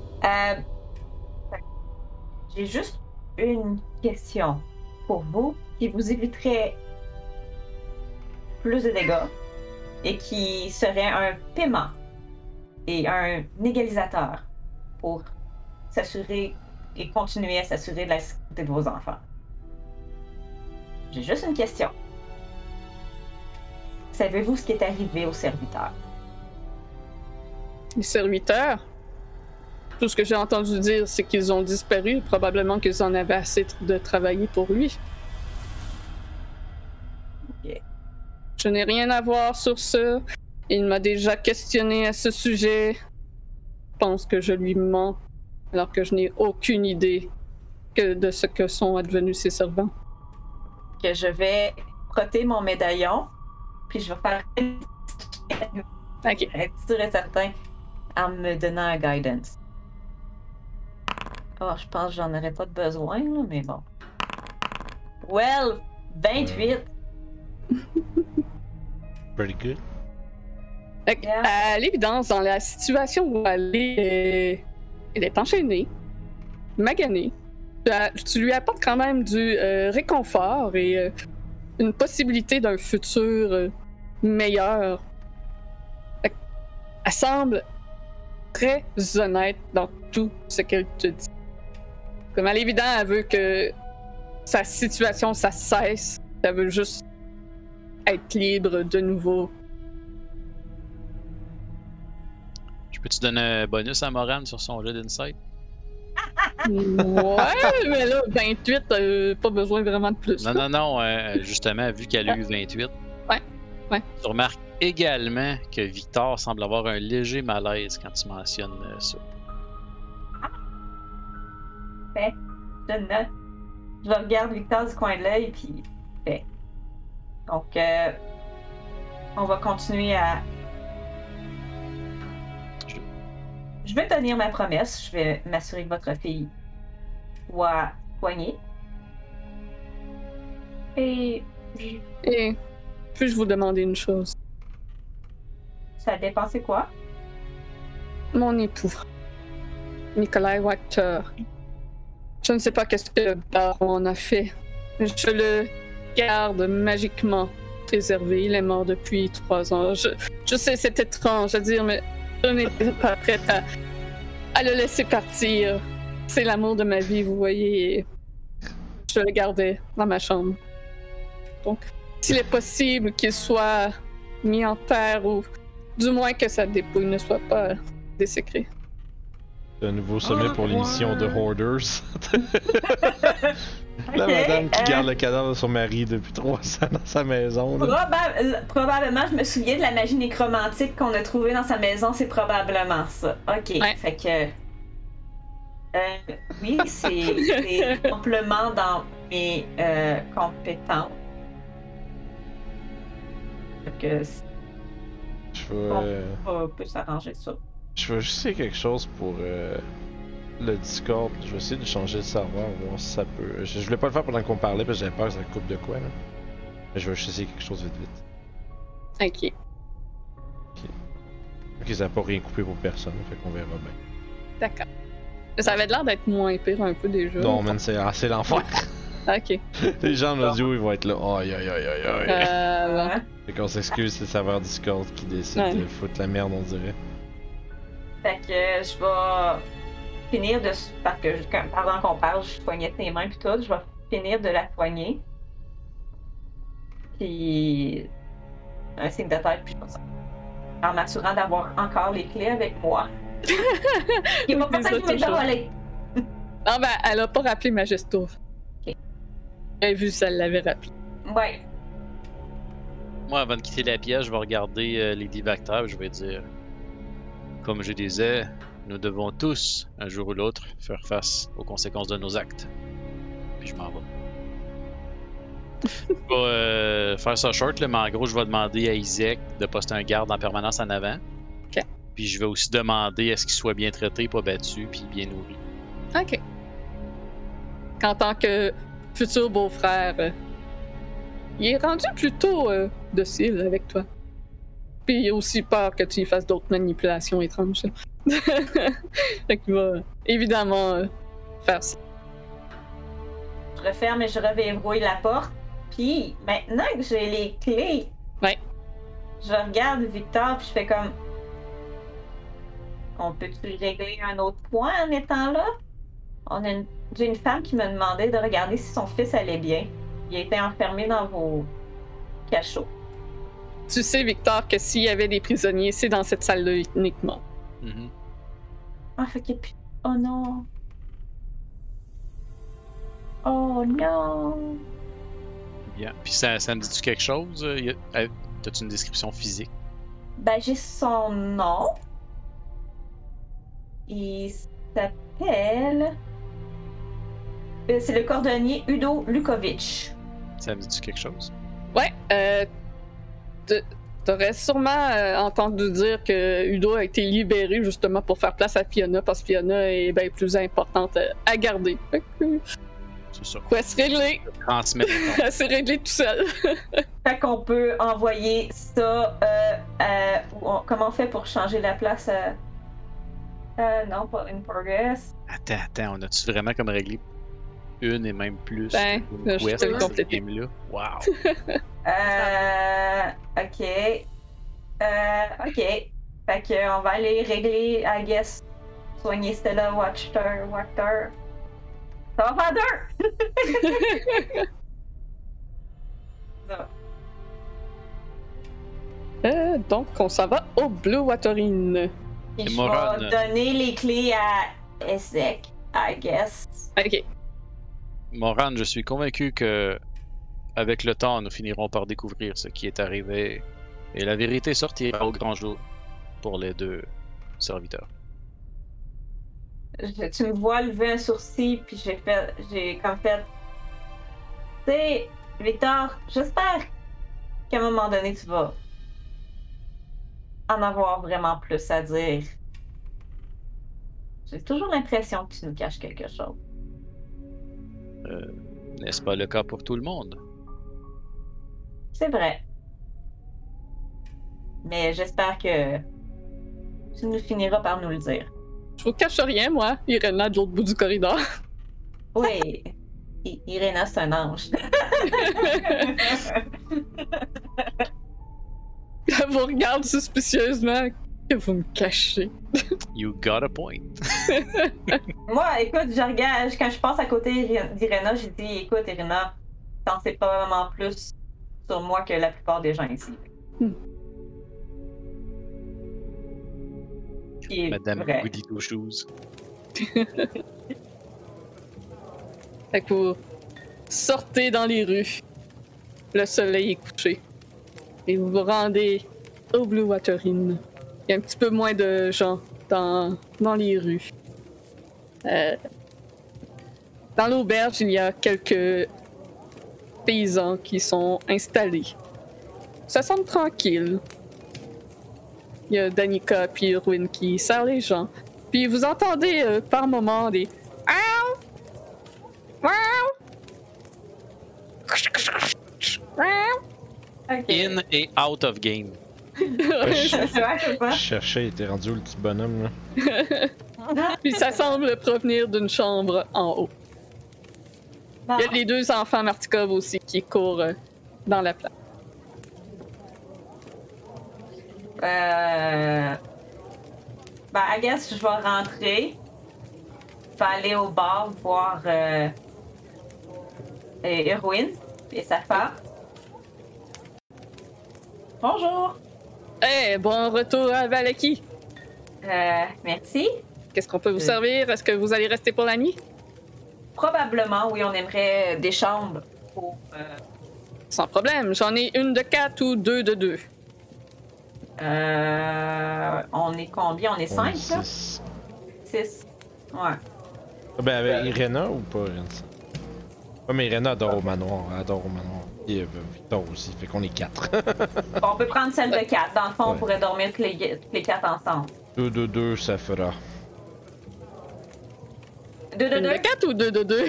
J'ai juste une question pour vous qui vous éviterait plus de dégâts et qui serait un paiement et un égalisateur pour s'assurer et continuer à s'assurer de la sécurité de vos enfants. J'ai juste une question. Savez-vous ce qui est arrivé aux serviteurs? Les serviteurs? Tout ce que j'ai entendu dire, c'est qu'ils ont disparu. Probablement qu'ils en avaient assez de travailler pour lui. Okay. Je n'ai rien à voir sur ça. Il m'a déjà questionné à ce sujet. Je pense que je lui mens, alors que je n'ai aucune idée de ce que sont advenus ses servants. Que je vais frotter mon médaillon, puis je vais faire Ok. être sûr et certain en me donnant un guidance. Oh, je pense que j'en aurais pas de besoin, là, mais bon. Well, 28! Pretty good. Fait que, à l'évidence, dans la situation où elle est enchaînée, maganée, tu lui apportes quand même du réconfort et une possibilité d'un futur meilleur. Fait que, elle semble très honnête dans tout ce qu'elle te dit. Comme à l'évidence, elle veut que sa situation, ça cesse. Elle veut juste être libre de nouveau. Je peux-tu donner un bonus à Morane sur son jet d'insight? Ouais, mais là, 28, pas besoin vraiment de plus. Non, justement, vu qu'elle a eu 28. Ouais. Tu remarques également que Victor semble avoir un léger malaise quand tu mentionnes ça. Je note. Je regarde Victor du coin de l'œil, puis fait. Donc, on va continuer à. Je vais tenir ma promesse. Je vais m'assurer que votre fille soit soignée. Et puis-je vous demander une chose? Ça dépensait quoi? Mon époux, Nikolai Wachter. Je ne sais pas qu'est-ce que le baron en a fait. Je le garde magiquement préservé. Il est mort depuis 3 ans. Je sais, c'est étrange à dire, mais je n'étais pas prête à le laisser partir. C'est l'amour de ma vie, vous voyez. Et je le gardais dans ma chambre. Donc, s'il est possible qu'il soit mis en terre ou du moins que sa dépouille ne soit pas désécrée. Un nouveau sommet pour l'émission de Hoarders. La madame qui garde le cadavre de son mari depuis 3 ans dans sa maison. Probablement, je me souviens de la magie nécromantique qu'on a trouvée dans sa maison, c'est probablement ça. Ok, ouais. Fait que... oui, c'est amplement dans mes compétences. Fait que... On peut s'arranger ça. Je vais juste essayer quelque chose pour le Discord. Je vais essayer de changer le serveur, voir si ça peut. Je voulais pas le faire pendant qu'on parlait parce que j'avais peur que ça coupe de quoi là. Mais je vais juste essayer quelque chose vite. Ok, ça n'a pas rien coupé pour personne, fait qu'on verra bien. D'accord. Ça avait l'air d'être moins pire un peu déjà. Non, man, c'est l'enfer. Ok. Les gens de l'audio, ils vont être là. Aïe. Bon. Fait qu'on s'excuse, c'est le serveur Discord qui décide de foutre la merde, on dirait. Fait que je vais finir de... Parce que pendant qu'on parle, je poignais tes mains pis tout, je vais finir de la poigner. Puis... un signe de tête, puis je fais ça. En m'assurant d'avoir encore les clés avec moi. Il va pas ça qui m'est volé. Non, ben, elle a pas rappelé Majesto. Ok. Elle a vu si elle l'avait rappelé. Ouais. Moi, avant de quitter la pièce, je vais regarder les divacteurs, je vais dire... Comme je disais, nous devons tous, un jour ou l'autre, faire face aux conséquences de nos actes. Puis je m'en vais. Je vais faire ça short, là, mais en gros, je vais demander à Isaac de poster un garde en permanence en avant. Ok. Puis je vais aussi demander à ce qu'il soit bien traité, pas battu, puis bien nourri. Ok. En tant que futur beau-frère, il est rendu plutôt docile avec toi. Puis il a aussi peur que tu y fasses d'autres manipulations étranges. Fait qu'il va évidemment faire ça. Je referme et je reverrouille la porte. Puis maintenant que j'ai les clés, je regarde Victor puis je fais comme... On peut-tu régler un autre point en étant là? J'ai une femme qui me demandait de regarder si son fils allait bien. Il a été enfermé dans vos cachots. Tu sais, Victor, que s'il y avait des prisonniers, c'est dans cette salle-là uniquement. Mm-hmm. Ah, fait qu'il... Oh non! Oh non! Bien. Puis ça me dit-tu quelque chose? T'as-tu une description physique? Ben, j'ai son nom. Il s'appelle... c'est le cordonnier Udo Lukovic. Ça me dit-tu quelque chose? Ouais, t'aurais sûrement entendu dire que Udo a été libéré justement pour faire place à Fiona, parce que Fiona est bien plus importante à garder. C'est ça. Quoi, se régler? Transmettre. Elle s'est réglée tout seul. Fait qu'on peut envoyer ça. Comment on fait pour changer la place non, pas in progress. Attends, on a-tu vraiment comme réglé une et même plus Ben, une je quest te le dans ce compléter. game-là? Wow! Ok. Ok. Fait qu'on va aller régler, I guess, soigner Stella, Watcher. Ça va faire 2! Ça va. Donc, on s'en va au Blue Waterine. Puis Et je Moran, vais donner les clés à Ezek, I guess. Ok. Moran, je suis convaincu que avec le temps, nous finirons par découvrir ce qui est arrivé et la vérité sortira au grand jour pour les deux serviteurs. Tu me vois lever un sourcil, puis j'ai comme fait. Tu sais, Victor, j'espère qu'à un moment donné, tu vas en avoir vraiment plus à dire. J'ai toujours l'impression que tu nous caches quelque chose. N'est-ce pas le cas pour tout le monde? C'est vrai. Mais j'espère que tu nous finiras par nous le dire. Je vous cache rien, moi. Irena de l'autre bout du corridor. Oui, Irena, c'est un ange. Elle vous regarde suspicieusement. Que vous me cachez. You got a point. Moi, écoute, je regarde, quand je passe à côté d'Irena, j'ai dit, écoute, Irena, t'en sais probablement plus sur moi que la plupart des gens ici. Qui est Madame vrai. Goody Two Shoes. Fait que vous sortez dans les rues. Le soleil est couché. Et vous vous rendez au Blue Waterine. Il y a un petit peu moins de gens dans les rues. Dans l'auberge, il y a quelques paysans qui sont installés. Ça semble tranquille. Il y a Danica puis Irwin qui serrent les gens. Puis vous entendez par moments des Aouh! Aouh! Ok. In et out of game. Ouais, c'est ça. Je cherchais, il était rendu où le petit bonhomme, là? Puis ça semble provenir d'une chambre en haut. Bon. Il y a les deux enfants Martikov aussi qui courent dans la place. Ben, I guess je vais rentrer. Je vais aller au bar voir Erwin et sa femme. Bonjour. Hey, bon retour à Valaki. Merci. Qu'est-ce qu'on peut vous servir? Est-ce que vous allez rester pour la nuit? Probablement, oui, on aimerait des chambres pour. Sans problème. J'en ai une de 4 ou 2 de 2. On est combien? On est 5, là? 6. 6. Ouais. Ben, avec Irena ou pas, Irena? Ouais, mais Irena adore au manoir. Elle adore au manoir. Et Victor aussi, fait qu'on est 4. Bon, on peut prendre celle de 4. Dans le fond, on Ouais. pourrait dormir tous les 4 ensemble. 2 de 2, ça fera. 2 de Une 2? de 4 ou 2 de 2?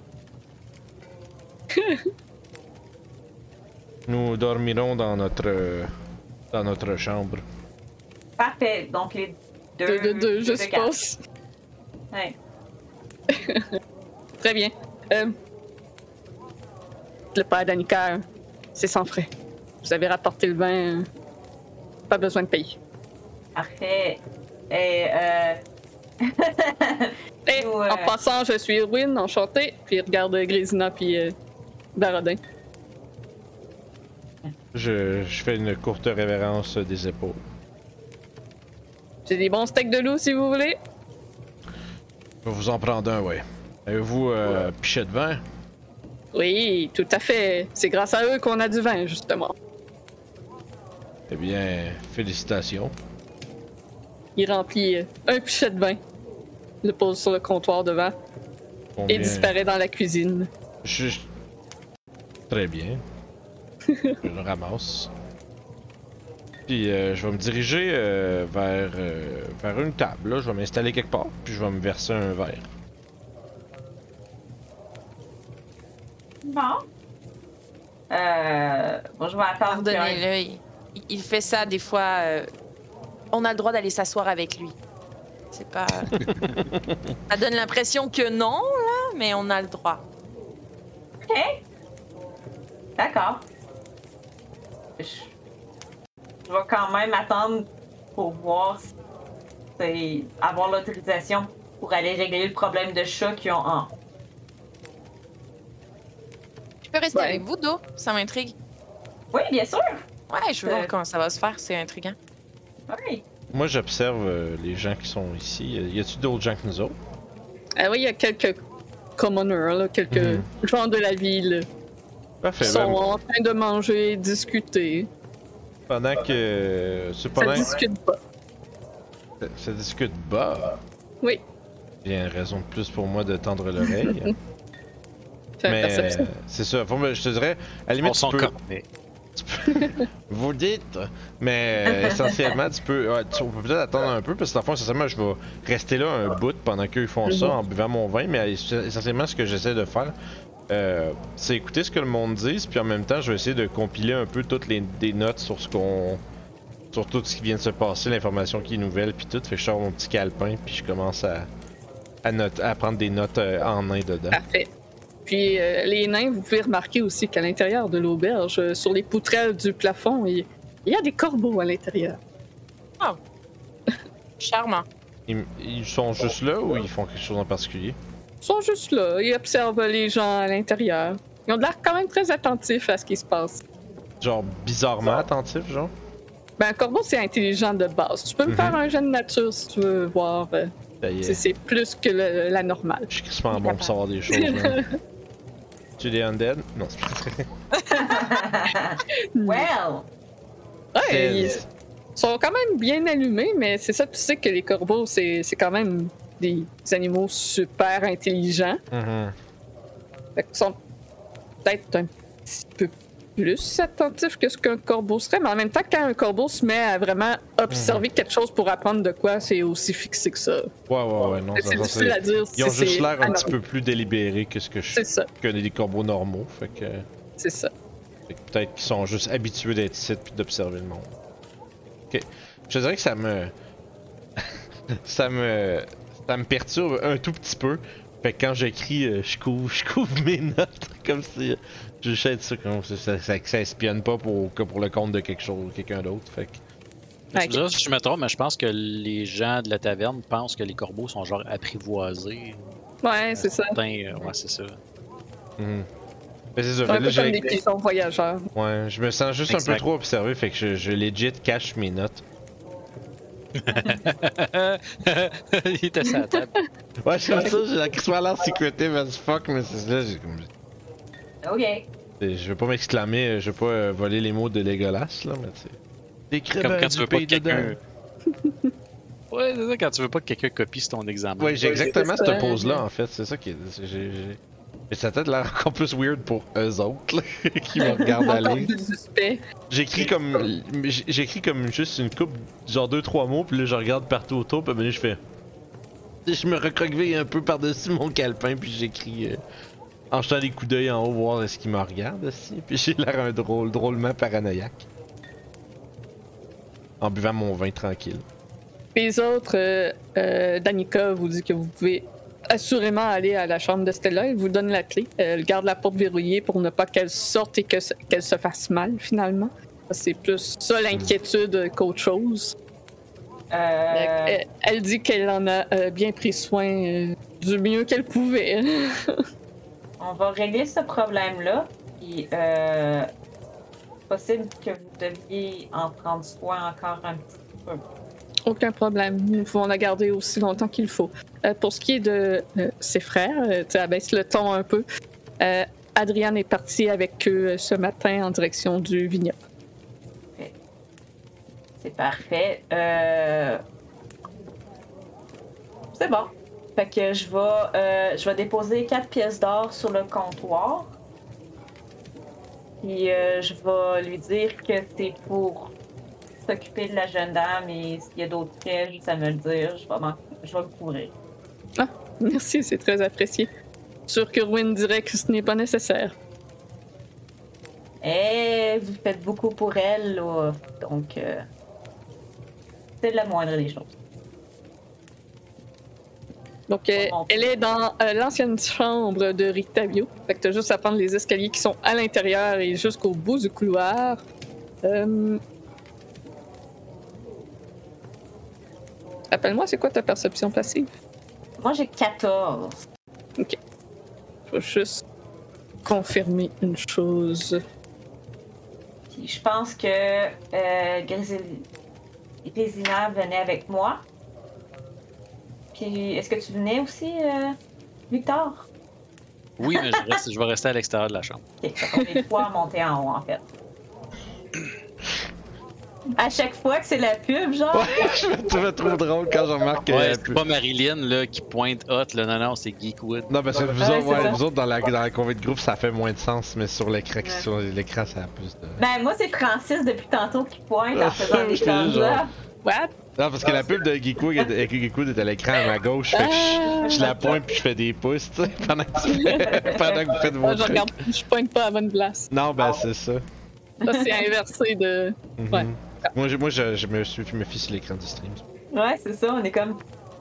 Nous dormirons dans notre chambre. Parfait. Donc, les 2 2 de 2, je suppose. Ouais. Très bien. Le père d'Annika, c'est sans frais. Vous avez rapporté le vin, pas besoin de payer. Parfait. Et Et Nous, en passant, je suis Irwin, enchanté. Puis il regarde Grésina puis Barodin. Je fais une courte révérence des épaules. J'ai des bons steaks de loup si vous voulez. Je vais vous en prendre un, ouais. Avez-vous pichet de vin? Oui, tout à fait. C'est grâce à eux qu'on a du vin, justement. Eh bien, félicitations. Il remplit un pichet de vin, le pose sur le comptoir devant Combien? et disparaît dans la cuisine. Très bien. Je le ramasse. Puis je vais me diriger vers une table. Là. Je vais m'installer quelque part, puis je vais me verser un verre. bon. Bon, je vais attendre. Pardonnez-le, il fait ça des fois. On a le droit d'aller s'asseoir avec lui. C'est pas. Ça donne l'impression que non, là, mais on a le droit. OK. D'accord. Je vais quand même attendre pour voir si c'est avoir l'autorisation pour aller régler le problème de chat qu'ils ont en. Je peux rester Ouais. avec vous, Do? Ça m'intrigue. Oui, bien sûr. Ouais, je veux voir comment ça va se faire, c'est intriguant. Oui. Moi, j'observe les gens qui sont ici. Y a-tu d'autres gens que nous autres? Ah oui, il y a quelques commoners, là, quelques gens de la ville Parfait. qui sont en train de manger, discuter. Pendant que. Ça Pendant discute pas. ça discute bas. Oui. Il y a une raison de plus pour moi de tendre l'oreille. Fais une Mais perception. c'est ça. Bon, ben, je te dirais, à la Ils limite, sont tu peux, cornés. vous dites, mais essentiellement, on peut peut-être attendre un peu, parce que dans le fond, essentiellement, je vais rester là un bout pendant qu'eux font ça en buvant mon vin, mais essentiellement, ce que j'essaie de faire, c'est écouter ce que le monde dit, puis en même temps, je vais essayer de compiler un peu toutes des notes sur sur tout ce qui vient de se passer, l'information qui est nouvelle, puis tout. Fait que je sors mon petit calepin, puis je commence à prendre des notes en nain dedans. Parfait. Puis les nains, vous pouvez remarquer aussi qu'à l'intérieur de l'auberge, sur les poutrelles du plafond, il y a des corbeaux à l'intérieur. Charmant. Ils sont juste là ou ils font quelque chose en particulier? Ils sont juste là, ils observent les gens à l'intérieur. Ils ont l'air quand même très attentifs à ce qui se passe. Genre bizarrement attentif, genre? Ben, un corbeau, c'est intelligent de base. Tu peux me faire un jeu de nature si tu veux voir. Ça y est. C'est plus que la normale. Je suis crissement bon pour savoir des choses, là. Tu es des undead? Non, c'est pas Well. Ouais, ils sont quand même bien allumés, mais c'est ça, tu sais que les corbeaux, c'est quand même des animaux super intelligents. Fait qu'ils sont peut-être un petit peu plus attentifs que ce qu'un corbeau serait, mais en même temps, quand un corbeau se met à vraiment observer quelque chose pour apprendre de quoi, c'est aussi fixé que ça. Ouais, non, C'est difficile à dire. Ils ont si juste c'est l'air un petit anormal. peu plus délibérés que C'est ça, que des corbeaux normaux, fait que c'est ça. peut-être qu'ils sont juste habitués d'être ici puis d'observer le monde. Ok. Je dirais que ça me perturbe un tout petit peu. Fait que quand j'écris, je couvre mes notes comme si je sais ça comme ça espionne pas pour le compte de quelqu'un d'autre. Fait que Tu me diras si je me trompe, mais je pense que les gens de la taverne pensent que les corbeaux sont genre apprivoisés. Ouais, c'est ça. Ouais, c'est ça. mais c'est ça. Un Fait peu là, comme des pigeons voyageurs. ouais, je me sens juste un Exact. peu trop observé, fait que je legit cache mes notes. Il était sur la table. Ouais, je suis comme ça, j'ai la crissement l'air secretive as fuck, mais c'est là, j'ai comme. OK. Je veux pas m'exclamer, je veux pas voler les mots de Legolas, là, mais tu sais. Des crêpes Comme quand du tu veux pas que pays dedans. quelqu'un. Ouais, c'est ça, quand tu veux pas que quelqu'un copie ton examen. Ouais, j'ai exactement c'est ça. cette pose-là, en fait, c'est ça qui est. Mais ça a peut-être l'air encore plus weird pour eux autres, là, qui me regardent Encore aller. plus suspect. J'écris comme juste une coupe, genre 2-3 mots, puis là je regarde partout autour, puis là je fais. Je me recroqueville un peu par-dessus mon calepin, puis j'écris en jetant des coups d'œil en haut, voir est-ce qu'il me regarde aussi, puis j'ai l'air un drôlement paranoïaque. En buvant mon vin tranquille. Les autres, Danica vous dit que vous pouvez assurément aller à la chambre de Stella. Elle vous donne la clé. Elle garde la porte verrouillée pour ne pas qu'elle sorte et qu'elle se fasse mal, finalement. C'est plus ça l'inquiétude qu'autre chose. Elle dit qu'elle en a bien pris soin du mieux qu'elle pouvait. On va régler ce problème-là. Puis, possible que vous deviez en prendre soin encore un petit peu. Aucun problème. Nous pouvons la garder aussi longtemps qu'il faut. Pour ce qui est de ses frères, tu abaisses le ton un peu. Adriane est partie avec eux ce matin en direction du vignoble. C'est parfait. C'est bon. Fait que je vais déposer 4 pièces d'or sur le comptoir. Puis je vais lui dire que c'est pour s'occuper de la jeune dame et s'il y a d'autres frais, juste à me le dire. Je vais le couvrir. Ah, merci, c'est très apprécié. Sûr que Rwin dirait que ce n'est pas nécessaire. Et vous faites beaucoup pour elle, là. Donc, c'est la moindre des choses. Donc, elle est dans l'ancienne chambre de Rictavio. Fait que t'as juste à prendre les escaliers qui sont à l'intérieur et jusqu'au bout du couloir. Rappelle-moi, c'est quoi ta perception passive? Moi, j'ai 14. Ok. Je vais juste confirmer une chose. Puis je pense que Grisina venait avec moi. Puis, est-ce que tu venais aussi, Victor? Oui, mais je vais rester à l'extérieur de la chambre. Ok, fait qu'on est trois à monter en haut, en fait. À chaque fois que c'est la pub, genre. Ouais, je me trouvais trop drôle quand je remarque que. Ouais, c'est pas Marilyn là, qui pointe hot, là. Non, c'est Geekwood. Non, parce que vous, Ouais, autres, c'est ça. vous autres, dans la convie de groupe, ça fait moins de sens, mais sur l'écran, sur l'écran, ça a plus de. Ben, moi, c'est Francis depuis tantôt qui pointe en faisant des J'étais juste thumbs genre- up. What? Non, parce que la pub de Geekwood est à l'écran à ma gauche, fait que je la pointe puis je fais des pouces, tu sais, pendant que vous faites vos Je trucs. regarde, je pointe pas à la bonne place. Non, ben c'est ça. Ça, c'est inversé de. Mhm. Ouais. Moi, je me fie sur l'écran du stream. Ouais, c'est ça, on est comme.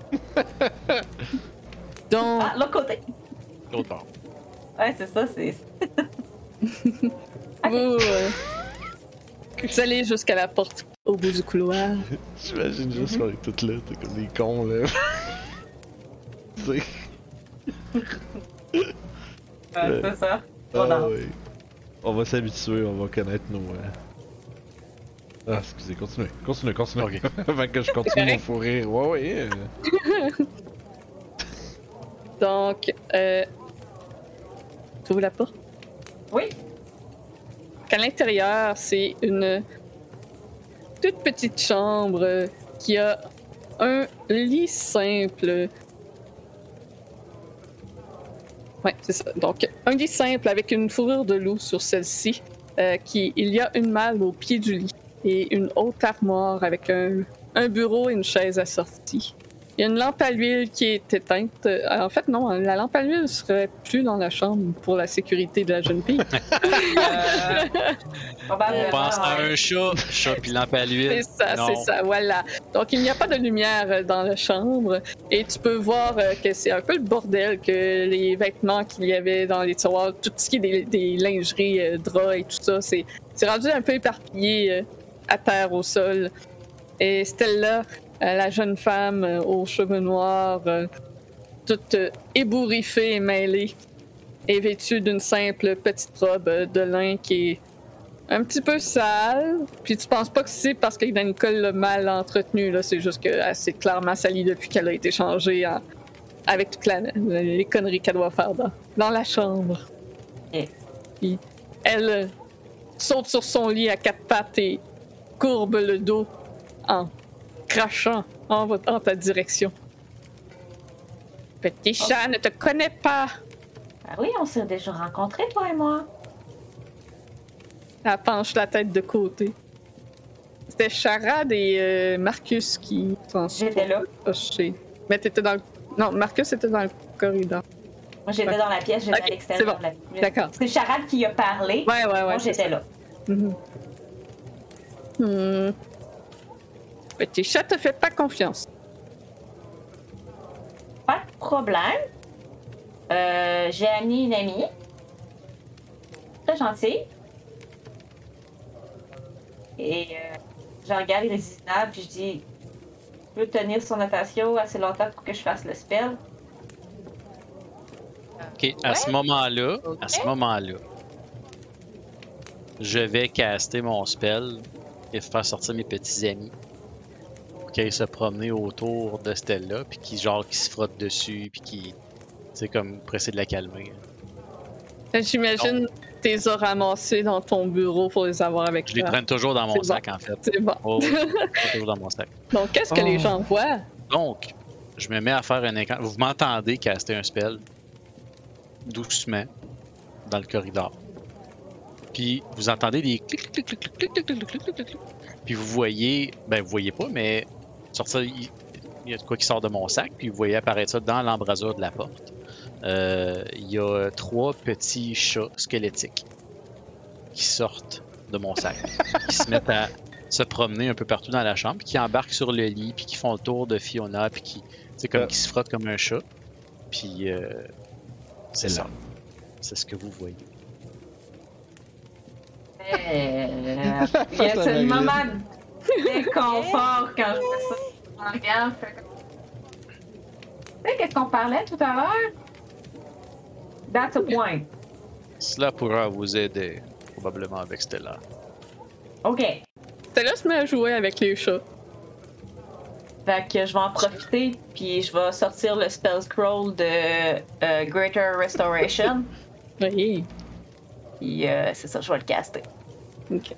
Donc, Ah, l'autre côté. L'autre bord. Ouais, c'est ça, c'est. vous allez jusqu'à la porte au bout du couloir. J'imagine juste qu'on est tous là, t'es comme des cons, là. Tu sais. Ouais, c'est ça. Ah, Voilà. oui. On va s'habituer, on va connaître nos. Ah, excusez, continuez. Ok. Avant que je continue mon fou rire. Ouais, ouais. Donc, tu ouvres la porte. Oui. À l'intérieur, c'est une toute petite chambre qui a un lit simple. Ouais, c'est ça. Donc, un lit simple avec une fourrure de loup sur celle-ci. Il y a une malle au pied du lit et une haute armoire avec un bureau et une chaise assortie. Il y a une lampe à l'huile qui est éteinte. En fait, non, la lampe à l'huile serait plus dans la chambre pour la sécurité de la jeune fille. Probablement. On pense à ouais. un chat puis lampe à l'huile. C'est ça, voilà. Donc, il n'y a pas de lumière dans la chambre et tu peux voir que c'est un peu le bordel, que les vêtements qu'il y avait dans les tiroirs, tout ce qui est des lingeries, draps et tout ça, c'est rendu un peu éparpillé à terre, au sol. Et Stella, la jeune femme aux cheveux noirs, toute ébouriffée et mêlée, est vêtue d'une simple petite robe de lin qui est un petit peu sale. Puis tu penses pas que c'est parce que Nicole l'a mal entretenue, là. C'est juste qu'elle s'est clairement salie depuis qu'elle a été changée avec toutes les conneries qu'elle doit faire dans la chambre. Et- Puis elle saute sur son lit à quatre pattes et courbe le dos en crachant en ta direction. Petit chat ne te connaît pas. Ah oui, on s'est déjà rencontrés, toi et moi. Elle penche la tête de côté. C'était Charade et Marcus qui s'en sont J'étais là. approchés. Mais t'étais dans le... Non, Marcus était dans le corridor. Moi, j'étais dans la pièce, j'étais Ok, à l'extérieur c'est de la pièce. D'accord. C'est Charade qui a parlé. Ouais. Moi, c'est j'étais ça. là. Mhm. Petit chat te fait pas confiance. Pas de problème. J'ai amené une amie. Très gentille. Et je regarde Irisina, puis je dis, je peux tenir son attention assez longtemps pour que je fasse le spell. Ok, à ce moment-là, je vais caster mon spell et faire sortir mes petits amis pour qu'ils aillent se promener autour de Stella, puis qui se frottent dessus, puis qui, c'est comme pour essayer de la calmer. J'imagine que tu les as ramassés dans ton bureau pour les avoir avec Je les toi. traîne toujours dans mon C'est sac, en fait. C'est bon. Oh, oui, je les traîne toujours dans mon sac. Donc, qu'est-ce que les gens voient? Donc, je me mets à faire un écran. Vous m'entendez caster un spell doucement dans le corridor. Puis vous entendez des clic, clic, clic, clic, clic, clic, clic, clic, clic, clic, clic, clic. Puis vous voyez, ben vous voyez pas, mais sortir, il y a de quoi qui sort de mon sac, puis vous voyez apparaître ça dans l'embrasure de la porte. Il y a 3 petits chats squelettiques qui sortent de mon sac, qui se mettent à se promener un peu partout dans la chambre, puis qui embarquent sur le lit, puis qui font le tour de Fiona, puis qui se frottent comme un chat. Puis c'est ça. C'est ce que vous voyez. Il y a ce moment d'inconfort quand je fais ça. Je me regarde, fait comme... Tu sais, qu'est-ce qu'on parlait tout à l'heure? That's a point. Cela pourra vous aider, probablement avec Stella. OK. Stella se met à jouer avec les chats. Fait que je vais en profiter, puis je vais sortir le spell scroll de Greater Restoration. Oui. Puis c'est ça, je vais le caster. Ok.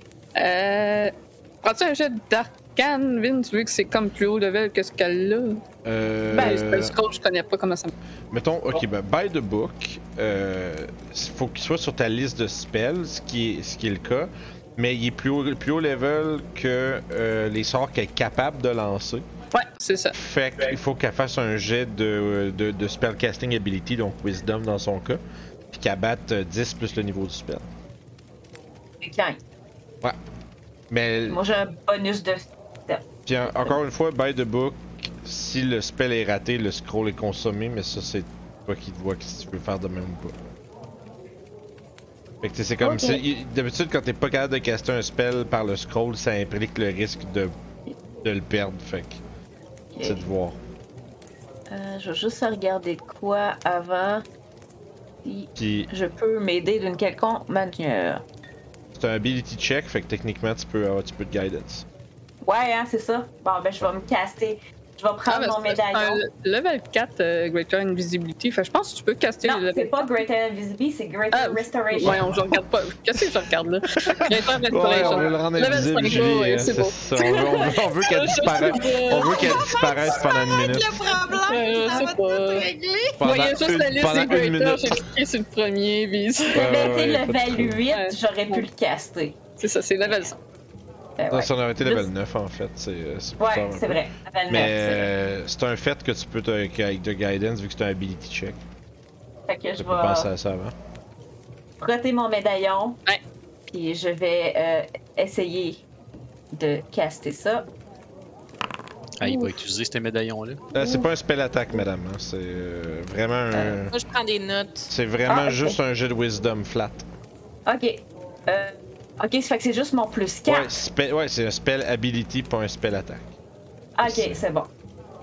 Prends-tu un jet d'arcane, Vince, vu que c'est comme plus haut level que ce qu'elle a? Ben, spell scroll, je connais pas comment ça marche. Mettons, ok, ben, by the book, faut qu'il soit sur ta liste de spells, ce qui est le cas, mais il est plus haut level que les sorts qu'elle est capable de lancer. Ouais, c'est ça. Fait qu'il faut qu'elle fasse un jet de spellcasting ability, donc wisdom dans son cas, puis qu'elle batte 10 plus le niveau du spell. C'est 15. Ouais. Mais. Moi, j'ai un bonus de... Puis encore une fois, by the book, si le spell est raté, le scroll est consommé, mais ça, c'est toi qui te vois si tu veux faire de même ou pas. Fait que c'est comme si. D'habitude, quand t'es pas capable de caster un spell par le scroll, ça implique le risque de le perdre. Fait que. C'est de voir. Je vais juste regarder de quoi avant. Si Puis. je peux m'aider d'une quelconque manière. C'est un ability check, fait que techniquement, tu peux avoir un petit peu de guidance. Ouais, hein, c'est ça. Bon, ben, je vais me caster. Je vais prendre mon médaillon. Level 4, Greater Invisibility. Fait, je pense que tu peux caster non, le level. c'est pas Greater Invisibility, c'est Greater Restoration. Ouais, je regarde pas. Qu'est-ce que je regarde là? Greater Restoration. Ouais, on veut le rendre invisible, Julie, c'est beau. On veut qu'elle disparaisse. On veut qu'elle disparaisse pendant une minute. Le problème, ça va tout régler. Moi, il y a juste la liste des Greater, j'ai cliqué sur le premier, puis... Si j'avais été level 8, j'aurais pu le caster. C'est ça, c'est level 100. Non, ça aurait été level 9 en fait. C'est ouais, c'est vrai. Level 9, mais c'est un fait que tu peux avec de guidance vu que c'est un ability check. Fait que je Tu peux penser à ça avant. Frotter mon médaillon. Ouais. Puis je vais essayer de caster ça. Ah, il va utiliser ce médaillon-là. C'est pas un spell attack, madame. Hein. C'est vraiment un. Moi, je prends des notes. C'est vraiment juste un jet de wisdom flat. Ok. Ok, ça fait que c'est juste mon plus 4. Ouais, c'est un spell ability, pas un spell attack. Ok, c'est bon.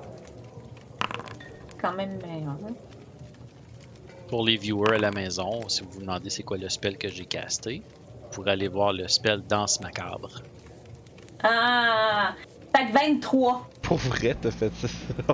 Quand même meilleur. Hein? Pour les viewers à la maison, si vous vous demandez c'est quoi le spell que j'ai casté, vous pourrez aller voir le spell Danse Macabre. Ah! Fait que 23. Pour vrai, t'as fait ça?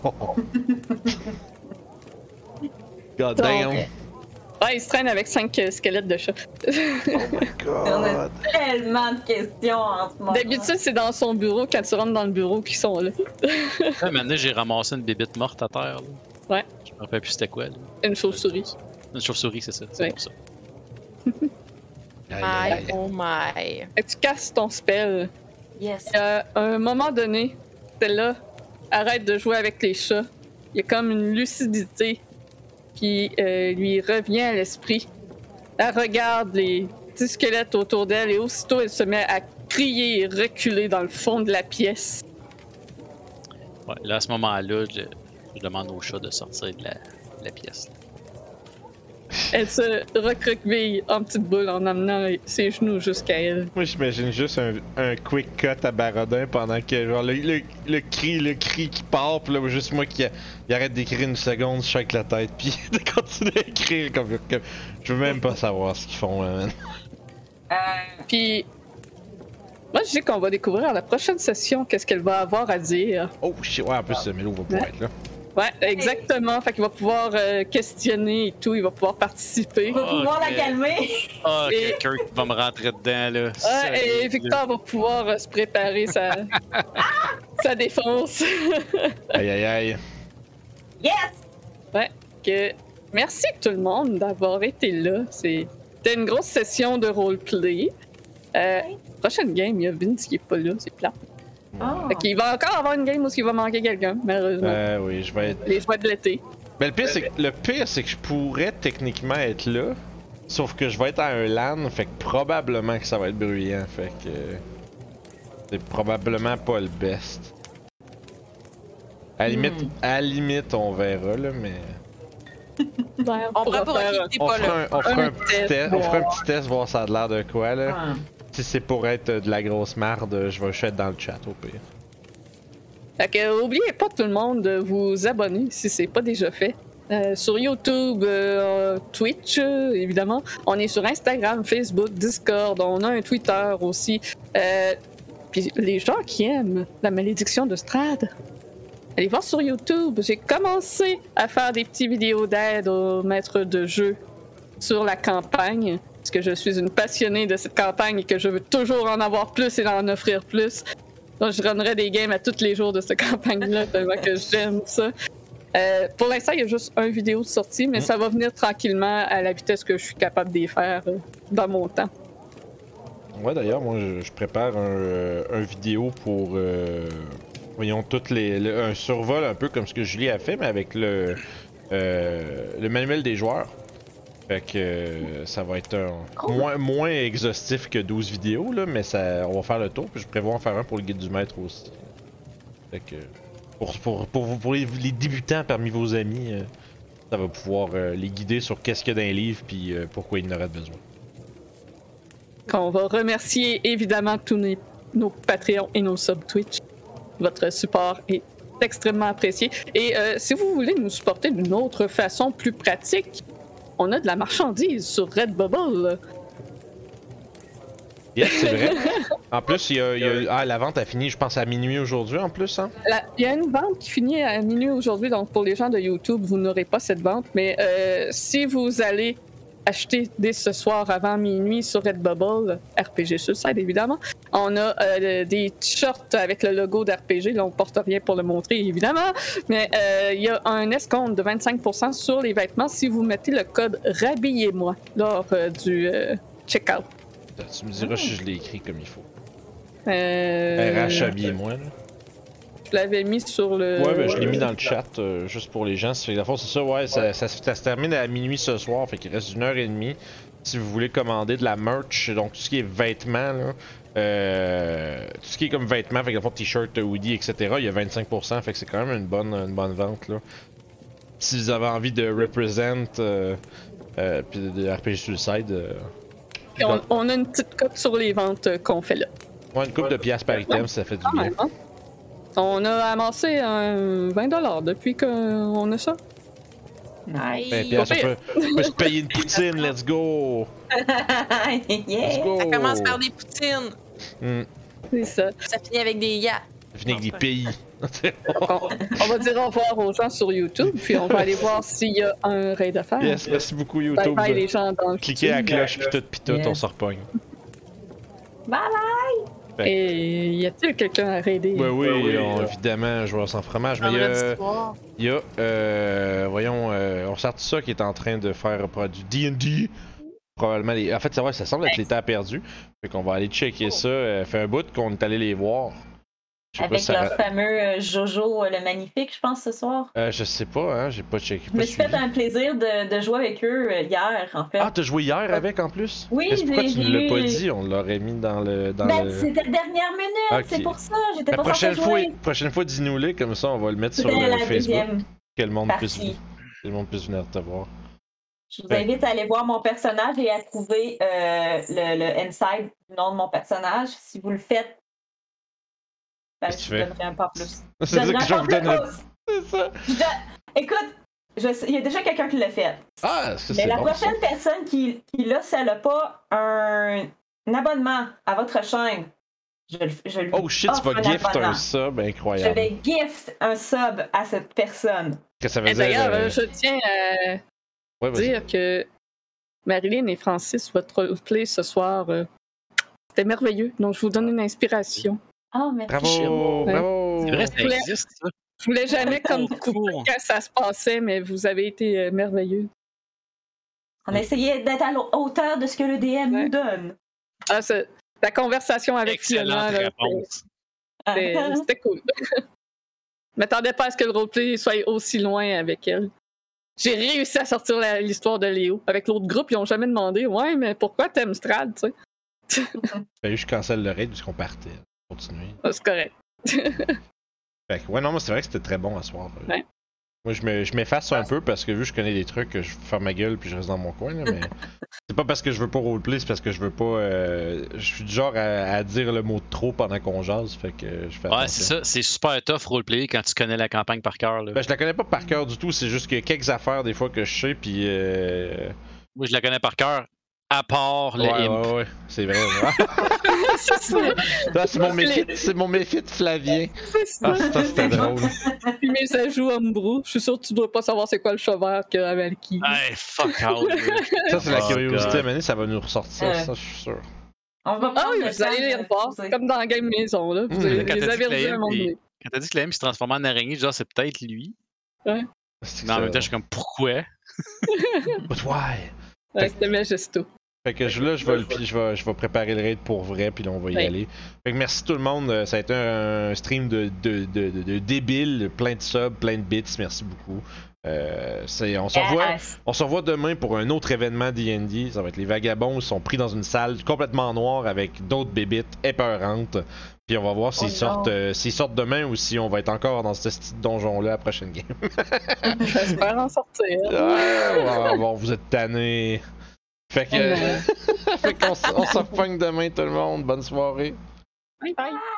God damn! Ouais, il se traîne avec 5 squelettes de chat. Oh my god! On a tellement de questions en ce moment. D'habitude, c'est dans son bureau, quand tu rentres dans le bureau, qu'ils sont là. Maintenant, j'ai ramassé une bébite morte à terre. Là. Ouais. Je me rappelle plus c'était quoi. Là. Une chauve-souris. Une chauve-souris, c'est ça. C'est Ouais. pour ça. My, oh my. Fait que tu casses ton spell. Yes. À un moment donné, celle-là arrête de jouer avec les chats. Il y a comme une lucidité qui lui revient à l'esprit. Elle regarde les petits squelettes autour d'elle et aussitôt elle se met à crier et reculer dans le fond de la pièce. Ouais, là, à ce moment-là, je demande au chat de sortir de la pièce. Elle se recroqueville en petite boule en amenant ses genoux jusqu'à elle. Moi, j'imagine juste un quick cut à Barodin pendant que genre le cri qui part, pis là, juste moi qui arrête d'écrire une seconde, je shake la tête, puis de continuer à écrire comme je veux même pas savoir ce qu'ils font, man. Puis, moi je dis qu'on va découvrir à la prochaine session qu'est-ce qu'elle va avoir à dire. Oh shit, ouais, en plus, Melo va pouvoir être là. Ouais, exactement. Fait qu'il va pouvoir questionner et tout, il va pouvoir participer. On va pouvoir la calmer. Ah, Et- quelqu'un qui va me rentrer dedans, là. Ouais, et Victor va pouvoir se préparer sa défense. Aïe aïe aïe. Yes! Que... Merci tout le monde d'avoir été là. C'était une grosse session de roleplay. Prochaine game, il y a Vince qui est pas là, c'est plat. Oh. Fait qu'il va encore avoir une game où il va manquer quelqu'un, malheureusement. Oui, je vais être. Les joies de l'été. Mais le pire, c'est que je pourrais techniquement être là, Sauf que je vais être à un LAN, fait que probablement que ça va être bruyant, fait que c'est probablement pas le best. À la limite, on verra là, mais Ben, On pourra prend pour faire- acquis, t'es pas là. on fera un test, petit test, voir ça a l'air de quoi là. Ah. Si c'est pour être de la grosse merde, je vais juste être dans le chat au pire. Fait que, oubliez pas tout le monde de vous abonner si c'est pas déjà fait. Sur YouTube, Twitch, évidemment. On est sur Instagram, Facebook, Discord. On a un Twitter aussi. Puis les gens qui aiment la malédiction de Strahd, allez voir sur YouTube. J'ai commencé à faire des petites vidéos d'aide aux maîtres de jeu sur la campagne. Parce que je suis une passionnée de cette campagne et que je veux toujours en avoir plus et en offrir plus. Donc, je runnerai des games à tous les jours de cette campagne-là, tellement que j'aime ça. Pour l'instant, il y a juste une vidéo de sortie, mais ça va venir tranquillement à la vitesse que je suis capable de les faire dans mon temps. Ouais, d'ailleurs, moi, je prépare un vidéo pour, voyons, un survol un peu comme ce que Julie a fait, mais avec le manuel des joueurs. Fait que ça va être moins exhaustif que 12 vidéos, là, mais on va faire le tour, puis je prévois en faire un pour le guide du maître aussi. Fait que pour les débutants parmi vos amis, ça va pouvoir les guider sur qu'est-ce qu'il y a dans les livres, puis pourquoi ils en auraient besoin. On va remercier évidemment tous nos Patreons et nos sub Twitch. Votre support est extrêmement apprécié. Et si vous voulez nous supporter d'une autre façon plus pratique, on a de la marchandise sur Redbubble. Yes, c'est vrai. En plus, la vente a fini, je pense, à minuit aujourd'hui, en plus, hein? Il y a une vente qui finit à minuit aujourd'hui, donc pour les gens de YouTube, vous n'aurez pas cette vente, mais si vous allez acheter dès ce soir avant minuit sur Redbubble, RPG Suicide évidemment, on a des t-shirts avec le logo d'RPG, là on porte rien pour le montrer évidemment, mais il y a un escompte de 25% sur les vêtements si vous mettez le code Rhabillez-moi lors du checkout. Tu me diras si je l'ai écrit comme il faut. RH, habillez-moi, là. Je l'avais mis sur le... Ouais, ben je l'ai mis dans le chat, juste pour les gens. La fois, c'est ça, ouais, ça se termine à minuit ce soir, fait qu'il reste 1h30. Si vous voulez commander de la merch, donc tout ce qui est vêtements, là, tout ce qui est comme vêtements, fait que t-shirt, hoodie, etc., il y a 25%, fait que c'est quand même une bonne vente, là. Si vous avez envie de represent, puis de RPG Suicide... on a une petite cote sur les ventes qu'on fait là. Ouais, une couple de piastres par item, ça fait du bien. On a amassé un 20$ depuis qu'on a ça. Nice. Ben, piastres, on peut se payer une poutine, let's go! Yeah. Let's go! Ça commence par des poutines. C'est ça. Ça finit avec des yachts. Ça finit avec des pays. On va dire au revoir aux gens sur YouTube, puis on va aller voir s'il y a un raid à faire. Yes, merci beaucoup YouTube. Bye bye les gens dans le Cliquez à la cloche pis tout, Yes. on se repogne. Bye bye. Et y a-t-il quelqu'un à raider? Ben oui, évidemment, joueur sans fromage, mais il y a voyons, on sort ça qui est en train de faire du D&D. Probablement en fait, c'est vrai, ça semble être les temps perdus. Fait qu'on va aller checker ça. Fait un bout qu'on est allé les voir. Avec leur fameux Jojo le Magnifique, je pense, ce soir. Je sais pas, hein, j'ai pas checké. Je me suis fait un plaisir de jouer avec eux hier, en fait. Ah, t'as joué hier avec en plus? Oui, pourquoi tu ne l'as pas j'ai- dit? On l'aurait mis dans le. C'était la dernière minute, Ok. c'est pour ça, j'étais La pas censée jouer. prochaine fois, dis-nous-les, comme ça on va le mettre sur C'était le la Facebook. deuxième Que le monde partie. puisse venir te voir. Je vous invite à aller voir mon personnage et à trouver le inside du nom de mon personnage. Si vous le faites, ben, Qu'est-ce je que vous tu fais? donnerai un pas plus. C'est ça que je vous donnerai. plus. C'est ça. Écoute, il y a déjà quelqu'un qui l'a fait. Ah, ça, Mais c'est la bon, prochaine personne qui l'a, si elle n'a pas un abonnement à votre chaîne, je lui Oh shit, tu offre vas un gift abonnement. un sub Je incroyable. vais gift un sub à cette personne. Qu'est-ce que ça veut Et dire? d'ailleurs, je tiens à Ouais, vas-y. dire que Marilyn et Francis, votre roleplay ce soir, c'était merveilleux. Donc, je vous donne une inspiration. Oh, merci. Bravo, Ouais. bravo. C'est vrai, ça Je voulais- existe, ça. Je voulais jamais comme couper Cool. quand ça se passait, mais vous avez été merveilleux. On a essayé d'être à la hauteur de ce que le DM Ouais. nous donne. Ah, la conversation avec Fiona, Excellente là, réponse. c'était cool. Je m'attendais pas à ce que le roleplay soit aussi loin avec elle. J'ai réussi à sortir l'histoire de Léo. Avec l'autre groupe, ils ont jamais demandé « Ouais, mais pourquoi t'aimes Strad, tu sais? » Fallait juste cancel le raid puisqu'on partait. Continuer. C'est correct. Fait que, ouais, non, moi, c'est vrai que c'était très bon à soir. Ouais. Moi, je m'efface un peu parce que vu que je connais des trucs, je ferme ma gueule puis je reste dans mon coin, là, mais c'est pas parce que je veux pas roleplay, c'est parce que je veux pas. Je suis du genre à dire le mot de trop pendant qu'on jase, fait que je fais Ouais, attention. c'est ça. C'est super tough roleplay quand tu connais la campagne par cœur. Là. Ben, je la connais pas par cœur du tout, c'est juste qu'il y a quelques affaires des fois que je sais, puis. Moi, je la connais par cœur, à part le imp. Ouais, c'est vrai. C'est ça. Là, c'est mon méfite Flavien. C'est ça. Ah, ça, c'était drôle. Puis mes ajouts Homebrew. Je suis sûr que tu dois pas savoir c'est quoi le chat vert que Avalki. Hey, fuck out. là. Ça, c'est la Oh, curiosité, God. mais ça va nous ressortir, ça, je suis sûr. On va Ah prendre oui, le vous allez temps les de revoir. poser. Comme dans Game Maison, là. Vous Mmh. Quand les t'as dit avez que revus à un la moment M, donné. Quand t'as dit que la M se transformait en araignée, genre c'est peut-être lui. C'est Mais en même temps, je ça. suis comme pourquoi? But why? Ouais, c'était majestueux. Fait que je vais préparer le raid pour vrai, puis là on va y Ouais. aller. Fait que merci tout le monde, ça a été un stream de débile, plein de subs, plein de bits, merci beaucoup. On se revoit demain pour un autre événement D&D, ça va être les vagabonds, ils sont pris dans une salle complètement noire avec d'autres bébites épeurantes. Puis on va voir s'ils sortent demain ou si on va être encore dans ce petit donjon-là à la prochaine game. J'espère en sortir. Ouais, bon, vous êtes tannés. Fait que, fait qu'on se repogne demain tout le monde, bonne soirée. Bye bye.